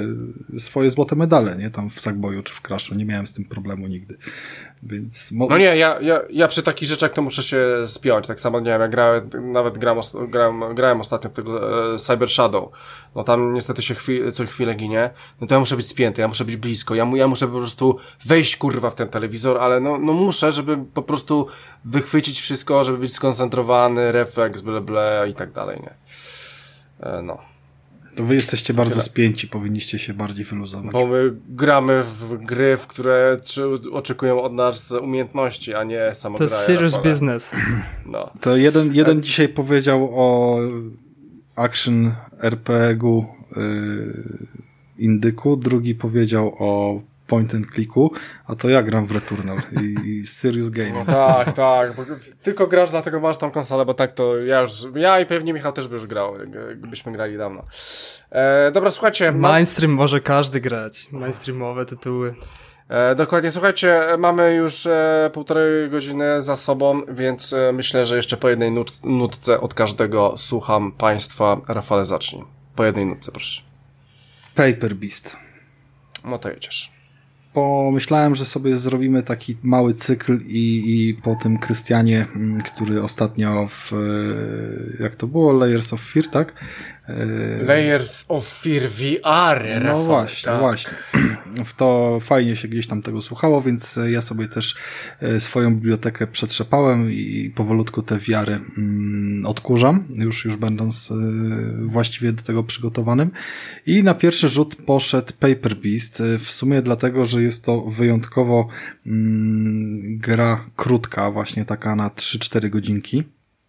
swoje złote medale, nie? Tam w Sackboyu czy w Crashu, nie miałem z tym problemu nigdy. Więc mo- No nie, ja, ja, ja przy takich rzeczach to muszę się spiąć, tak samo, nie wiem, ja grałem, nawet gram, grałem, grałem ostatnio w tego e, Cyber Shadow, no tam niestety się chwi, co chwilę ginie, no to ja muszę być spięty, ja muszę być blisko, ja, mu, ja muszę po prostu wejść kurwa w ten telewizor, ale no, no muszę, żeby po prostu wychwycić wszystko, żeby być skoncentrowany, refleks, ble, ble i tak dalej, nie? E, no. To wy jesteście bardzo Tyle. spięci, powinniście się bardziej wyluzować. Bo my gramy w gry, w które czy, oczekują od nas umiejętności, a nie samo To jest serious business. No. To jeden, jeden dzisiaj powiedział o action er pe gu yy, indyku, drugi powiedział o point and clicku, a to ja gram w Returnal i, i serious game. No tak, tak, bo tylko grasz, dlatego masz tą konsolę, bo tak to ja już, ja i pewnie Michał też by już grał, gdybyśmy grali dawno. E, dobra, słuchajcie. Ma... Mainstream może każdy grać, mainstreamowe tytuły. E, dokładnie, słuchajcie, mamy już e, półtorej godziny za sobą, więc e, myślę, że jeszcze po jednej nut- nutce od każdego słucham Państwa. Rafale, zacznij. Po jednej nutce, proszę. Paper Beast. No to jedziesz. Pomyślałem, że sobie zrobimy taki mały cykl i, i po tym Krystianie, który ostatnio w, jak to było, Layers of Fear, tak? Layers of Fear V R. No Rafał, właśnie, tak. właśnie. W to fajnie się gdzieś tam tego słuchało, więc ja sobie też swoją bibliotekę przetrzepałem i powolutku te wiary mm, odkurzam, już, już będąc y, właściwie do tego przygotowanym. I na pierwszy rzut poszedł Paper Beast, w sumie dlatego, że jest to wyjątkowo mm, gra krótka, właśnie taka na trzy cztery godzinki.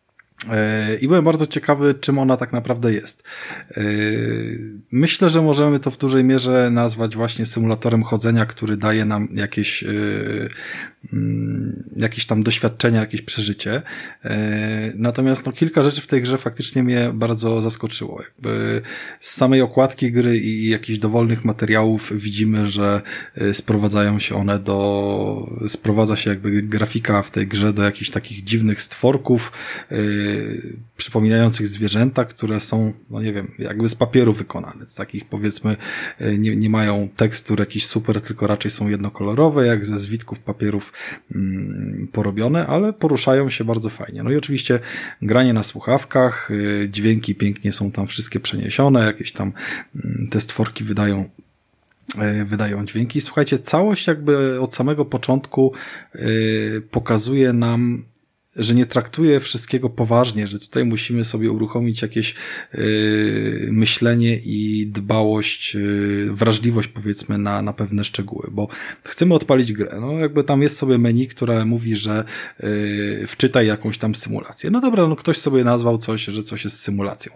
I byłem bardzo ciekawy, czym ona tak naprawdę jest. Myślę, że możemy to w dużej mierze nazwać właśnie symulatorem chodzenia, który daje nam jakieś, jakieś tam doświadczenia, jakieś przeżycie. Natomiast no, kilka rzeczy w tej grze faktycznie mnie bardzo zaskoczyło. Jakby z samej okładki gry i jakichś dowolnych materiałów widzimy, że sprowadzają się one do, sprowadza się jakby grafika w tej grze do jakichś takich dziwnych stworków, przypominających zwierzęta, które są, no nie wiem, jakby z papieru wykonane. Z takich powiedzmy nie, nie mają tekstur jakiś super, tylko raczej są jednokolorowe, jak ze zwitków papierów mm, porobione, ale poruszają się bardzo fajnie. No i oczywiście granie na słuchawkach, dźwięki pięknie są tam wszystkie przeniesione, jakieś tam mm, te stworki wydają wydają dźwięki. Słuchajcie, całość jakby od samego początku yy, pokazuje nam, że nie traktuje wszystkiego poważnie, że tutaj musimy sobie uruchomić jakieś yy, myślenie i dbałość, yy, wrażliwość powiedzmy na, na pewne szczegóły, bo chcemy odpalić grę. No jakby tam jest sobie menu, które mówi, że yy, wczytaj jakąś tam symulację. No dobra, no ktoś sobie nazwał coś, że coś jest symulacją.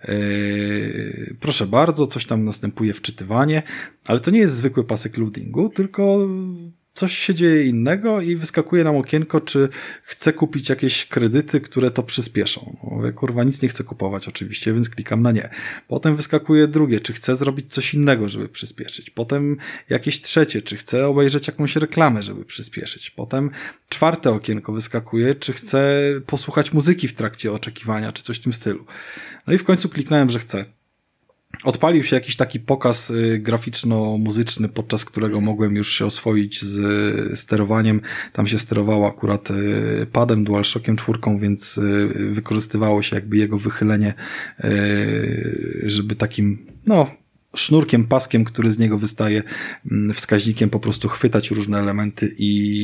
Yy, proszę bardzo, coś tam następuje wczytywanie, ale to nie jest zwykły pasek loadingu, tylko coś się dzieje innego i wyskakuje nam okienko, czy chcę kupić jakieś kredyty, które to przyspieszą. No, ja kurwa nic nie chcę kupować oczywiście, więc klikam na nie. Potem wyskakuje drugie, czy chcę zrobić coś innego, żeby przyspieszyć. Potem jakieś trzecie, czy chcę obejrzeć jakąś reklamę, żeby przyspieszyć. Potem czwarte okienko wyskakuje, czy chcę posłuchać muzyki w trakcie oczekiwania, czy coś w tym stylu. No i w końcu kliknąłem, że chcę. Odpalił się jakiś taki pokaz y, graficzno-muzyczny, podczas którego mogłem już się oswoić z y, sterowaniem. Tam się sterowało akurat y, padem, DualShockiem czwórką, więc y, wykorzystywało się jakby jego wychylenie, y, żeby takim, no, sznurkiem, paskiem, który z niego wystaje, y, wskaźnikiem po prostu chwytać różne elementy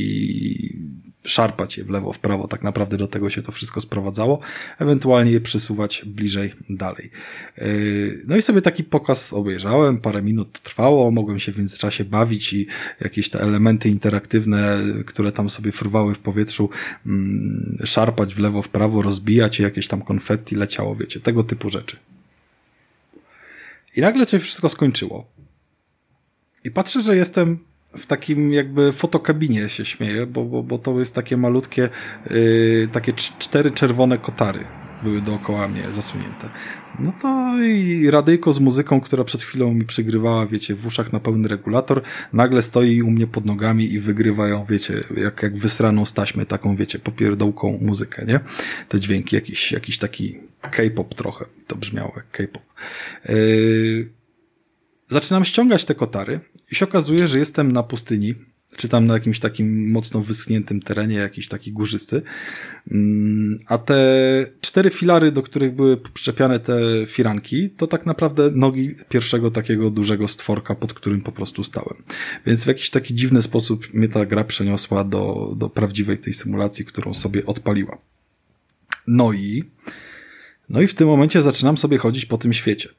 i szarpać je w lewo, w prawo. Tak naprawdę do tego się to wszystko sprowadzało. Ewentualnie je przesuwać bliżej, dalej. No i sobie taki pokaz obejrzałem. Parę minut to trwało. Mogłem się w międzyczasie bawić i jakieś te elementy interaktywne, które tam sobie fruwały w powietrzu, szarpać w lewo, w prawo, rozbijać i jakieś tam konfetti leciało, wiecie, tego typu rzeczy. I nagle się wszystko skończyło. I patrzę, że jestem w takim jakby fotokabinie, się śmieję, bo, bo, bo to jest takie malutkie, yy, takie cztery czerwone kotary były dookoła mnie zasunięte. No to i radyjko z muzyką, która przed chwilą mi przygrywała, wiecie, w uszach na pełny regulator, nagle stoi u mnie pod nogami i wygrywa ją, wiecie, jak, jak wysraną z taśmy, taką, wiecie, popierdołką muzykę, nie? Te dźwięki, jakiś, jakiś taki K-pop trochę, to brzmiało jak K-pop. Yy... zaczynam ściągać te kotary i się okazuje, że jestem na pustyni, czy tam na jakimś takim mocno wyschniętym terenie, jakiś taki górzysty. A te cztery filary, do których były przyczepiane te firanki, to tak naprawdę nogi pierwszego takiego dużego stworka, pod którym po prostu stałem. Więc w jakiś taki dziwny sposób mnie ta gra przeniosła do, do prawdziwej tej symulacji, którą sobie odpaliła. No i, no i w tym momencie zaczynam sobie chodzić po tym świecie.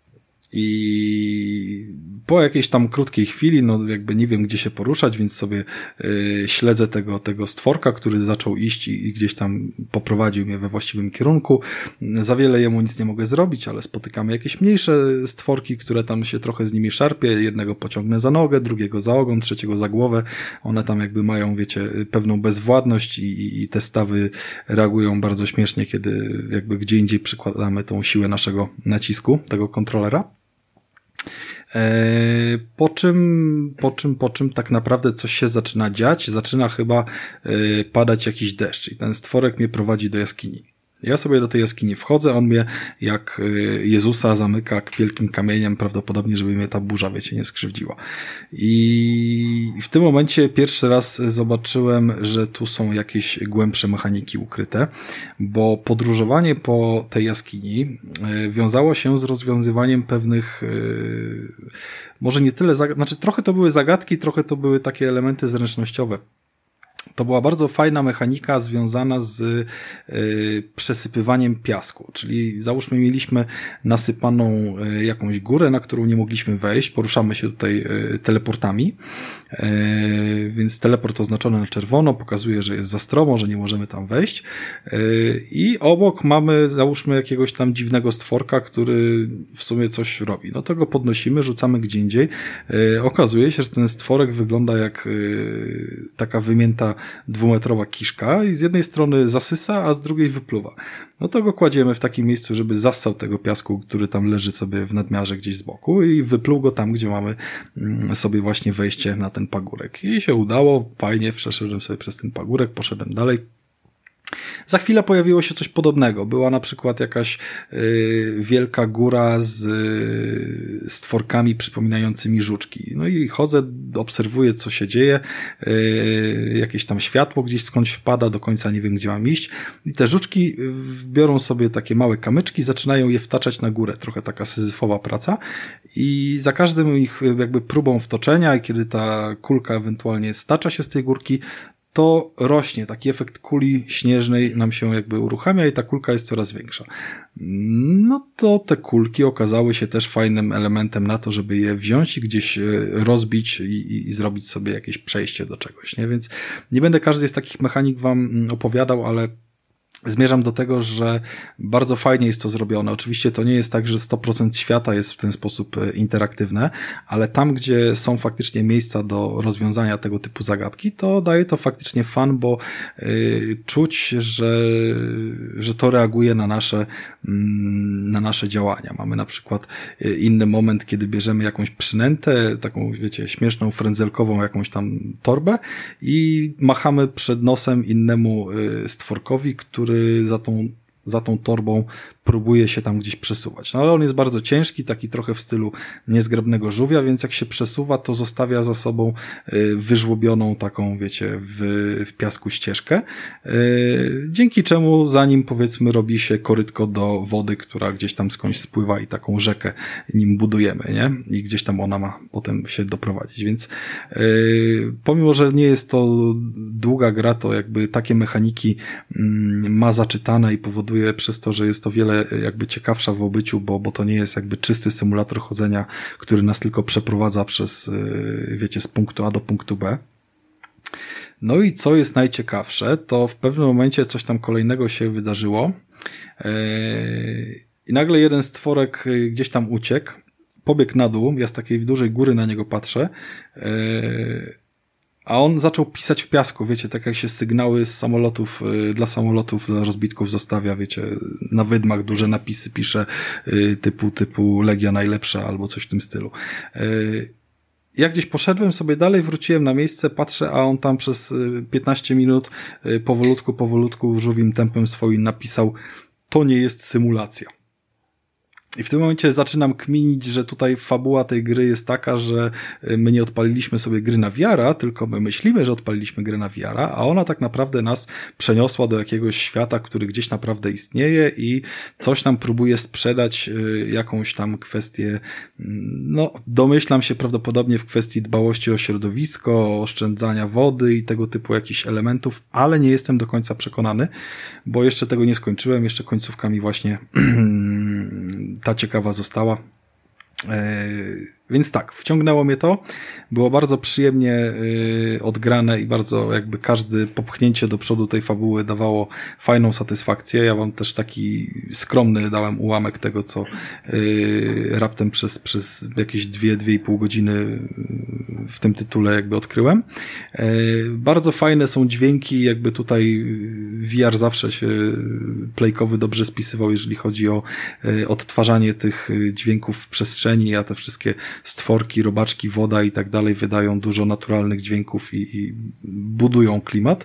I po jakiejś tam krótkiej chwili, no jakby nie wiem gdzie się poruszać, więc sobie y, śledzę tego, tego stworka, który zaczął iść i, i gdzieś tam poprowadził mnie we właściwym kierunku. Za wiele jemu nic nie mogę zrobić, ale spotykamy jakieś mniejsze stworki, które tam się trochę z nimi szarpie. Jednego pociągnę za nogę, drugiego za ogon, trzeciego za głowę. One tam jakby mają, wiecie, pewną bezwładność i, i, i te stawy reagują bardzo śmiesznie, kiedy jakby gdzie indziej przykładamy tą siłę naszego nacisku, tego kontrolera. Po czym, po czym, po czym tak naprawdę coś się zaczyna dziać, zaczyna chyba padać jakiś deszcz i ten stworek mnie prowadzi do jaskini. Ja sobie do tej jaskini wchodzę, on mnie jak Jezusa zamyka wielkim kamieniem, prawdopodobnie, żeby mnie ta burza, wiecie, nie skrzywdziła. I w tym momencie pierwszy raz zobaczyłem, że tu są jakieś głębsze mechaniki ukryte, bo podróżowanie po tej jaskini wiązało się z rozwiązywaniem pewnych, może nie tyle, zag- znaczy trochę to były zagadki, trochę to były takie elementy zręcznościowe. To była bardzo fajna mechanika związana z y, przesypywaniem piasku, czyli załóżmy mieliśmy nasypaną y, jakąś górę, na którą nie mogliśmy wejść, poruszamy się tutaj y, teleportami, y, więc teleport oznaczony na czerwono pokazuje, że jest za stromo, że nie możemy tam wejść y, i obok mamy załóżmy jakiegoś tam dziwnego stworka, który w sumie coś robi. No to go podnosimy, rzucamy gdzie indziej. Y, okazuje się, że ten stworek wygląda jak y, taka wymięta dwumetrowa kiszka i z jednej strony zasysa, a z drugiej wypluwa. No to go kładziemy w takim miejscu, żeby zassał tego piasku, który tam leży sobie w nadmiarze gdzieś z boku i wypluł go tam, gdzie mamy sobie właśnie wejście na ten pagórek. I się udało, fajnie, przeszedłem sobie przez ten pagórek, poszedłem dalej. Za chwilę pojawiło się coś podobnego. Była na przykład jakaś y, wielka góra z y, stworkami przypominającymi żuczki. No i chodzę, obserwuję, co się dzieje. Y, jakieś tam światło gdzieś skądś wpada, do końca nie wiem, gdzie mam iść. I te żuczki biorą sobie takie małe kamyczki, zaczynają je wtaczać na górę. Trochę taka syzyfowa praca. I za każdym ich jakby próbą wtoczenia, i kiedy ta kulka ewentualnie stacza się z tej górki, to rośnie, taki efekt kuli śnieżnej nam się jakby uruchamia i ta kulka jest coraz większa. No to te kulki okazały się też fajnym elementem na to, żeby je wziąć i gdzieś rozbić i, i, i zrobić sobie jakieś przejście do czegoś, nie? Więc nie będę każdej z takich mechanik wam opowiadał, ale zmierzam do tego, że bardzo fajnie jest to zrobione. Oczywiście to nie jest tak, że sto procent świata jest w ten sposób interaktywne, ale tam, gdzie są faktycznie miejsca do rozwiązania tego typu zagadki, to daje to faktycznie fan, bo y, czuć, że, że to reaguje na nasze, mm, na nasze działania. Mamy na przykład inny moment, kiedy bierzemy jakąś przynętę, taką, wiecie, śmieszną, frędzelkową jakąś tam torbę i machamy przed nosem innemu y, stworkowi, który za tą, za tą torbą próbuje się tam gdzieś przesuwać. No ale on jest bardzo ciężki, taki trochę w stylu niezgrabnego żółwia, więc jak się przesuwa, to zostawia za sobą y, wyżłobioną taką, wiecie, w, w piasku ścieżkę, y, dzięki czemu za nim, powiedzmy, robi się korytko do wody, która gdzieś tam skądś spływa i taką rzekę nim budujemy, nie? I gdzieś tam ona ma potem się doprowadzić, więc y, pomimo, że nie jest to długa gra, to jakby takie mechaniki y, ma zaczytane i powoduje przez to, że jest to wiele jakby ciekawsza w obyciu, bo, bo to nie jest jakby czysty symulator chodzenia, który nas tylko przeprowadza przez, wiecie, z punktu A do punktu B. No i co jest najciekawsze, to w pewnym momencie coś tam kolejnego się wydarzyło i nagle jeden stworek gdzieś tam uciekł, pobiegł na dół, ja z takiej dużej góry na niego patrzę, a on zaczął pisać w piasku, wiecie, tak jak się sygnały z samolotów, y, dla samolotów, dla rozbitków zostawia, wiecie, na wydmach duże napisy pisze y, typu, typu Legia najlepsza albo coś w tym stylu. Y, ja gdzieś poszedłem sobie dalej, wróciłem na miejsce, patrzę, a on tam przez piętnaście minut y, powolutku, powolutku żółwim tempem swoim napisał: to nie jest symulacja. I w tym momencie zaczynam kminić, że tutaj fabuła tej gry jest taka, że my nie odpaliliśmy sobie gry na V R-a, tylko my myślimy, że odpaliliśmy grę na V R-a, a ona tak naprawdę nas przeniosła do jakiegoś świata, który gdzieś naprawdę istnieje i coś nam próbuje sprzedać, jakąś tam kwestię, no domyślam się prawdopodobnie w kwestii dbałości o środowisko, oszczędzania wody i tego typu jakichś elementów, ale nie jestem do końca przekonany, bo jeszcze tego nie skończyłem, jeszcze końcówka mi właśnie ta ciekawa została. Więc tak, wciągnęło mnie to, było bardzo przyjemnie y, odgrane i bardzo jakby każde popchnięcie do przodu tej fabuły dawało fajną satysfakcję. Ja wam też taki skromny dałem ułamek tego, co y, raptem przez, przez jakieś dwie, dwie i pół godziny w tym tytule jakby odkryłem. Y, bardzo fajne są dźwięki, jakby tutaj V R zawsze się playkowy dobrze spisywał, jeżeli chodzi o y, odtwarzanie tych dźwięków w przestrzeni, a te wszystkie stworki, robaczki, woda i tak dalej wydają dużo naturalnych dźwięków i, i budują klimat.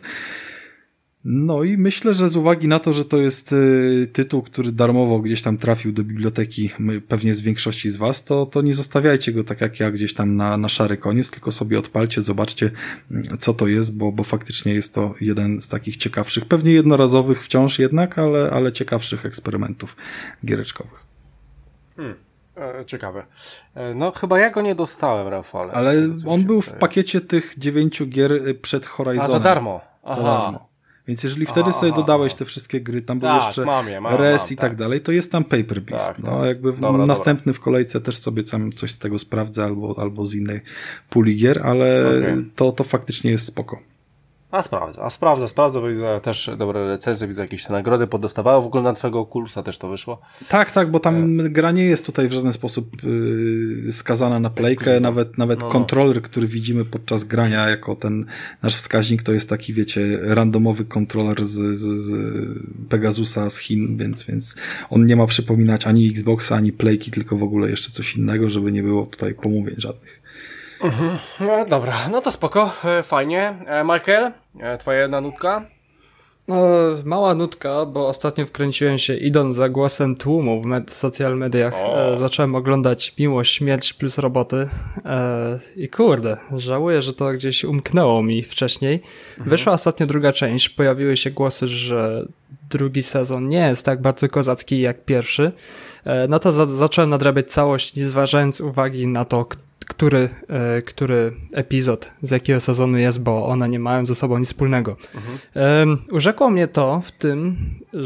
No i myślę, że z uwagi na to, że to jest y, tytuł, który darmowo gdzieś tam trafił do biblioteki, my, pewnie z większości z was, to, to nie zostawiajcie go tak jak ja gdzieś tam na, na szary koniec, tylko sobie odpalcie, zobaczcie co to jest, bo, bo faktycznie jest to jeden z takich ciekawszych, pewnie jednorazowych wciąż jednak, ale, ale ciekawszych eksperymentów giereczkowych. Hmm. Ciekawe. No chyba ja go nie dostałem, Rafale. Ale on był w pakiecie tych dziewięciu gier przed Horizonem. A za darmo. Aha. Za darmo. Więc jeżeli wtedy aha, sobie aha, dodałeś te wszystkie gry, tam był tak, jeszcze mam je, mam, Res mam, i tak. tak dalej, to jest tam Paper Beast. Tak, no tak. jakby w, dobra, następny dobra. w kolejce też sobie tam coś z tego sprawdzę albo, albo z innej puli gier, ale okay. to, to faktycznie jest spoko. A sprawdzę, a sprawdzę, sprawdzę, widzę też dobre recenzje, widzę jakieś te nagrody podostawało, w ogóle na twojego Oculusa też to wyszło. Tak, tak, bo tam e... gra nie jest tutaj w żaden sposób yy, skazana na playkę, nawet, nawet no, no. kontroler, który widzimy podczas grania jako ten nasz wskaźnik, to jest taki, wiecie, randomowy kontroler z, z, z Pegasusa z Chin, więc, więc on nie ma przypominać ani Xboxa, ani playki, tylko w ogóle jeszcze coś innego, żeby nie było tutaj pomówień żadnych. Mhm. No, dobra, no to spoko, fajnie. Michael, twoja jedna nutka? No, mała nutka, bo ostatnio wkręciłem się idąc za głosem tłumu w med- social mediach. E, zacząłem oglądać Miłość, Śmierć plus roboty e, i kurde, żałuję, że to gdzieś umknęło mi wcześniej. Mhm. Wyszła ostatnio druga część, pojawiły się głosy, że drugi sezon nie jest tak bardzo kozacki jak pierwszy. E, no to za- zacząłem nadrabiać całość, nie zważając uwagi na to, który, e, który epizod z jakiego sezonu jest, bo one nie mają ze sobą nic wspólnego. Mhm. E, urzekło mnie to w tym,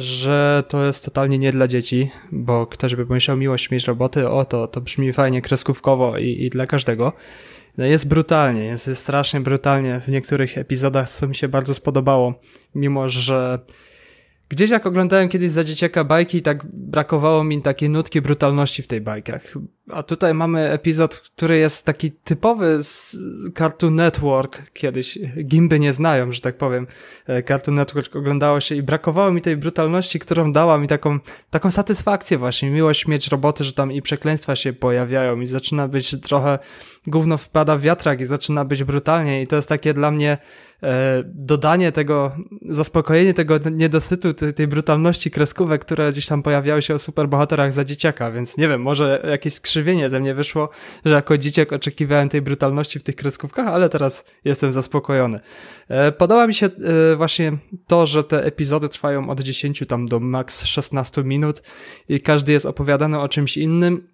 że to jest totalnie nie dla dzieci, bo ktoś by pomyślał Miłość, Śmierć, roboty, o to, to brzmi fajnie kreskówkowo i, i dla każdego. No jest brutalnie, jest, jest strasznie brutalnie w niektórych epizodach, co mi się bardzo spodobało, mimo że gdzieś jak oglądałem kiedyś za dzieciaka bajki, tak brakowało mi takiej nutki brutalności w tej bajkach. A tutaj mamy epizod, który jest taki typowy z Cartoon Network. Kiedyś gimby nie znają, że tak powiem. Cartoon Network oglądało się i brakowało mi tej brutalności, którą dała mi taką, taką satysfakcję właśnie. Miłość, Śmierć, roboty, że tam i przekleństwa się pojawiają i zaczyna być trochę gówno wpada w wiatrak i zaczyna być brutalnie i to jest takie dla mnie e, dodanie tego, zaspokojenie tego niedosytu, tej, tej brutalności kreskówek, które gdzieś tam pojawiały się o superbohaterach za dzieciaka, więc nie wiem, może jakieś skrzywienie ze mnie wyszło, że jako dzieciak oczekiwałem tej brutalności w tych kreskówkach, ale teraz jestem zaspokojony. E, podoba mi się e, właśnie to, że te epizody trwają od dziesięciu tam do maks szesnastu minut i każdy jest opowiadany o czymś innym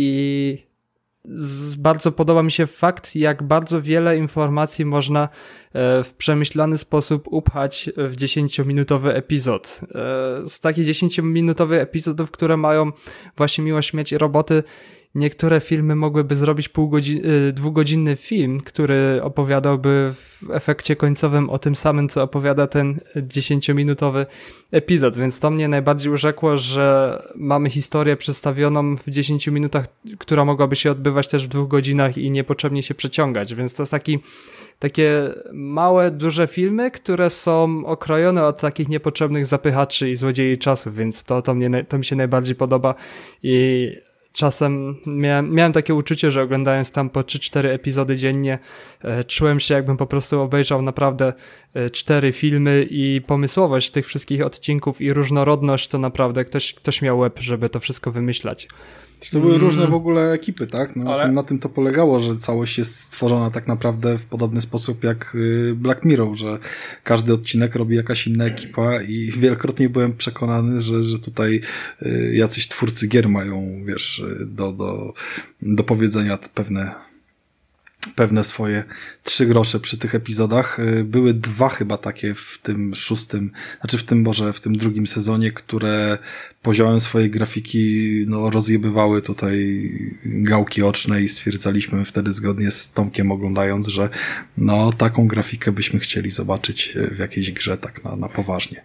i z, bardzo podoba mi się fakt, jak bardzo wiele informacji można e, w przemyślany sposób upchać w dziesięciominutowy epizod. E, z takich dziesięciominutowych epizodów, które mają właśnie Miłość, Śmierć i roboty, niektóre filmy mogłyby zrobić półgodzin, dwugodzinny film, który opowiadałby w efekcie końcowym o tym samym, co opowiada ten dziesięciominutowy epizod, więc to mnie najbardziej urzekło, że mamy historię przedstawioną w dziesięciu minutach, która mogłaby się odbywać też w dwóch godzinach i niepotrzebnie się przeciągać, więc to jest taki takie małe, duże filmy, które są okrojone od takich niepotrzebnych zapychaczy i złodziei czasu, więc to, to, mnie, to mi się najbardziej podoba i czasem miałem, miałem takie uczucie, że oglądając tam po trzy cztery epizody dziennie, e, czułem się jakbym po prostu obejrzał naprawdę e, cztery filmy i pomysłowość tych wszystkich odcinków i różnorodność to naprawdę ktoś, ktoś miał łeb, żeby to wszystko wymyślać. To były różne w ogóle ekipy, tak? No, Ale... na, tym, na tym to polegało, że całość jest stworzona tak naprawdę w podobny sposób jak Black Mirror, że każdy odcinek robi jakaś inna ekipa i wielokrotnie byłem przekonany, że, że tutaj jacyś twórcy gier mają, wiesz, do, do, do powiedzenia pewne pewne swoje trzy grosze przy tych epizodach. Były dwa chyba takie w tym szóstym, znaczy w tym może w tym drugim sezonie, które poziomem swojej grafiki no, rozjebywały tutaj gałki oczne i stwierdzaliśmy wtedy zgodnie z Tomkiem oglądając, że no taką grafikę byśmy chcieli zobaczyć w jakiejś grze tak na, na poważnie.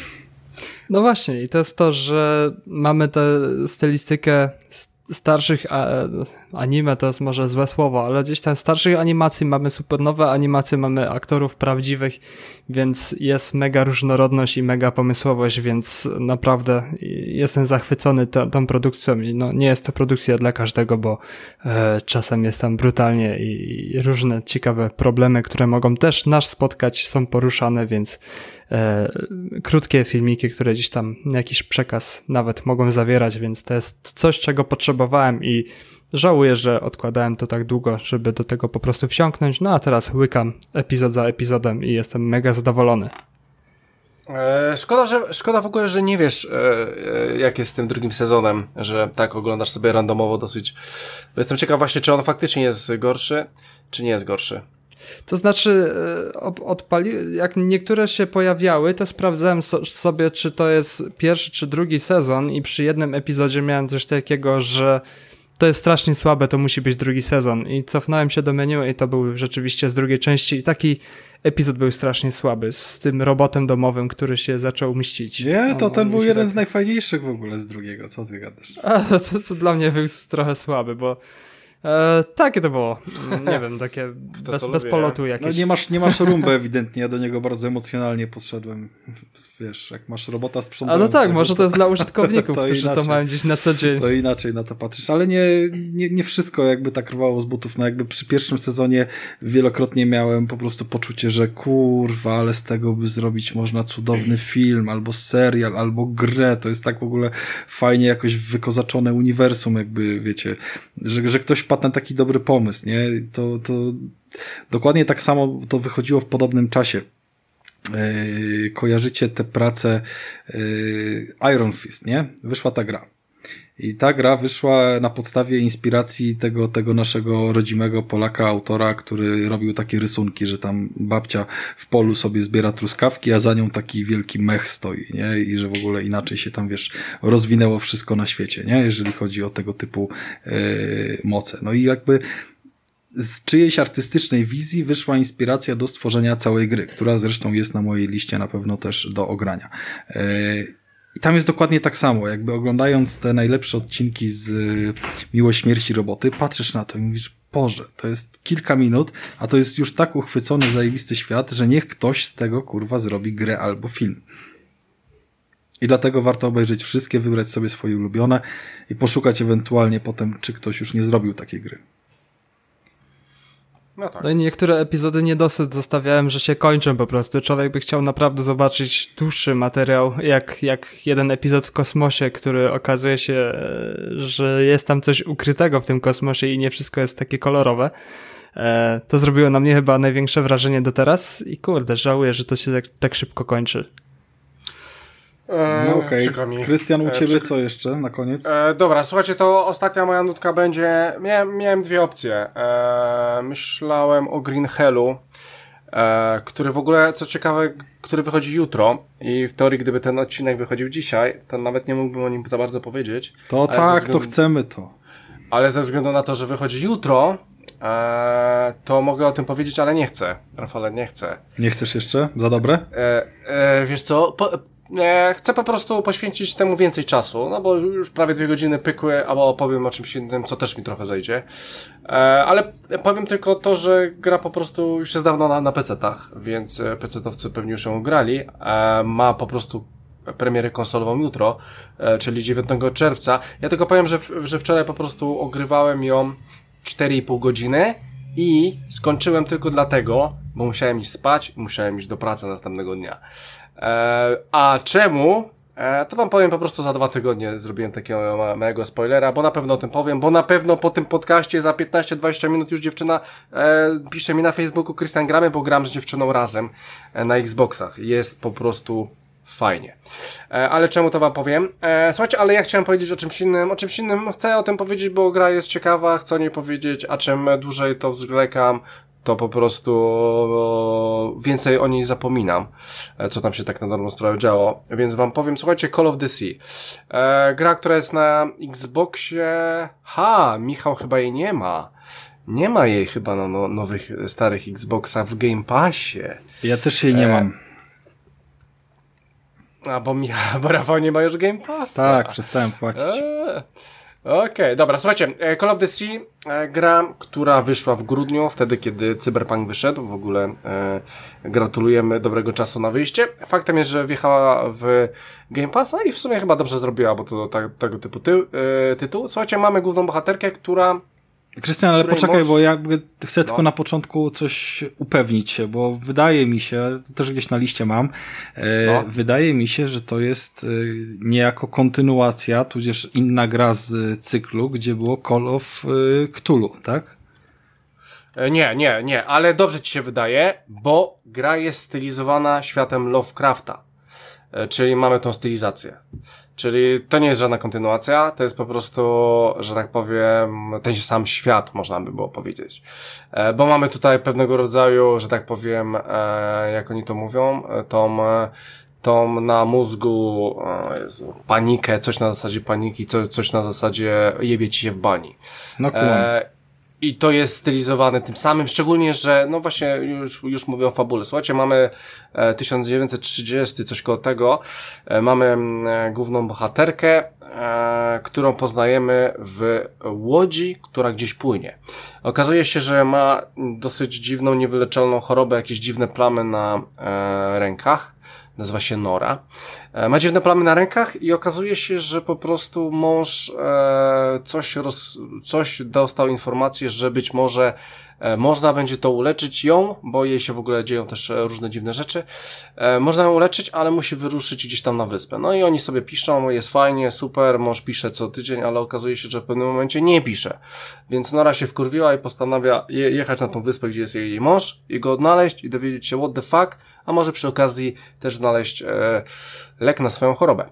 No właśnie i to jest to, że mamy tę stylistykę starszych a, anime, to jest może złe słowo, ale gdzieś tam starszych animacji mamy super nowe animacje, mamy aktorów prawdziwych, więc jest mega różnorodność i mega pomysłowość, więc naprawdę jestem zachwycony tą, tą produkcją i no nie jest to produkcja dla każdego, bo e, czasem jest tam brutalnie i, i różne ciekawe problemy, które mogą też nas spotkać, są poruszane, więc e, krótkie filmiki, które gdzieś tam jakiś przekaz nawet mogą zawierać, więc to jest coś, czego potrzebowałem i żałuję, że odkładałem to tak długo, żeby do tego po prostu wsiąknąć, no a teraz łykam epizod za epizodem i jestem mega zadowolony. E, szkoda, że, szkoda w ogóle, że nie wiesz e, e, jak jest z tym drugim sezonem, że tak oglądasz sobie randomowo dosyć. Bo jestem ciekaw właśnie, czy on faktycznie jest gorszy, czy nie jest gorszy. To znaczy, odpali, jak niektóre się pojawiały, to sprawdzałem so, sobie, czy to jest pierwszy czy drugi sezon i przy jednym epizodzie miałem coś takiego, że to jest strasznie słabe, to musi być drugi sezon i cofnąłem się do menu i to był rzeczywiście z drugiej części i taki epizod był strasznie słaby, z tym robotem domowym, który się zaczął mścić. Nie, to on, ten on był jeden tak... z najfajniejszych w ogóle z drugiego, co ty gadasz? A, to, to dla mnie był trochę słaby, bo E, takie to było, nie wiem, takie bez, bez polotu jakieś. No nie masz, nie masz rumbę ewidentnie, ja do niego bardzo emocjonalnie podszedłem, wiesz, jak masz robota sprzątającego. A no tak, może to jest dla użytkowników, to którzy inaczej, to mają gdzieś na co dzień. To inaczej na to patrzysz, ale nie, nie, nie wszystko jakby tak rwało z butów, no jakby przy pierwszym sezonie wielokrotnie miałem po prostu poczucie, że kurwa, ale z tego by zrobić można cudowny film, albo serial, albo grę, to jest tak w ogóle fajnie jakoś wykozaczone uniwersum, jakby wiecie, że, że ktoś wpadł na taki dobry pomysł, nie? To, to dokładnie tak samo to wychodziło w podobnym czasie. Yy, kojarzycie te prace yy, Iron Fist, nie? Wyszła ta gra. I ta gra wyszła na podstawie inspiracji tego, tego naszego rodzimego Polaka, autora, który robił takie rysunki, że tam babcia w polu sobie zbiera truskawki, a za nią taki wielki mech stoi, nie? I że w ogóle inaczej się tam, wiesz, rozwinęło wszystko na świecie, nie? Jeżeli chodzi o tego typu yy, moce. No i jakby z czyjejś artystycznej wizji wyszła inspiracja do stworzenia całej gry, która zresztą jest na mojej liście na pewno też do ogrania. Yy, I tam jest dokładnie tak samo, jakby oglądając te najlepsze odcinki z Miłość Śmierci Roboty, patrzysz na to i mówisz, Boże, to jest kilka minut, a to jest już tak uchwycony, zajebisty świat, że niech ktoś z tego, kurwa, zrobi grę albo film. I dlatego warto obejrzeć wszystkie, wybrać sobie swoje ulubione i poszukać ewentualnie potem, czy ktoś już nie zrobił takiej gry. No, tak. No i niektóre epizody niedosyt zostawiałem, że się kończą po prostu. Człowiek by chciał naprawdę zobaczyć dłuższy materiał, jak, jak jeden epizod w kosmosie, który okazuje się, że jest tam coś ukrytego w tym kosmosie i nie wszystko jest takie kolorowe. E, to zrobiło na mnie chyba największe wrażenie do teraz i kurde, żałuję, że to się tak, tak szybko kończy. No okej, okay. Krystian, u ciebie e, co jeszcze na koniec? E, dobra, słuchajcie, to ostatnia moja nutka będzie, miałem, miałem dwie opcje. E, myślałem o Green Hellu, e, który w ogóle, co ciekawe, który wychodzi jutro i w teorii, gdyby ten odcinek wychodził dzisiaj, to nawet nie mógłbym o nim za bardzo powiedzieć. To tak, względu, to chcemy to. Ale ze względu na to, że wychodzi jutro, e, to mogę o tym powiedzieć, ale nie chcę. Rafale, nie chcę. Nie chcesz jeszcze? Za dobre? E, e, wiesz co, po, chcę po prostu poświęcić temu więcej czasu, no bo już prawie dwie godziny pykły, albo opowiem o czymś innym, co też mi trochę zajdzie. E, ale powiem tylko to, że gra po prostu już jest dawno na, na pecetach, więc pecetowcy pewnie już ją grali. E, ma po prostu premierę konsolową jutro, e, czyli dziewiątego czerwca. Ja tylko powiem, że, w, że wczoraj po prostu ogrywałem ją cztery i pół godziny i skończyłem tylko dlatego, bo musiałem iść spać i musiałem iść do pracy następnego dnia. E, a czemu? E, to wam powiem po prostu za dwa tygodnie. Zrobiłem takiego ma, małego spoilera, bo na pewno o tym powiem, bo na pewno po tym podcaście za piętnaście dwadzieścia minut już dziewczyna e, pisze mi na Facebooku: Krystian, gramy, bo gram z dziewczyną razem e, na Xboxach. Jest po prostu fajnie. E, ale czemu to wam powiem? E, słuchajcie, ale ja chciałem powiedzieć o czymś innym. O czymś innym chcę o tym powiedzieć, bo gra jest ciekawa, chcę o niej powiedzieć, a czym dłużej to zwlekam, to po prostu o, więcej o niej zapominam, e, co tam się tak na dobrą sprawę działo. Więc wam powiem, słuchajcie, Call of the Sea. E, gra, która jest na Xboxie. Ha, Michał chyba jej nie ma. Nie ma jej chyba na no, nowych, starych Xboxach w Game Passie. Ja też jej nie e, mam. A, bo Michał, bo Rafał nie ma już Game Passa. Tak, przestałem płacić. Eee, Okej, okay, dobra, słuchajcie, Call of the Sea, e, gra, która wyszła w grudniu, wtedy kiedy Cyberpunk wyszedł, w ogóle e, gratulujemy dobrego czasu na wyjście. Faktem jest, że wjechała w Game Passa i w sumie chyba dobrze zrobiła, bo to ta, tego typu ty, e, tytuł. Słuchajcie, mamy główną bohaterkę, która... Krystian, ale poczekaj, moc... bo ja jakby chcę no. tylko na początku coś upewnić się, bo wydaje mi się, to też gdzieś na liście mam, e, no. wydaje mi się, że to jest e, niejako kontynuacja, tudzież inna gra z cyklu, gdzie było Call of e, Cthulhu, tak? E, nie, nie, nie, ale dobrze ci się wydaje, bo gra jest stylizowana światem Lovecrafta, e, czyli mamy tą stylizację. Czyli to nie jest żadna kontynuacja, to jest po prostu, że tak powiem, ten sam świat, można by było powiedzieć. E, bo mamy tutaj pewnego rodzaju, że tak powiem, e, jak oni to mówią, tą, tą na mózgu, o Jezu, panikę, coś na zasadzie paniki, co, coś na zasadzie jebie ci się w bani. No e, I to jest stylizowane tym samym, szczególnie, że, no właśnie, już, już mówię o fabule. Słuchajcie, mamy e, tysiąc dziewięćset trzydziesty, coś koło tego, e, mamy e, główną bohaterkę, e, którą poznajemy w łodzi, która gdzieś płynie. Okazuje się, że ma dosyć dziwną, niewyleczalną chorobę, jakieś dziwne plamy na e, rękach. Nazywa się Nora. E, ma dziwne plamy na rękach i okazuje się, że po prostu mąż e, coś, roz, coś dostał informację, że być może e, można będzie to uleczyć ją, bo jej się w ogóle dzieją też różne dziwne rzeczy. E, można ją uleczyć, ale musi wyruszyć gdzieś tam na wyspę. No i oni sobie piszą, jest fajnie, super, mąż pisze co tydzień, ale okazuje się, że w pewnym momencie nie pisze. Więc Nora się wkurwiła i postanawia je, jechać na tą wyspę, gdzie jest jej mąż i go odnaleźć i dowiedzieć się what the fuck, a może przy okazji też znaleźć e, lek na swoją chorobę.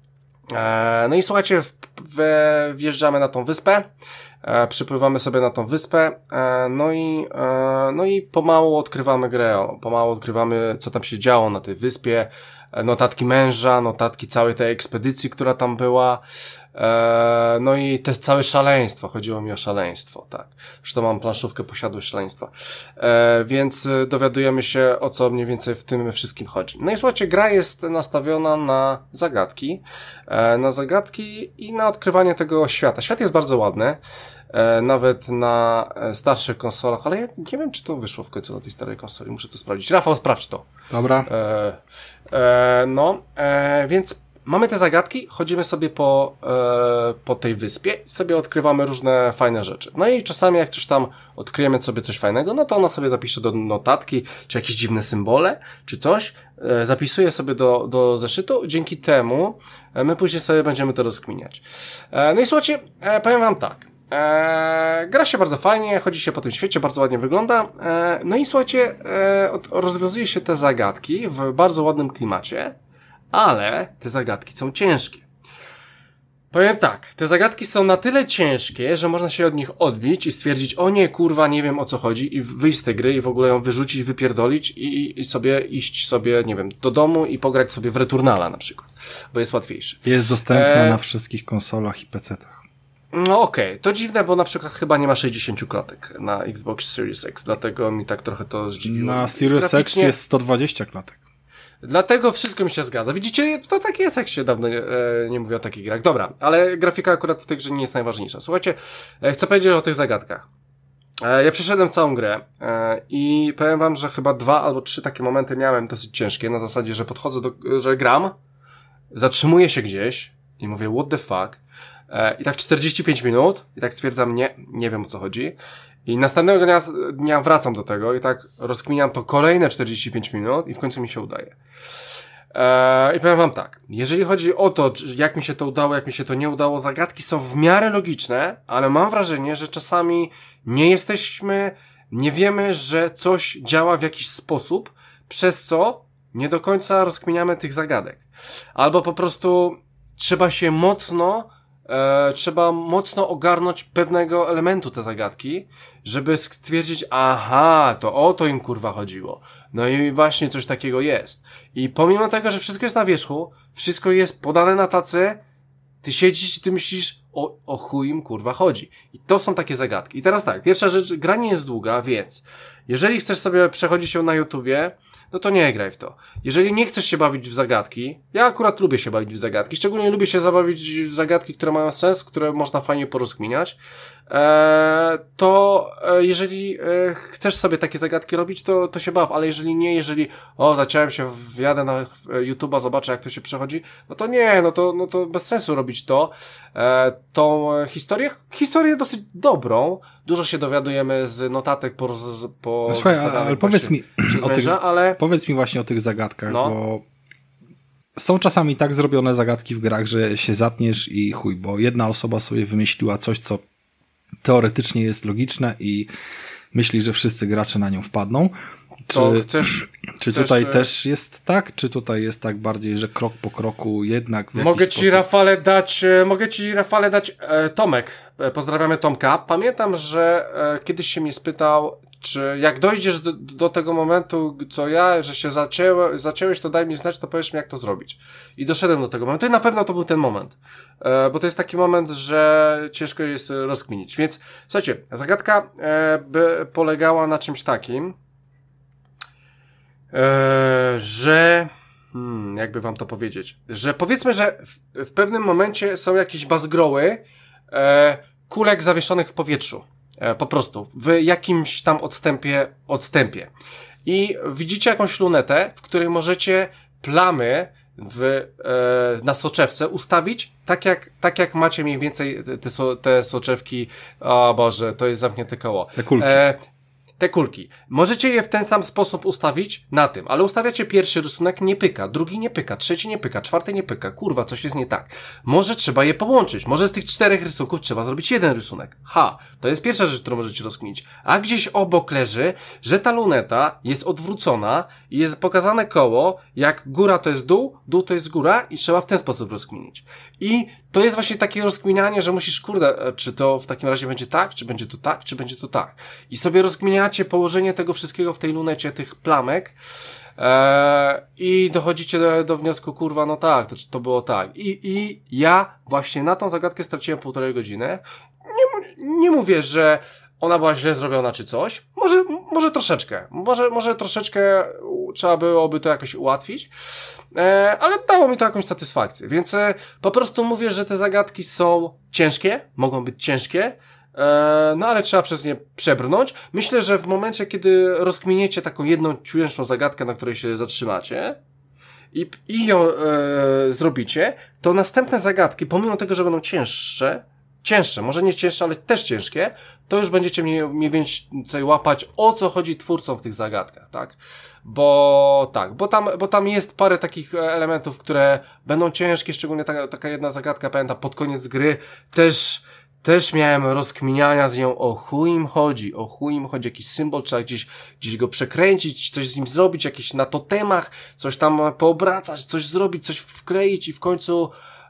E, no i słuchajcie, w, w, wjeżdżamy na tą wyspę, e, przypływamy sobie na tą wyspę, e, no i e, no i pomału odkrywamy grę, pomału odkrywamy, co tam się działo na tej wyspie, e, notatki męża, notatki całej tej ekspedycji, która tam była, e, no i te całe szaleństwo, chodziło mi o szaleństwo, tak. Zresztą mam planszówkę Posiadłość szaleństwa. E, więc dowiadujemy się, o co mniej więcej w tym wszystkim chodzi. No i słuchajcie, gra jest nastawiona na zagadki, e, na zagadki i na odkrywanie tego świata. Świat jest bardzo ładny, e, nawet na starszych konsolach, ale ja nie wiem, czy to wyszło w końcu na tej starej konsoli, muszę to sprawdzić. Rafał, sprawdź to. Dobra. E, e, no, e, więc mamy te zagadki, chodzimy sobie po, e, po tej wyspie i sobie odkrywamy różne fajne rzeczy. No i czasami jak coś tam odkryjemy sobie coś fajnego, no to ona sobie zapisze do notatki, czy jakieś dziwne symbole, czy coś, e, zapisuje sobie do, do zeszytu, dzięki temu e, my później sobie będziemy to rozkminiać. E, no i słuchajcie, e, powiem wam tak. Eee, gra się bardzo fajnie, chodzi się po tym świecie, bardzo ładnie wygląda. Eee, no i słuchajcie, eee, rozwiązuje się te zagadki w bardzo ładnym klimacie, ale te zagadki są ciężkie. Powiem tak, te zagadki są na tyle ciężkie, że można się od nich odbić i stwierdzić, o nie, kurwa, nie wiem o co chodzi i wyjść z tej gry i w ogóle ją wyrzucić, wypierdolić i, i sobie iść sobie, nie wiem, do domu i pograć sobie w Returnala na przykład, bo jest łatwiejszy. Jest dostępna eee, na wszystkich konsolach i pecetach. No okej, okay. To dziwne, bo na przykład chyba nie ma sześćdziesiąt klatek na Xbox Series X, dlatego mi tak trochę to zdziwiło. Na Series Graficznie... X jest sto dwadzieścia klatek. Dlatego wszystko mi się zgadza. Widzicie, to tak jest, jak się dawno nie, e, nie mówi o takich grach. Dobra, ale grafika akurat w tej grze nie jest najważniejsza. Słuchajcie, e, chcę powiedzieć o tych zagadkach. E, ja przeszedłem całą grę e, i powiem wam, że chyba dwa albo trzy takie momenty miałem dosyć ciężkie, na zasadzie, że podchodzę do, że gram zatrzymuję się gdzieś i mówię, what the fuck? E, I tak czterdzieści pięć minut i tak stwierdzam, nie, nie wiem o co chodzi. I następnego dnia, dnia wracam do tego i tak rozkminiam to kolejne czterdzieści pięć minut i w końcu mi się udaje. Eee, I powiem wam tak, jeżeli chodzi o to, jak mi się to udało, jak mi się to nie udało, zagadki są w miarę logiczne, ale mam wrażenie, że czasami nie jesteśmy, nie wiemy, że coś działa w jakiś sposób, przez co nie do końca rozkminiamy tych zagadek. Albo po prostu trzeba się mocno E, trzeba mocno ogarnąć pewnego elementu te zagadki, żeby stwierdzić, aha, to o to im kurwa chodziło. No i właśnie coś takiego jest. I pomimo tego, że wszystko jest na wierzchu, wszystko jest podane na tacy, ty siedzisz i ty myślisz, o, o chuj im kurwa chodzi. I to są takie zagadki. I teraz tak, pierwsza rzecz, gra nie jest długa, więc jeżeli chcesz sobie przechodzić ją na YouTubie, no to nie graj w to. Jeżeli nie chcesz się bawić w zagadki, ja akurat lubię się bawić w zagadki, szczególnie lubię się zabawić w zagadki, które mają sens, które można fajnie porozkminiać, eee, to e, jeżeli e, chcesz sobie takie zagadki robić, to, to się baw, ale jeżeli nie, jeżeli o, zaciąłem się, wjadę na YouTube'a, zobaczę jak to się przechodzi, no to nie, no to, no to bez sensu robić to. E, tą historię, historię dosyć dobrą, dużo się dowiadujemy z notatek po, po no, słuchaj, ale powiedz mi o tych, ale... powiedz mi właśnie o tych zagadkach, no. bo są czasami tak zrobione zagadki w grach, że się zatniesz i chuj, bo jedna osoba sobie wymyśliła coś, co teoretycznie jest logiczne i myśli, że wszyscy gracze na nią wpadną. Czy, to chcesz, czy chcesz, tutaj też jest tak? Czy tutaj jest tak bardziej, że krok po kroku jednak w jakiś Mogę sposób... ci, Rafale, dać, mogę ci, Rafale, dać e, Tomek. E, pozdrawiamy Tomka. Pamiętam, że e, kiedyś się mnie spytał, czy jak dojdziesz do, do tego momentu, co ja, że się zacięło, zacięłeś, to daj mi znać, to powiesz mi, jak to zrobić. I doszedłem do tego momentu i na pewno to był ten moment. E, bo to jest taki moment, że ciężko jest rozkminić. Więc słuchajcie, zagadka e, by polegała na czymś takim, e, że... Hmm, jakby wam to powiedzieć, że powiedzmy, że w, w pewnym momencie są jakieś bazgroły e, kulek zawieszonych w powietrzu. E, po prostu. W jakimś tam odstępie, odstępie. I widzicie jakąś lunetę, w której możecie plamy w, e, na soczewce ustawić, tak jak, tak jak macie mniej więcej te, so, te soczewki, o Boże, to jest zamknięte koło. Te kulki. E, Te kulki. Możecie je w ten sam sposób ustawić na tym, ale ustawiacie pierwszy rysunek, nie pyka, drugi nie pyka, trzeci nie pyka, czwarty nie pyka, kurwa, coś jest nie tak. Może trzeba je połączyć, może z tych czterech rysunków trzeba zrobić jeden rysunek. Ha, to jest pierwsza rzecz, którą możecie rozkminić. A gdzieś obok leży, że ta luneta jest odwrócona i jest pokazane koło, jak góra to jest dół, dół to jest góra i trzeba w ten sposób rozkminić. I to jest właśnie takie rozkminianie, że musisz, kurde, czy to w takim razie będzie tak, czy będzie to tak, czy będzie to tak. I sobie rozkminiacie położenie tego wszystkiego w tej lunecie, tych plamek ee, i dochodzicie do, do wniosku, kurwa, no tak, to, to było tak. I, I ja właśnie na tą zagadkę straciłem półtorej godziny. Nie, nie mówię, że ona była źle zrobiona czy coś. Może, może troszeczkę. Może, może troszeczkę trzeba byłoby to jakoś ułatwić. E, ale dało mi to jakąś satysfakcję. Więc e, po prostu mówię, że te zagadki są ciężkie. Mogą być ciężkie. E, no ale trzeba przez nie przebrnąć. Myślę, że w momencie, kiedy rozkminiecie taką jedną cięższą zagadkę, na której się zatrzymacie i, i ją e, zrobicie, to następne zagadki, pomimo tego, że będą cięższe, cięższe, może nie cięższe, ale też ciężkie, to już będziecie mniej, mniej więcej łapać, o co chodzi twórcom w tych zagadkach, tak? Bo tak, bo tam, bo tam jest parę takich elementów, które będą ciężkie, szczególnie taka, taka jedna zagadka, pamiętam, pod koniec gry też, też miałem rozkminiania z nią, o chuj im chodzi, o chuj im chodzi, jakiś symbol, trzeba gdzieś, gdzieś go przekręcić, coś z nim zrobić, jakieś na totemach, coś tam poobracać, coś zrobić, coś wkleić i w końcu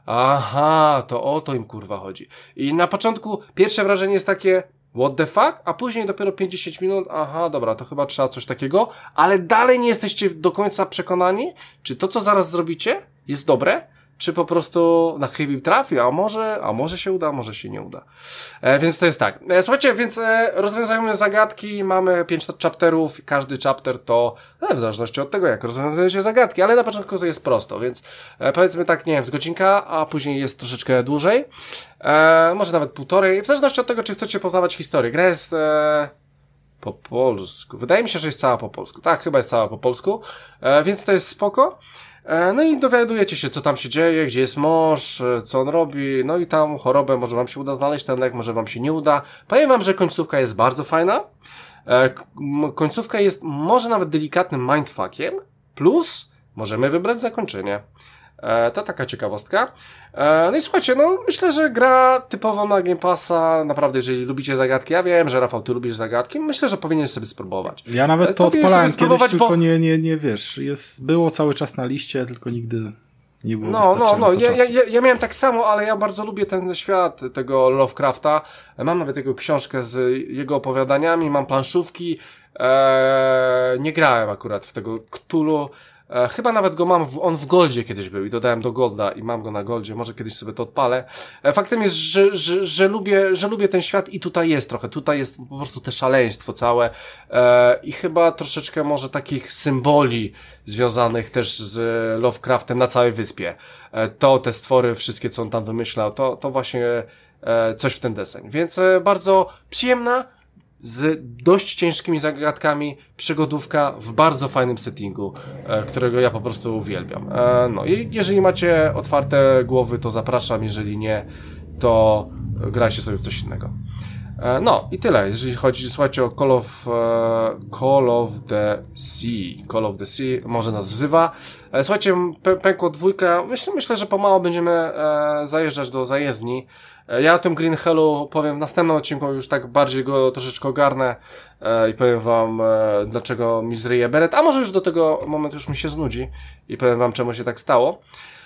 aha, to o to im kurwa chodzi. I na początku pierwsze wrażenie jest takie what the fuck, a później dopiero pięćdziesiąt minut, aha, dobra, to chyba trzeba coś takiego, ale dalej nie jesteście do końca przekonani, czy to, co zaraz zrobicie, jest dobre, czy po prostu na chybił trafi, a może, a może się uda, a może się nie uda. E, więc to jest tak. E, słuchajcie, więc e, rozwiązujemy zagadki, mamy pięć chapterów, każdy chapter to, e, w zależności od tego, jak rozwiązuje się zagadki, ale na początku to jest prosto, więc e, powiedzmy tak, nie wiem, z godzinka, a później jest troszeczkę dłużej, e, może nawet półtorej, w zależności od tego, czy chcecie poznawać historię. Gra jest e, po polsku, wydaje mi się, że jest cała po polsku, tak, chyba jest cała po polsku, e, więc to jest spoko. E, no i dowiadujecie się, co tam się dzieje, gdzie jest mąż, e, co on robi, no i tam chorobę, może wam się uda znaleźć ten lek, może wam się nie uda. Powiem wam, że końcówka jest bardzo fajna. E, końcówka jest może nawet delikatnym mindfuckiem, plus możemy wybrać zakończenie. E, to taka ciekawostka. E, no i słuchajcie, no myślę, że gra typowo na Game Passa, naprawdę jeżeli lubicie zagadki, ja wiem, że Rafał, ty lubisz zagadki, myślę, że powinieneś sobie spróbować. Ja nawet E, to odpalałem kiedyś, bo... tylko nie, nie, nie wiesz, jest, było cały czas na liście, tylko nigdy nie było No, no, no, wystarczająco ja, czasu. ja, ja miałem tak samo, ale ja bardzo lubię ten świat tego Lovecrafta. Mam nawet jego książkę z jego opowiadaniami, mam planszówki, eee, nie grałem akurat w tego Cthulhu. E, chyba nawet go mam, w, on w Goldzie kiedyś był i dodałem do Golda i mam go na Goldzie, może kiedyś sobie to odpalę. E, faktem jest, że, że, że, lubię, że lubię ten świat i tutaj jest trochę, tutaj jest po prostu te szaleństwo całe e, i chyba troszeczkę może takich symboli związanych też z Lovecraftem na całej wyspie. E, to, te stwory, wszystkie co on tam wymyślał, to, to właśnie e, coś w ten deseń. Więc e, bardzo przyjemna, z dość ciężkimi zagadkami, przygodówka w bardzo fajnym settingu, e, którego ja po prostu uwielbiam. E, no i jeżeli macie otwarte głowy, to zapraszam, jeżeli nie, to grajcie sobie w coś innego. E, no i tyle, jeżeli chodzi, słuchajcie, o Call of, e, Call of the Sea. Call of the Sea może nas wzywa. E, słuchajcie, pę pękło dwójka, myślę, myślę, że pomału będziemy e, zajeżdżać do zajezdni. Ja o tym Green Hellu powiem w następnym odcinku, już tak bardziej go troszeczkę ogarnę e, i powiem wam, e, dlaczego mi zryje beret, a może już do tego momentu już mi się znudzi i powiem wam, czemu się tak stało.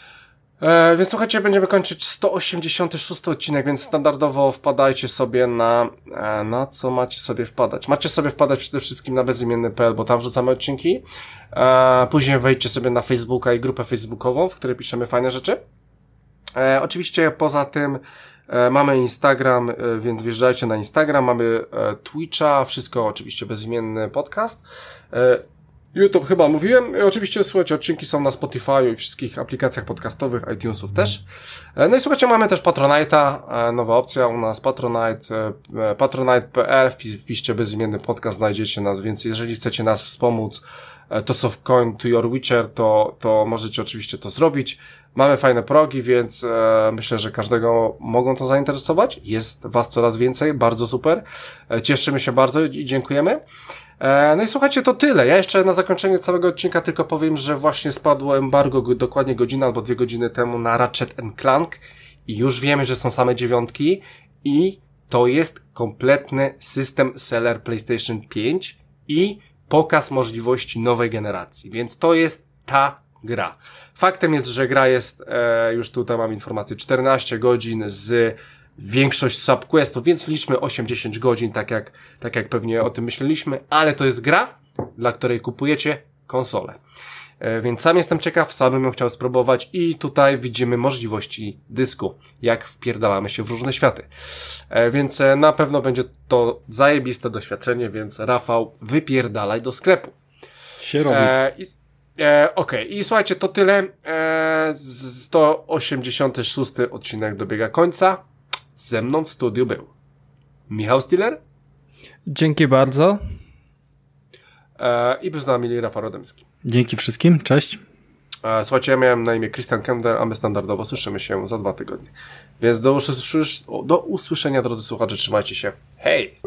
E, więc słuchajcie, będziemy kończyć sto osiemdziesiąty szósty odcinek, więc standardowo wpadajcie sobie na, e, na co macie sobie wpadać? Macie sobie wpadać przede wszystkim na bezimienny kropka p l, bo tam wrzucamy odcinki. E, później wejdźcie sobie na Facebooka i grupę facebookową, w której piszemy fajne rzeczy. E, oczywiście poza tym e, mamy Instagram, e, więc wjeżdżajcie na Instagram, mamy e, Twitcha, wszystko oczywiście bezimienny podcast. E, YouTube chyba mówiłem. I oczywiście słuchajcie, odcinki są na Spotify i wszystkich aplikacjach podcastowych, iTunesów też. E, no i słuchajcie, mamy też Patronite'a, e, nowa opcja u nas, Patronite, e, patronite kropka p l, wpiszcie bezimienny podcast, znajdziecie nas, więc jeżeli chcecie nas wspomóc, to co w Coin to Your Witcher, to, to możecie oczywiście to zrobić. Mamy fajne progi, więc e, myślę, że każdego mogą to zainteresować. Jest was coraz więcej, bardzo super. E, cieszymy się bardzo i dziękujemy. E, no i słuchajcie, to tyle. Ja jeszcze na zakończenie całego odcinka tylko powiem, że właśnie spadło embargo go, dokładnie godzinę albo dwie godziny temu na Ratchet and Clank i już wiemy, że są same dziewiątki i to jest kompletny system seller PlayStation pięć i pokaz możliwości nowej generacji, więc to jest ta gra. Faktem jest, że gra jest, e, już tutaj mam informację, czternaście godzin z większość subquestów, więc liczmy osiem do dziesięciu godzin, tak jak, tak jak pewnie o tym myśleliśmy, ale to jest gra, dla której kupujecie konsolę. E, więc sam jestem ciekaw, sam bym chciał spróbować i tutaj widzimy możliwości dysku, jak wpierdalamy się w różne światy. E, więc e, na pewno będzie to zajebiste doświadczenie, więc Rafał, wypierdalaj do sklepu. Się robi. E, i, e, Okej, okay. I słuchajcie, to tyle. E, sto osiemdziesiąty szósty odcinek dobiega końca. Ze mną w studiu był Michał Stiller. Dzięki bardzo. E, I był z nami Rafał Rodemski. Dzięki wszystkim, cześć. E, słuchajcie, ja miałem na imię Christian Kender, a my standardowo słyszymy się za dwa tygodnie. Więc do, usłys- do usłyszenia, drodzy słuchacze, trzymajcie się. Hej!